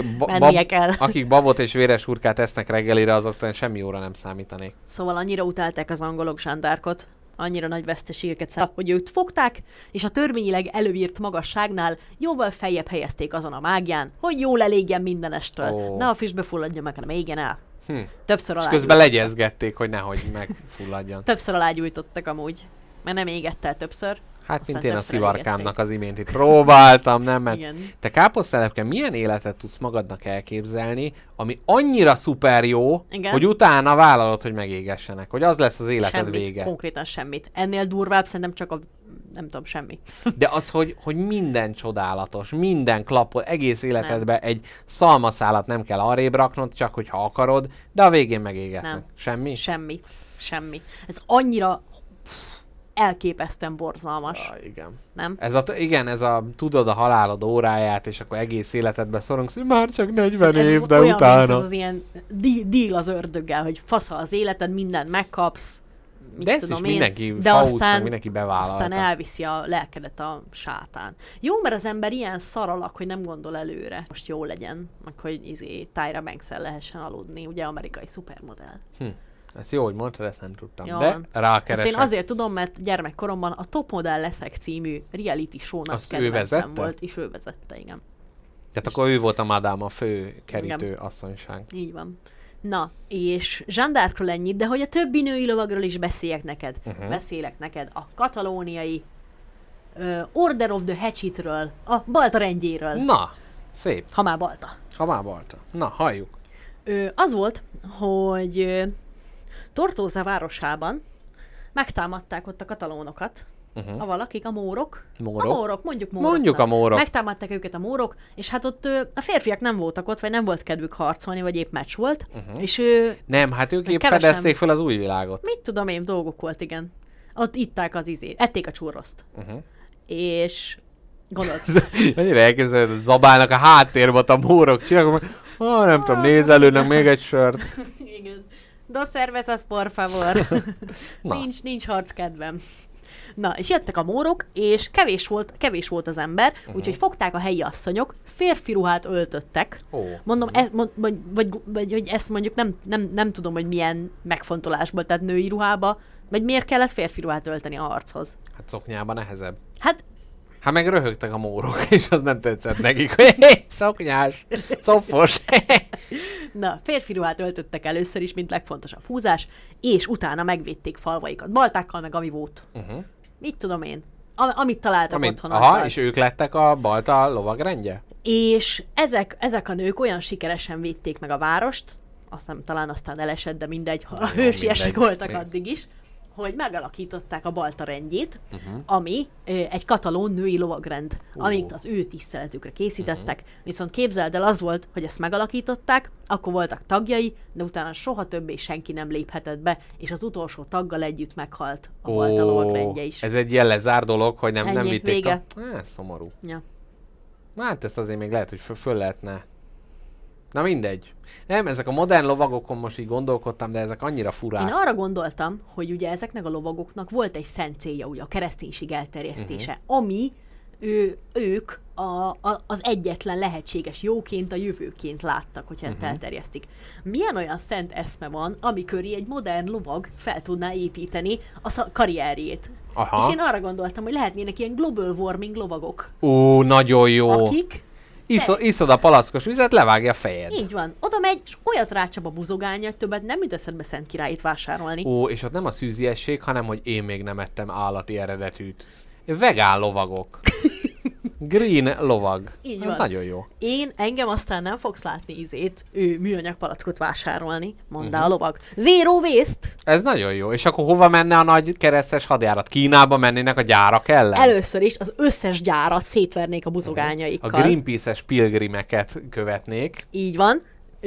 Akik babot és véres hurkát esznek reggelire, azok semmi jóra nem számítanék. Szóval annyira utálták az angolok Jeanne d'Arcot, annyira nagy veszteségeket szálltak, hogy őt fogták, és a törvényileg előírt magasságnál jóval feljebb helyezték azon a mágián, hogy jól elégjen mindenestől. Ne a füstbe fulladja meg, hanem égjen el. Többször és közben legyezgették, hogy nehogy megfulladjon. Többször alágyújtottak amúgy, mert nem égett el többször. Hát, mint én a szivarkámnak az imént itt próbáltam, nem? Mert igen. Te káposztelepke, milyen életet tudsz magadnak elképzelni, ami annyira szuper jó, igen, hogy utána vállalod, hogy megégessenek, hogy az lesz az életed semmit, vége. Konkrétan semmit. Ennél durvább szerintem csak a nem tudom, semmi. De az, hogy minden csodálatos, minden klappol, egész életedben egy szalmaszálat nem kell arrébb raknod, csak hogyha akarod, de a végén megégetnek. Nem. Semmi? Semmi. Ez annyira elképesztően borzalmas. Ja, igen. Nem? Ez a tudod a halálod óráját, és akkor egész életedben szorongsz, hogy már csak 40 év, de olyan, utána. Ez az ilyen deal az ördöggel, hogy fasza az életed, mindent megkapsz. De ezt is mindenki fausznak, mindenki bevállalta. Aztán elviszi a lelkedet a sátán. Jó, mert az ember ilyen szaralak, hogy nem gondol előre. Most jó legyen, meg hogy Tyra Banks-el lehessen aludni, ugye amerikai szupermodell. Ezt jó, hogy mondtad, ezt nem tudtam. Jó, de rákeresek. Ezt én azért tudom, mert gyermekkoromban a Top Model Leszek című reality show-nak kedvencem volt, és ő vezette, igen. Tehát akkor ő volt a madame, a fő kerítő asszonyság. Így van. Na, és Jeanne d'Arcról ennyit, de hogy a többi női lovagról is beszélek neked. Beszélek neked a katalóniai Order of the Hatchetről, a Balta rendjéről. Na, szép. Ha már Balta. Na, halljuk. Az volt, hogy Tortosa városában megtámadták ott a katalónokat, a valakik, a mórok. Mondjuk a mórok. Megtámadták őket a mórok, és hát ott a férfiak nem voltak ott, vagy nem volt kedvük harcolni, vagy épp meccs volt. És nem, hát ők épp fedezték fel az új világot. Mit tudom én, dolgok volt, igen. Ott itták az ették a churroszt. És gondolt. Annyira elkezdődött, hogy zabálnak a háttérbe a mórok, csinálják, nem tudom, nézelőnek még egy sört. Igen. Dos cervezas, por favor. nincs harckedvem. Na, és jöttek a mórok, és kevés volt az ember, úgyhogy fogták a helyi asszonyok, férfi ruhát öltöttek. Mondom, vagy hogy ezt mondjuk nem tudom, hogy milyen megfontolásból, tehát női ruhába, vagy miért kellett férfi ruhát ölteni a harchoz. Hát szoknyában nehezebb. Hát meg röhögtek a mórok, és az nem tetszett nekik, hogy szoknyás, cofos. Na, férfi ruhát öltöttek először is, mint legfontosabb húzás, és utána megvédték falvaikat, baltákkal, meg amivót. Mit tudom én? Amit találtak otthon. Aha, és ők lettek a balta lovagrendje? És ezek a nők olyan sikeresen védték meg a várost, talán aztán elesett, de mindegy, ha hősiesek voltak addig is, hogy megalakították a Balta rendjét, ami egy katalón női lovagrend, amit az ő tiszteletükre készítettek. Viszont képzeld el, az volt, hogy ezt megalakították, akkor voltak tagjai, de utána soha többé senki nem léphetett be, és az utolsó taggal együtt meghalt a Balta lovagrendje is. Ez egy ilyen lezár dolog, hogy nem vitték. Vége. Szomorú. Ja. Hát ezt azért még lehet, hogy föl lehetne. Na mindegy. Nem, ezek a modern lovagokon most így gondolkodtam, de ezek annyira furák. Én arra gondoltam, hogy ugye ezeknek a lovagoknak volt egy szent célja, ugye a kereszténység elterjesztése, ami ők az egyetlen lehetséges jóként, a jövőként láttak, hogyha ezt elterjesztik. Milyen olyan szent eszme van, ami köré egy modern lovag fel tudná építeni a karrierjét? Aha. És én arra gondoltam, hogy lehetnének ilyen global warming lovagok. Nagyon jó. Akik... Iszod a palackos vizet, levágja a fejed. Így van. Oda megy, és olyat rácsap a buzogálni, hogy többet nem jut eszedbe Szent Királyt vásárolni. És ott nem a szűziesség, hanem hogy én még nem ettem állati eredetűt. Vegán lovagok. Green lovag. Így van. Nagyon jó. Engem aztán nem fogsz látni műanyag palackot vásárolni, mondd a lovag. Zero waste! Ez nagyon jó. És akkor hova menne a nagy keresztes hadjárat? Kínába mennének a gyárak ellen? Először is az összes gyárat szétvernék a buzogányaikkal. A Greenpeace-es pilgrimeket követnék. Így van.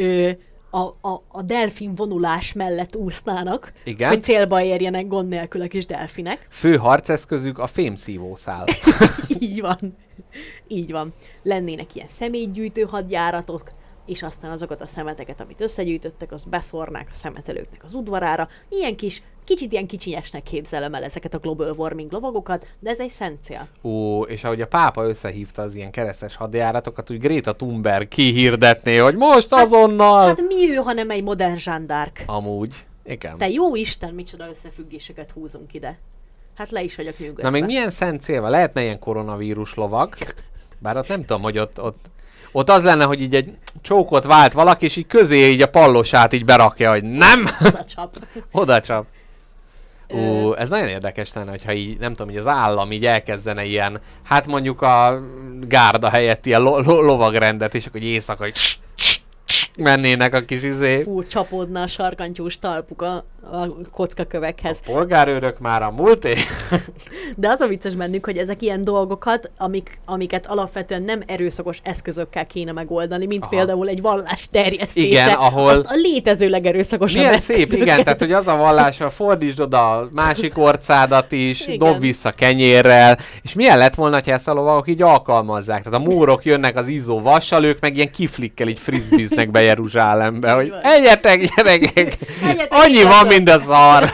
A delfin vonulás mellett úsznának, Igen. hogy célba érjenek gond nélkül a kis delfinek. Fő harceszközük a fémszívószál. Így van. Így van. Lennének ilyen szemétgyűjtő hadjáratok, és aztán azokat a szemeteket, amit összegyűjtöttek, azt beszórnák a szemetelőknek az udvarára. Kicsit ilyen kicsinyesnek képzelem el ezeket a global warming lovagokat, de ez egy szent cél. És ahogy a pápa összehívta az ilyen keresztes hadjáratokat, úgy Greta Thunberg kihirdetné, hogy most azonnal! Hát mi ő, hanem egy modern Jeanne d'Arc? Amúgy. Igen. Te jó Isten, micsoda összefüggéseket húzunk ide. Hát le is vagyok nyűgözve. Na még milyen szent cél van? Lehetne ilyen koronavírus lovag, bár ott nem tudom, hogy ott az lenne, hogy így egy csókot vált valaki, és így közé így a pallosát így berakja, hogy nem! Oda csap. Ez nagyon érdekes lenne, hogyha így, nem tudom, hogy az állam így elkezdene ilyen, hát mondjuk a gárda helyett ilyen lovagrendet, és akkor éjszaka, hogy mennének a kis csapódna a sarkantyús talpuk a kockakövekhez. A polgárőrök már a múlté. De az a vicces bennük, hogy ezek ilyen dolgokat, amiket alapvetően nem erőszakos eszközökkel kéne megoldani, mint például egy vallás terjesztése. Igen, ahol... Azt a létező legerőszakosabb milyen szép, igen, tehát hogy az a vallás, hogy fordítsd oda a másik orcádat is, dob vissza kenyérrel, és milyen lett volna, ha ezt a lovagok így alkalmazzák. Tehát a mórok jönnek az izzó vassal, ők meg ilyen kiflikkel így frizbiznek be Jeruzsálembe, hogy egyetek, gyerekek, annyi van, mind a szar.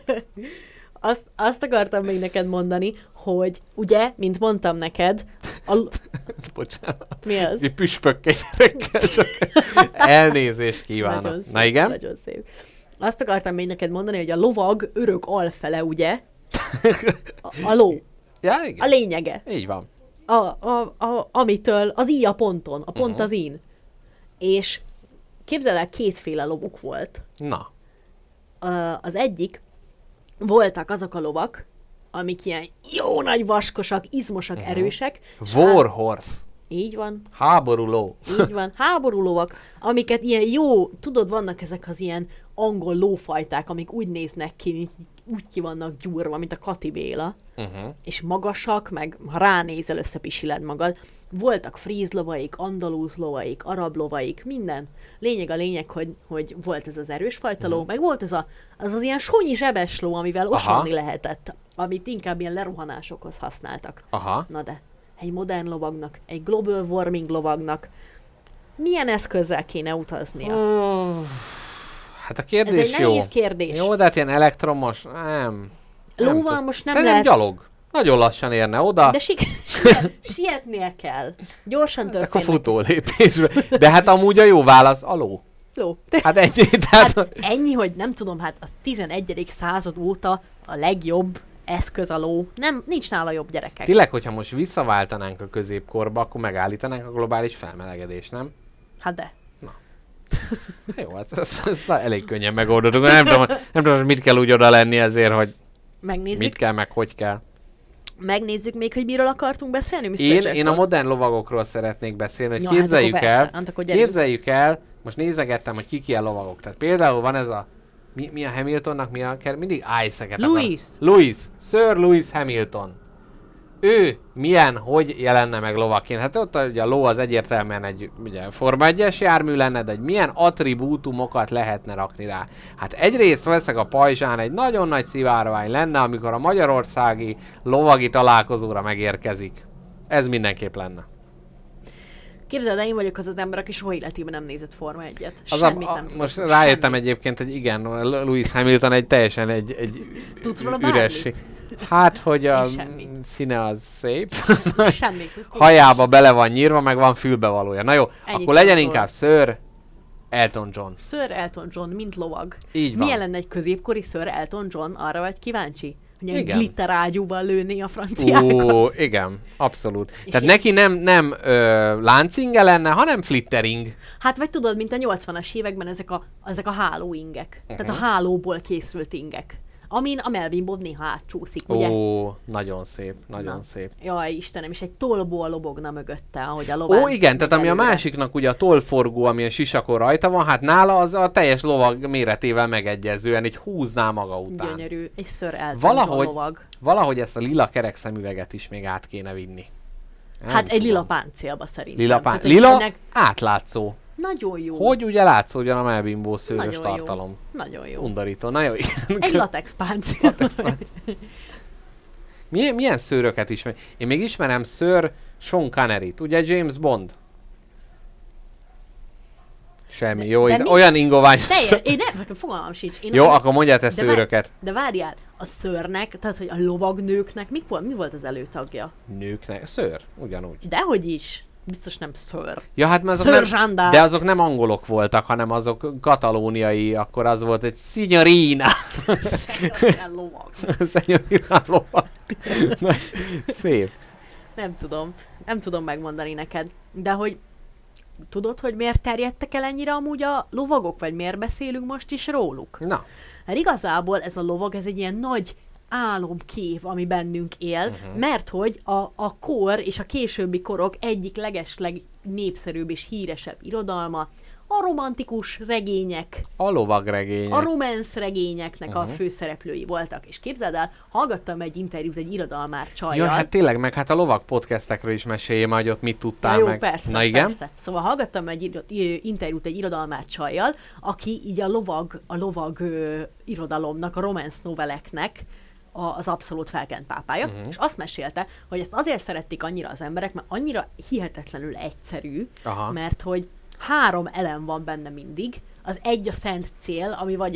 Azt akartam még neked mondani, hogy ugye, mint mondtam neked, bocsánat. Mi az? Egy püspökkel gyerekkel, csak elnézést kívánok. Nagyon szép, na igen? Nagyon szép. Azt akartam még neked mondani, hogy a lovag örök alfele, ugye? A ló. Ja, igen. A lényege. Így van. Amitől az i a ponton, a pont az in. És képzeld el, kétféle lovuk volt. Na. Az egyik, voltak azok a lovak, amik ilyen jó nagy vaskosak, izmosak, erősek. Warhorse. Így van. Háború ló. Így van. Háború lovak, amiket ilyen jó, tudod, vannak ezek az ilyen angol lófajták, amik úgy néznek ki, mint úgy ki vannak gyúrva, mint a Kati Béla. És magasak, meg ha ránézel, összepisiled magad. Voltak fríz lovaik, andalúz lovaik, arab lovaik, minden. A lényeg, hogy volt ez az erős fajta ló, meg volt ez az ilyen sonyi zsebes ló, amivel osolni lehetett, amit inkább ilyen lerohanásokhoz használtak. Aha. Na de, egy modern lovagnak, egy global warming lovagnak milyen eszközzel kéne utaznia? Hát a kérdés ez egy jó. nehéz kérdés. Jó, de hát ilyen elektromos, nem. Lóval most nem szerintem lehet... gyalog. Nagyon lassan érne oda. De sietnie kell. Gyorsan történik. Akkor futólépésbe. De hát amúgy a jó válasz a ló. Ló. Hát ennyi. Tehát... ennyi, hogy nem tudom, hát az 11. század óta a legjobb eszköz a ló. Nincs nála jobb, gyerekek. Tényleg, hogyha most visszaváltanánk a középkorba, akkor megállítanánk a globális felmelegedést, nem? Hát de. Na. Jó, hát ezt elég könnyen megoldottuk. Nem tudom, mit kell úgy oda lenni ezért, hogy megnézzük. mit kell, meg hogy kell. Megnézzük még, hogy miről akartunk beszélni, Mr. Jackpot? Én a modern lovagokról szeretnék beszélni, hogy Ja, képzeljük el, most nézegettem, hogy kik ilyen lovagok. Tehát például van ez a, mi a Hamiltonnak, mindig Isaac-et Sir Lewis Hamilton. Ő milyen, hogy jelenne meg lovakként? Hát ott ugye a ló az egyértelműen egy ugye, Forma 1-es jármű lenne, de hogy milyen attribútumokat lehetne rakni rá. Hát egyrészt veszek a pajzsán egy nagyon nagy szivárvány lenne, amikor a magyarországi lovagi találkozóra megérkezik. Ez mindenképp lenne. Képzeld el, én vagyok az ember, aki soha életében nem nézett Forma 1-et. Semmit nem tudom. Most rájöttem egyébként, hogy igen, Lewis Hamilton egy teljesen egy üres. Hát, hogy a színe az szép. Semmit. Hajába bele van nyírva, meg van fülbevalója. Na jó, akkor legyen inkább Sir Elton John. Sir Elton John, mint lovag. Így van. Milyen lenne egy középkori Sir Elton John? Arra vagy kíváncsi? Hogy egy glitterágyúval lőné a franciákat. Igen, abszolút. Tehát neki nem láncinge lenne, hanem flittering. Hát vagy tudod, mint a 80-as években ezek a hálóingek. Tehát a hálóból készült ingek. Amin a Melvin Bob néha átcsúszik, ugye? Nagyon szép, nagyon szép. Jaj, Istenem, és egy tollból lobogna mögötte, ahogy a lován... Igen, tehát ami a másiknak ugye a tollforgó, ami a sisakon rajta van, hát nála az a teljes lovag méretével megegyezően így húzná maga után. Gyönyörű, egy Sir Elton John lovag. Valahogy ezt a lila kerek szemüveget is még át kéne vinni. Hát egy lila páncélba szerintem. Lila átlátszó. Nagyon jó. Hogy ugye látszódjon a Melvin Bow szőrös tartalom. Nagyon jó. Undorító. Na jó, igen. Egy latex páncél. Milyen szőröket ismer? Én még ismerem Sir Sean Conneryt, ugye James Bond? Semmi, jó, olyan ingoványos. Én nem, fogalmam sincs. Jó, akkor mondjál te szőröket. De várjál, a szőrnek, tehát hogy a lovagnőknek mi volt az előtagja? Nőknek? Szőr, ugyanúgy. Dehogy is. Biztos nem Sir. Ja, hát mert de azok nem angolok voltak, hanem azok katalóniai, akkor az volt egy signorina. Signorina lovag. Signorina lovag. Szép. Nem tudom megmondani neked. De hogy tudod, hogy miért terjedtek el ennyire amúgy a lovagok, vagy miért beszélünk most is róluk? Na. Hát igazából ez a lovag, ez egy ilyen nagy álomkép, ami bennünk él, mert hogy a kor és a későbbi korok egyik legesleg népszerűbb és híresebb irodalma a romantikus regények. A lovagregények. A romance regényeknek a főszereplői voltak. És képzeld el, hallgattam egy interjút egy irodalmár csajjal. Ja, hát tényleg, meg hát a lovag podcastekről is mesélj majd, ott mit tudtál jó, meg. Persze, na igen? Persze. Szóval hallgattam egy interjút egy irodalmár csajjal, aki így a lovag irodalomnak, a romance noveleknek az abszolút felkent pápája, és azt mesélte, hogy ezt azért szerették annyira az emberek, mert annyira hihetetlenül egyszerű, mert hogy 3 elem van benne mindig, az egy a szent cél, ami vagy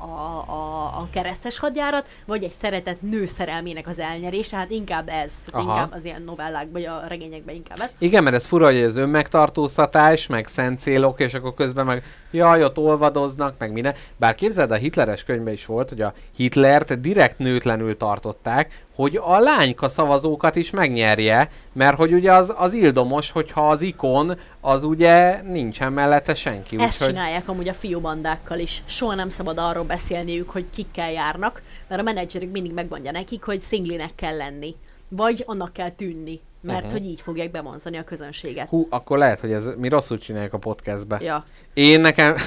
a keresztes hadjárat, vagy egy szeretett nő szerelmének az elnyerése, hát inkább ez, inkább az ilyen novellák, vagy a regényekben inkább ez. Igen, mert ez fura, hogy az önmegtartóztatás, meg szent célok, és akkor közben meg jaj, ott olvadoznak, meg minden. Bár képzeld, a hitleres könyvben is volt, hogy a Hitlert direkt nőtlenül tartották, hogy a lányka szavazókat is megnyerje, mert hogy ugye az ildomos, hogyha az ikon, az ugye nincsen mellette senki. Ezt csinálják amúgy a fiúbandákkal is. Soha nem szabad arról beszélniük, hogy kikkel járnak, mert a menedzserük mindig megmondja nekik, hogy szinglinek kell lenni. Vagy annak kell tűnni, mert hogy így fogják bevonzani a közönséget. Akkor lehet, hogy mi rosszul csináljuk a podcastbe. Ja. Én nekem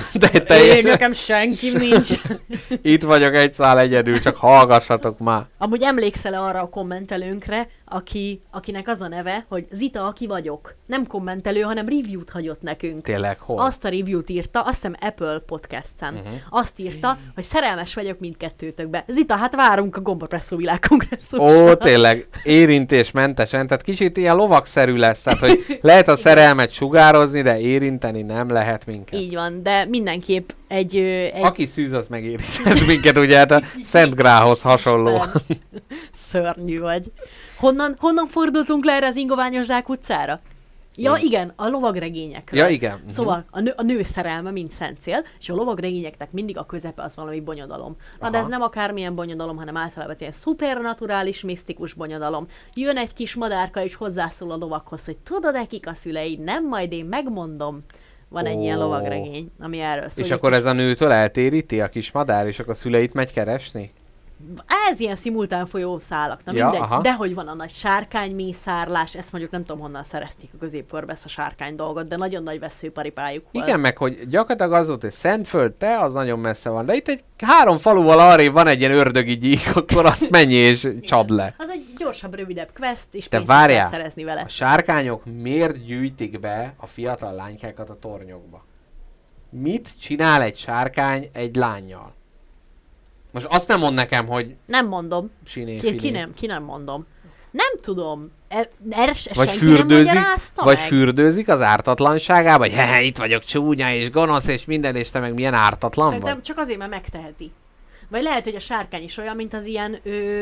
senki nincs. Itt vagyok egy szál egyedül, csak hallgassatok már. Amúgy emlékszel arra a kommentelőnkre, akinek az a neve, hogy Zita, aki vagyok. Nem kommentelő, hanem review-t hagyott nekünk. Tényleg, hol? Azt a review-t írta, azt hiszem Apple Podcast-en. Azt írta, hogy szerelmes vagyok mindkettőtökbe. Zita, hát várunk a Gombapresszó világkongresszusra. Ó, tényleg, érintésmentesen, tehát kicsit ilyen lovagszerű lesz, tehát hogy lehet a szerelmet sugározni, de érinteni nem lehet minket. Így van, de mindenképp egy... Aki szűz, az megérintett minket, ugye hát a Szent Grához hasonló. Szörnyű vagy. Honnan fordultunk le erre az ingoványos Zsák utcára? Ja, igen, a lovagregényekről. Ja, igen. Szóval a nő szerelme, mint szent cél, és a lovagregényeknek mindig a közepe az valami bonyodalom. Na, de ez nem akármilyen bonyodalom, hanem általában ez ilyen szupernaturális, misztikus bonyodalom. Jön egy kis madárka, és hozzászól a lovakhoz, hogy tudod-e kik a szüleid? Nem, majd én megmondom. Van egy ilyen lovagregény, ami erről szól. És akkor ez a nőtől eltéríti a kis madár, és akkor a szüleit megy keresni? Ez ilyen szimultán folyó szálak, na Ja, mindegy. aha. De hogy van a nagy sárkánymészárlás, ezt mondjuk nem tudom honnan szerezték a középkorba ezt a sárkány dolgot, de nagyon nagy veszőparipájuk volt. Igen, meg hogy gyakorlatilag az volt, hogy Szentföld, az nagyon messze van, de itt egy 3 faluval arrébb van egy ilyen ördögi gyík, akkor azt menj és csapd le. Az egy gyorsabb, rövidebb quest, és Te pénzt lehet várjál, szerezni vele. a sárkányok miért gyűjtik be a fiatal lánykákat a tornyokba? Mit csinál egy sárkány egy lánnyal? Most azt nem mond nekem, hogy Nem mondom. siné-finé. Ki nem mondom. Nem tudom. Erre Vagy senki nem fürdőzik, magyarázta vagy meg? fürdőzik az ártatlanságába, hogy itt vagyok csúnya és gonosz és minden, és te meg milyen ártatlan Szerintem vagy? csak azért, mert megteheti. Vagy lehet, hogy a sárkány is olyan, mint az ilyen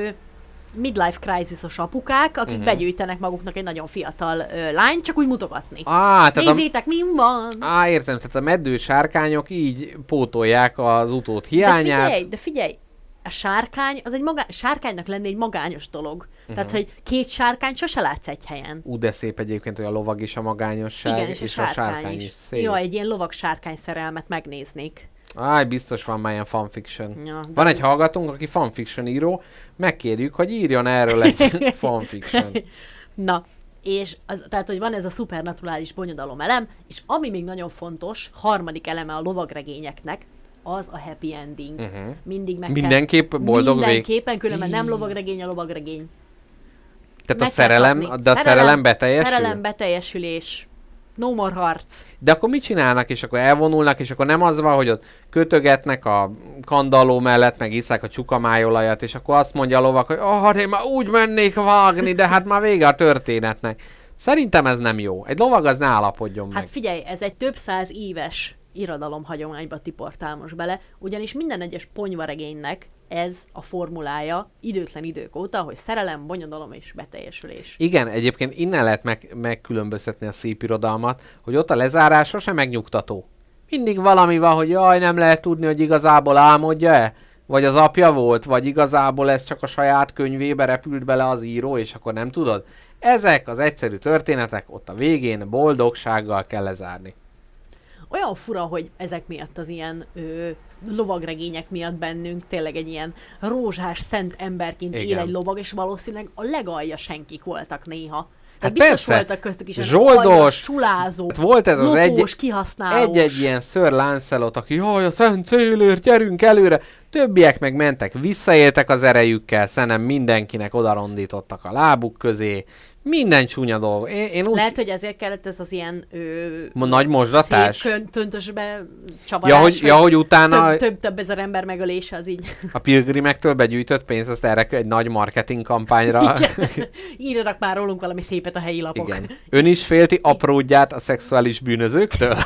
midlife crisis-os apukák, akik begyűjtenek maguknak egy nagyon fiatal lányt, csak úgy mutogatni. Nézzétek, min van! Értem, tehát a meddő sárkányok így pótolják az utót hiányát. De figyelj, a sárkány, az egy sárkánynak lenni egy magányos dolog. Tehát, hogy 2 sárkány sose látsz egy helyen. De szép egyébként, hogy a lovag is a magányosság, Igen, és a sárkány is. szép. Ja, egy ilyen lovag-sárkány szerelmet megnéznék. Biztos van már ilyen fanfiction. Ja, de- Van egy hallgatónk, aki fanfiction író, megkérjük, hogy írjon erről egy fanfiction. Na, és tehát, hogy van ez a szupernaturális bonyodalom elem, és ami még nagyon fontos, harmadik eleme a lovagregényeknek, az a happy ending. Mindig meg Mindenképp kell, boldog vég. mindenképpen, különben nem lovagregény, a lovagregény. Tehát a Meg kell szerelem, kapni. de a szerelem beteljesül? Szerelem beteljesülés. No more harc. De akkor mit csinálnak, és akkor elvonulnak, és akkor nem az van, hogy ott kötögetnek a kandalló mellett, meg iszák a csukamájolajat, és akkor azt mondja a lovak, hogy én már úgy mennék vágni, de hát már vége a történetnek. Szerintem ez nem jó. Egy lovag az ne állapodjon Hát meg. figyelj, ez egy több száz éves irodalomhagyományba tiportál most bele, ugyanis minden egyes ponyvaregénynek ez a formulája időtlen idők óta, hogy szerelem, bonyodalom és beteljesülés. Igen, egyébként innen lehet megkülönböztetni a szép irodalmat, hogy ott a lezárás sosem megnyugtató. Mindig valami van, hogy jaj, nem lehet tudni, hogy igazából álmodja-e? Vagy az apja volt, vagy igazából ez csak a saját könyvébe repült bele az író, és akkor nem tudod? Ezek az egyszerű történetek ott a végén boldogsággal kell lezárni. Olyan fura, hogy ezek miatt az ilyen lovagregények miatt bennünk tényleg egy ilyen rózsás szent emberként él Igen. egy lovag, és valószínűleg a legalja senkik voltak néha. Hát biztos persze. voltak köztük is Zsoldos. aljas, csulázó, Hát volt ez az lopós, kihasználós. egy ilyen Sir Lancelot, aki jaj, a szent célért, gyerünk előre. Többiek meg mentek, visszaéltek az erejükkel, szerintem mindenkinek odarondítottak a lábuk közé. Minden csúnya dolog. Én úgy... Lehet, hogy ezért kellett ez az ilyen nagy mosdatás? szép töntösbe csavarás. hogy utána Több ezer ember megölése az így. a pilgrimektől begyűjtött pénzt, azt erre egy nagy marketing kampányra. Írjanak már rólunk valami szépet a helyi lapok. Igen. Ön is félti apródját a szexuális bűnözőktől?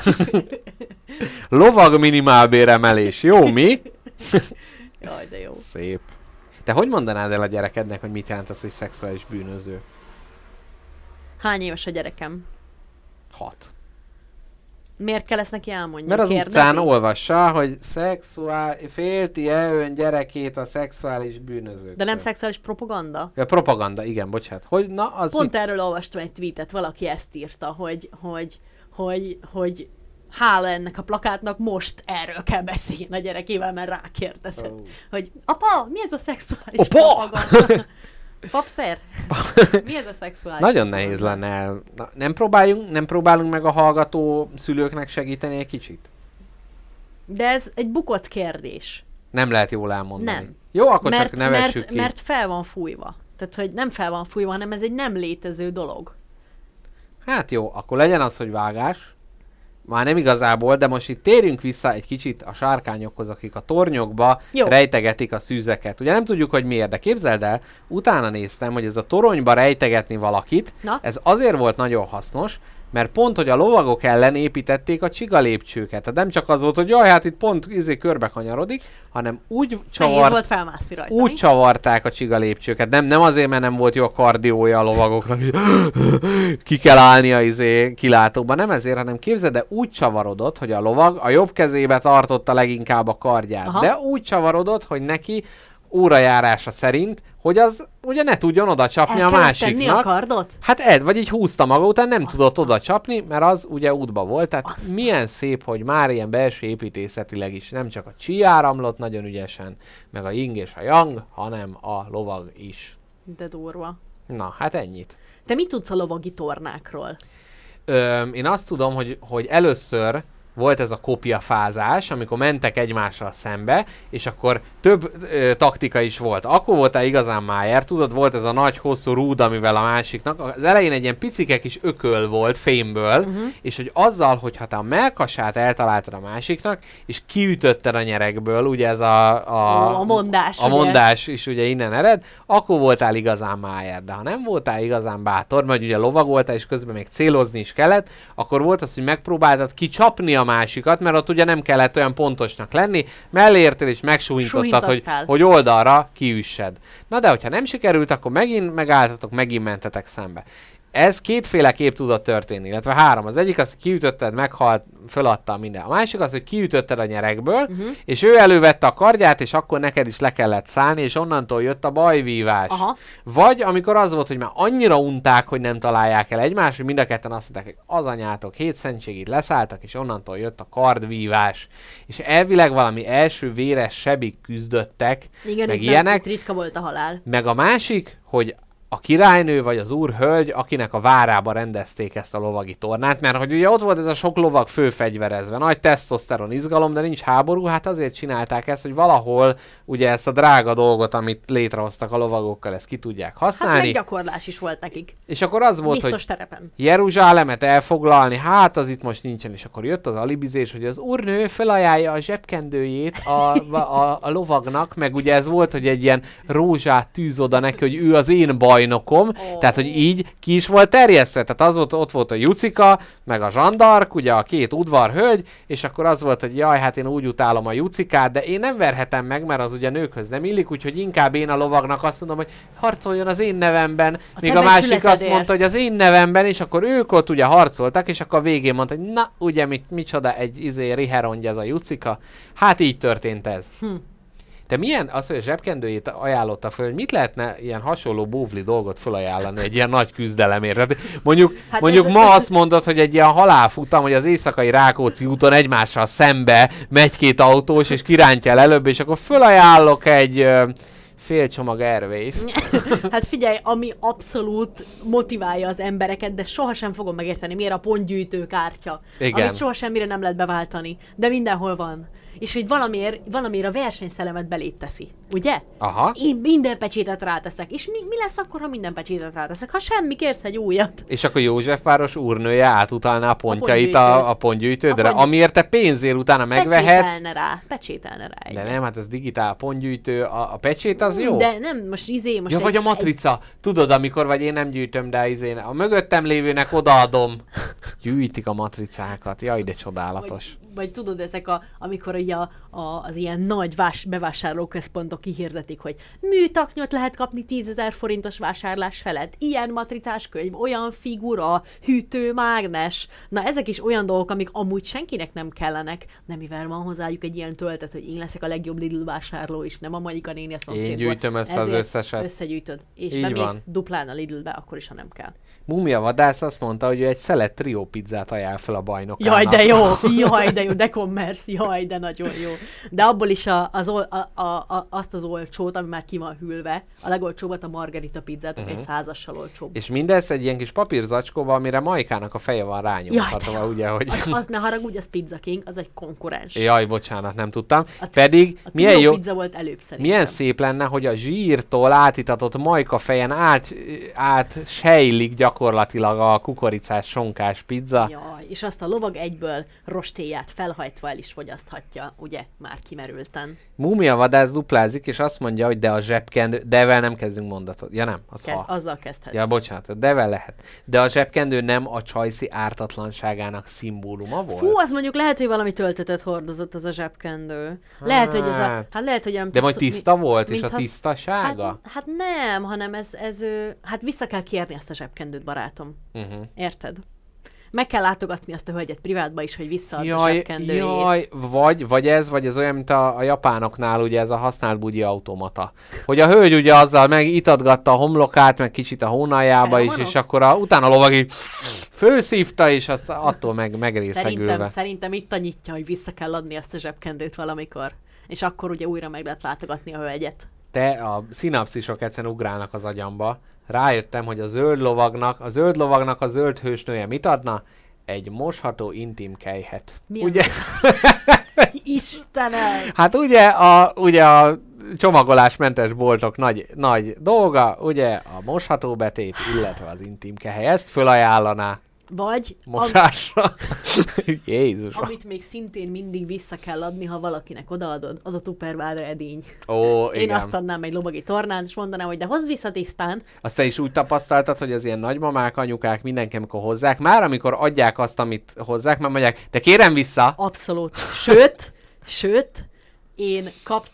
Lovag minimálbéremelés. Jó, mi? Jaj, de jó. Szép. Te hogy mondanád el a gyerekednek, hogy mit jelent az, hogy szexuális bűnöző? Hány éves a gyerekem? 6. Miért kell ezt neki elmondani? Mert az Kérdezi? utcán olvassa, hogy félti-e ön gyerekét a szexuális bűnözők. De nem szexuális propaganda? Ja, propaganda, igen, bocsánat. Hogy, na, az Pont erről olvastam egy tweetet, valaki ezt írta, hogy hála ennek a plakátnak most erről kell beszélni a gyerekével, mert rákérdezett, hogy apa, mi ez a szexuális Apa! propaganda? Papszer? Mi ez a szexuális Nagyon propaganda? nehéz lenne. Na, nem próbálunk meg a hallgató szülőknek segíteni egy kicsit? De ez egy bukott kérdés. Nem lehet jól elmondani. Nem. Jó, akkor csak nevessük ki. Mert fel van fújva. Tehát, hogy nem fel van fújva, hanem ez egy nem létező dolog. Hát jó, akkor legyen az, hogy vágás. Már nem igazából, de most itt térjünk vissza egy kicsit a sárkányokhoz, akik a tornyokba Jó. rejtegetik a szűzeket. Ugye nem tudjuk, hogy miért, de képzeld el, utána néztem, hogy ez a toronyba rejtegetni valakit, Na? ez azért volt nagyon hasznos, mert pont, hogy a lovagok ellen építették a csigalépcsőket. Tehát nem csak az volt, hogy jaj, hát itt pont körbe kanyarodik, hanem úgy Nehéz volt felmászni rajta, úgy mi? csavarták a csigalépcsőket. Nem azért, mert nem volt jó a kardiója a lovagoknak, hogy ki kell állni a kilátóba. Nem ezért, hanem képzeld, de úgy csavarodott, hogy a lovag a jobb kezébe tartotta leginkább a kardját. Aha. De úgy csavarodott, hogy neki órajárása szerint, hogy az ugye ne tudjon oda csapni a másiknak. tenni a kardot? Hát vagy így húzta maga után, nem tudott oda csapni, mert az ugye útba volt. Tehát milyen szép, hogy már ilyen belső építészetileg is nem csak a chi áramlott nagyon ügyesen, meg a yin és a yang, hanem a lovag is. De durva. Na, hát ennyit. Te mit tudsz a lovagi tornákról? Én azt tudom, hogy először volt ez a kopjafázás, amikor mentek egymással szembe, és akkor több taktika is volt. Akkor voltál igazán májer, tudod, volt ez a nagy, hosszú rúd, amivel a másiknak, az elején egy ilyen picike kis ököl volt fémből, és hogy azzal, hogyha te a mellkasát eltaláltad a másiknak, és kiütötted a nyerekből, ugye ez a mondás. A mondás is ugye innen ered, akkor voltál igazán májer. De ha nem voltál igazán bátor, mert ugye lovag voltál, és közben még célozni is kellett, akkor volt az, hogy megpróbáltad kicsapni a másikat, mert ott ugye nem kellett olyan pontosnak lenni, mellé értél és megsújtottad, hogy oldalra kiüssed. Na de hogyha nem sikerült, akkor megint megálltatok, megint mentetek szembe. Ez kétféleképp tudott történni, illetve három. Az egyik az, hogy kiütötted, meghalt, föladta minden. A másik az, hogy kiütötted a nyerekből, és ő elővette a kardját, és akkor neked is le kellett szállni, és onnantól jött a bajvívás. Aha. Vagy amikor az volt, hogy már annyira unták, hogy nem találják el egymást, hogy mind a ketten azt mondták, hogy az anyátok, 7 szentségit leszálltak, és onnantól jött a kardvívás. És elvileg valami első véres sebig küzdöttek, igen, meg ilyenek. Ritka volt a halál. Meg a másik, hogy a királynő vagy az úrhölgy, akinek a várába rendezték ezt a lovagi tornát, mert hogy ugye ott volt ez a sok lovag főfegyverezve, nagy tesztoszteron izgalom, de nincs háború, hát azért csinálták ezt, hogy valahol ugye ezt a drága dolgot, amit létrehoztak a lovagokkal, ezt ki tudják használni. Hát meg gyakorlás is volt nekik. És akkor az volt, biztos hogy terepen. Jeruzsálemet elfoglalni, hát az itt most nincsen, és akkor jött az alibizés, hogy az úrnő felajánlja a zsebkendőjét a lovagnak, meg ugye ez volt, hogy egy ilyen rózsát tűz oda neki, hogy ő az én bajnokom, tehát hogy így ki is volt terjesztve, tehát az volt, ott volt a Jucika, meg a Zsandark, ugye a két udvarhölgy, és akkor az volt, hogy jaj, hát én úgy utálom a Jucikát, de én nem verhetem meg, mert az ugye nőkhöz nem illik, úgyhogy inkább én a lovagnak azt mondom, hogy harcoljon az én nevemben, még a másik azt mondta, hogy az én nevemben, és akkor ők ott ugye harcoltak, és akkor a végén mondta, hogy na, ugye micsoda egy riherondja ez a Jucika, hát így történt ez. Te milyen, az, hogy a zsebkendőjét ajánlotta föl, hogy mit lehetne ilyen hasonló bóvli dolgot felajánlani egy ilyen nagy küzdelemért? Tehát mondjuk ma azt mondod, hogy egy ilyen halálfutam, hogy az éjszakai Rákóczi úton egymással szembe megy két autós, és kirántja el előbb, és akkor felajánlok egy fél csomag Airways-t. Hát figyelj, ami abszolút motiválja az embereket, de sohasem fogom megérteni, miért a pontgyűjtő kártya, amit sohasemmire nem lehet beváltani, de mindenhol van. És hogy valamiért a versenyszellemet belét teszi, ugye? Aha. Én minden pecsétet ráteszek. És mi lesz akkor, ha minden pecsétet ráteszek? Ha semmi, kérsz egy újat. És akkor Józsefváros úrnője átutalná a pontjait a pontgyűjtődre, amiért te pénzért utána megvehetsz. Pecsételne rá. De nem, hát ez digitál pontgyűjtő, a pecsét az jó. De nem, most ja, vagy a matrica. Tudod, amikor vagy én nem gyűjtöm, de a mögöttem lévőnek odaadom. Gyűjtik a matricákat. Jaj, de csodálatos. Vagy tudod, ezek amikor ugye az ilyen nagy bevásárlóközpontok kihirdetik, hogy műtaknyot lehet kapni 10 000 forintos vásárlás felett, ilyen matricás könyv, olyan figura, hűtőmágnes. Na ezek is olyan dolgok, amik amúgy senkinek nem kellenek, de mivel van hozzájuk egy ilyen töltet, hogy én leszek a legjobb Lidl vásárló is, nem a Magyika néni a szomszédból. Én gyűjtöm ezt az összeset. Összegyűjtöd, és így bemész van. duplán a Lidlbe, akkor is, ha nem kell. Múmia vadász azt mondta, hogy ő egy szelet trio pizzát ajánl fel a bajnokának. Jaj, de jó, de commerce, jaj, de nagyon jó. De abból is azt az olcsót, ami már ki van hűlve, a legolcsóbbat, a margarita pizzát, egy 100-assal olcsóbb. És mindez egy ilyen kis papírzacskóba, amire Majkának a feje van rányomhatva, ugye, hogy... Az ne haragudj, az Pizza King, az egy konkurens. Jaj, bocsánat, nem tudtam. Pedig milyen jó... pizza volt előbb szerintem. Milyen szép lenne, hogy a zsírtól átitatott Majka fejen sejlik gyakorlatilag a kukoricás sonkás pizza. Jaj, és azt a lovag egyből rostéját felhajtva el is fogyaszthatja, ugye, már kimerülten. Múmia vadász duplázik, és azt mondja, hogy de a zsebkendő, devel nem kezdünk mondatot. Ja nem, azzal kezdhetsz. Ja, bocsánat, devel lehet. De a zsebkendő nem a csajszi ártatlanságának szimbóluma volt? Fú, az mondjuk lehet, hogy valami töltetet hordozott az a zsebkendő. Lehet, hogy lehet, hogy de majd tiszta volt, és a tisztasága? Hát nem, hanem ez vissza kell kérni ezt a zsebkendőt, barátom. Érted? Meg kell látogatni azt a hölgyet privátba is, hogy visszaadja a zsebkendőjét. Jaj, vagy ez olyan, mint a japánoknál, ugye ez a használt bugyi automata. Hogy a hölgy ugye azzal megitatgatta a homlokát, meg kicsit a hónaljába is, és akkor utána a lovag így fölszívta, és attól megrészegülve. Szerintem itt a nyitja, hogy vissza kell adni azt a zsebkendőt valamikor. És akkor ugye újra meg lehet látogatni a hölgyet. A szinapszisok egyszerűen ugrálnak az agyamba. Rájöttem, hogy a zöld lovagnak a zöld hősnője mit adna? Egy mosható intim kelyhet. Milyen ugye? Istenem! Hát ugye a csomagolásmentes boltok nagy dolga, ugye a mosható betét, illetve az intim kehely. Ezt fölajánlaná vagy mosásra. Jézus. Amit még szintén mindig vissza kell adni, ha valakinek odaadod, az a Tupperware edény. Ó, Én igen. azt adnám egy lovagi tornán, és mondanám, hogy de hozd vissza tisztán. Azt te is úgy tapasztaltad, hogy az ilyen nagymamák, anyukák mindenki, amikor hozzák, már amikor adják azt, amit hozzák, már mondják, de kérem vissza. Abszolút. Sőt, én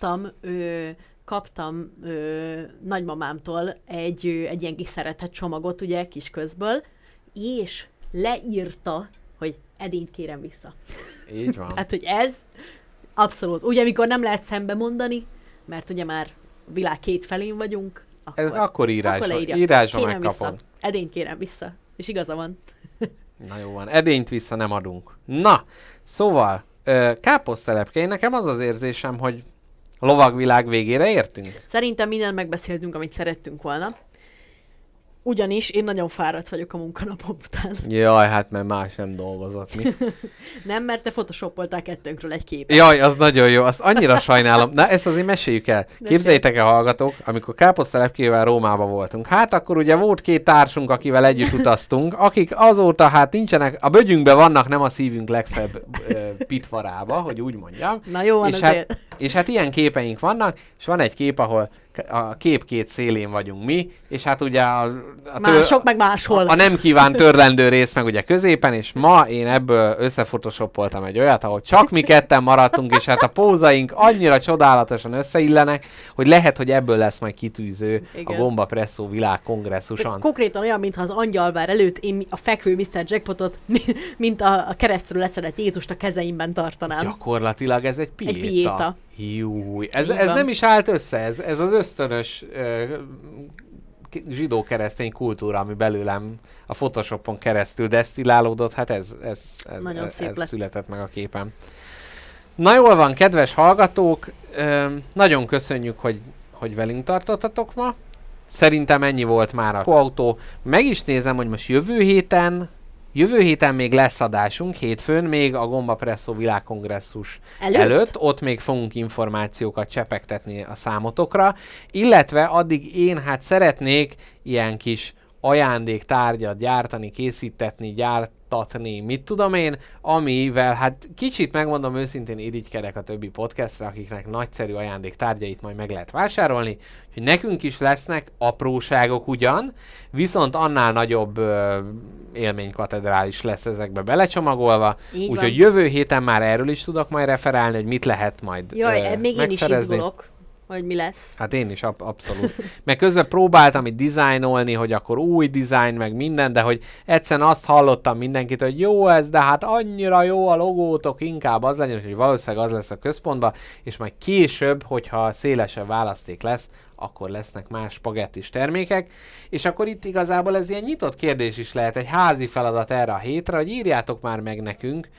kaptam nagymamámtól egy ilyen kis szeretett csomagot, ugye, kisközből, és leírta, hogy edényt kérem vissza. Így van. Hát, hogy ez abszolút. Ugye, amikor nem lehet szembe mondani, mert ugye már világ két felén vagyunk, akkor írásba megkapod. Edényt kérem vissza. És igaza van. Na jó van, edényt vissza nem adunk. Na, szóval, káposztelepke, nekem az érzésem, hogy a lovagvilág végére értünk. Szerintem mindent megbeszéltünk, amit szerettünk volna. Ugyanis én nagyon fáradt vagyok a munkanapom után. Jaj, hát mert más nem dolgozott, mi? Nem, mert te photoshopoltál kettőnkről egy képet. Jaj, az nagyon jó, azt annyira sajnálom. Na, ezt azért meséljük el. Képzeljétek el, hallgatók, amikor káposztelepkével Rómába voltunk. Hát akkor ugye volt két társunk, akivel együtt utaztunk, akik azóta hát nincsenek, a bögyünkben vannak, nem a szívünk legszebb pitvarába, hogy úgy mondjam. Na jó van azért. És hát ilyen képeink vannak, és van egy kép, ahol a kép két szélén vagyunk mi, és hát ugye mások meg máshol. A nem kívánt törlendő rész meg ugye középen, és ma én ebből összefotoshopoltam egy olyat, ahol csak mi ketten maradtunk, és hát a pózaink annyira csodálatosan összeillenek, hogy lehet, hogy ebből lesz majd kitűző. Igen. A Gomba Presszó világkongresszuson. Konkrétan olyan, mintha az angyalvár előtt én a fekvő Mr. Jackpotot, mint a keresztről leszedett Jézust a kezeimben tartanám. Gyakorlatilag ez egy piéta. Egy piéta. Júj, ez nem is állt össze, ez az ösztönös zsidó-keresztény kultúra, ami belőlem a Photoshopon keresztül desztillálódott, hát ez született meg a képen. Na jól van, kedves hallgatók, nagyon köszönjük, hogy velünk tartottatok ma. Szerintem ennyi volt már a Koautó. Meg is nézem, hogy most jövő héten még lesz adásunk, hétfőn még a Gomba Presszó világkongresszus előtt. Ott még fogunk információkat csepegtetni a számotokra, illetve addig én hát szeretnék ilyen kis ajándéktárgyat gyártani, készítetni, gyártatni, mit tudom én, amivel hát kicsit megmondom őszintén irigykedek a többi podcastra, akiknek nagyszerű ajándéktárgyait majd meg lehet vásárolni, hogy nekünk is lesznek apróságok ugyan, viszont annál nagyobb élménykatedrális lesz ezekbe belecsomagolva, úgyhogy jövő héten már erről is tudok majd referálni, hogy mit lehet majd még én is izgulok, hogy mi lesz. Hát én is abszolút. Meg közben próbáltam itt dizájnolni, hogy akkor új dizájn, meg minden, de hogy egyszerűen azt hallottam mindenkit, hogy jó ez, de hát annyira jó a logótok, inkább az legyen, hogy valószínűleg az lesz a központban, és majd később, hogyha szélesebb választék lesz, akkor lesznek más spagettis termékek, és akkor itt igazából ez ilyen nyitott kérdés is lehet, egy házi feladat erre a hétre, hogy írjátok már meg nekünk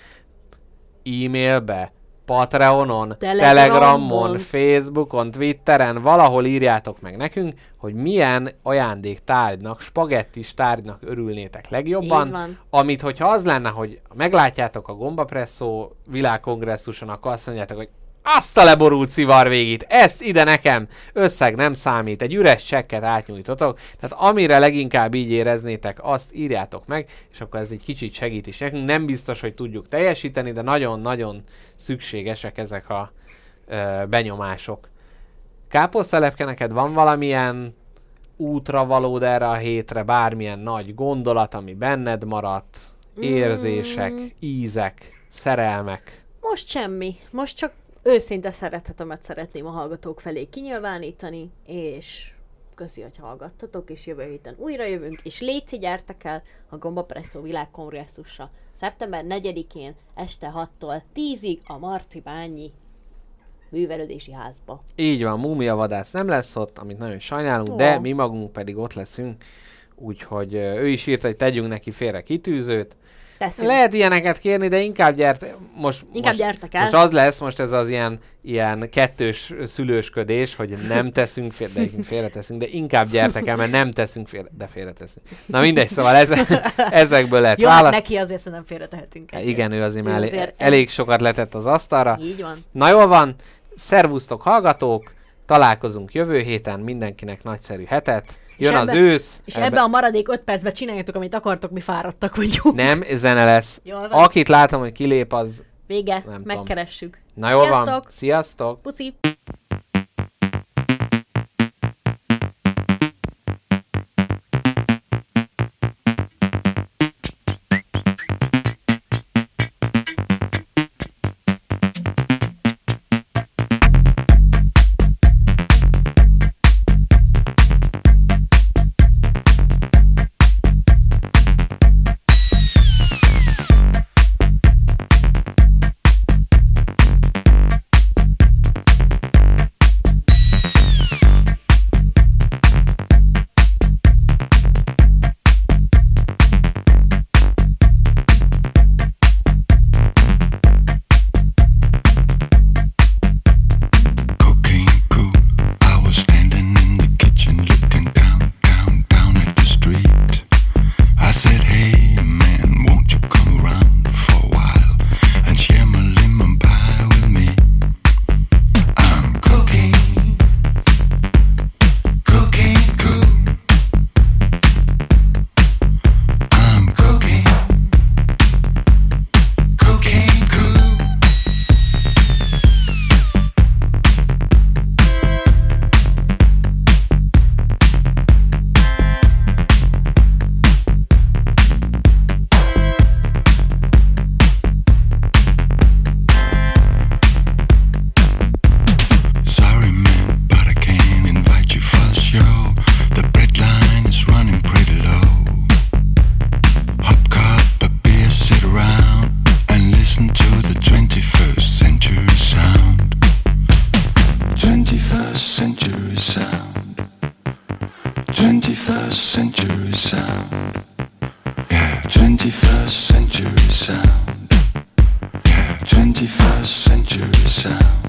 e-mailbe, Patreonon, Telegramon, Facebookon, Twitteren, valahol írjátok meg nekünk, hogy milyen ajándéktárgynak, spagettis tárgynak örülnétek legjobban, amit hogyha az lenne, hogy meglátjátok a Gomba Presszó világkongresszuson, akkor azt mondjátok, hogy azt a leborult szivar végét, ezt ide nekem, összeg nem számít, egy üres csekket átnyújtotok, tehát amire leginkább így éreznétek, azt írjátok meg, és akkor ez egy kicsit segít is nekünk, nem biztos, hogy tudjuk teljesíteni, de nagyon-nagyon szükségesek ezek a benyomások. Káposztelepke, neked van valamilyen útra valód erre a hétre, bármilyen nagy gondolat, ami benned maradt, érzések, ízek, szerelmek? Most semmi, most csak őszinte szeretetemet szeretném a hallgatók felé kinyilvánítani, és köszi, hogy hallgattatok, és jövő héten újra jövünk, és léci, gyertek el a Gombapresszó világkongresszusra. Szeptember 4-én este 6-tól 10-ig a Marcibányi művelődési házba. Így van, múmiavadász nem lesz ott, amit nagyon sajnálunk, de mi magunk pedig ott leszünk, úgyhogy ő is írt, hogy tegyünk neki félre kitűzőt. Teszünk. Lehet ilyeneket kérni, de inkább gyertek Gyertek el. Most az lesz, most ez az ilyen kettős szülősködés, hogy nem teszünk félre, de félreteszünk, de inkább gyertek el, mert nem teszünk félre, de félreteszünk. Na mindegy, szóval ezekből lehet jó, hát neki azért szerintem félretehetünk. Igen, ő azért elég sokat letett az asztalra. Így van. Na jól van, szervusztok hallgatók, találkozunk jövő héten, mindenkinek nagyszerű hetet. Jön az ősz. És ebbe a maradék 5 percben csináljátok, amit akartok, mi fáradtak vagyunk. Nem, zene lesz. Akit látom, hogy kilép, az... Vége, megkeressük. Na jól van, sziasztok! Puszi! sound, 21st century sound, yeah, 21st century sound, yeah, 21st century sound.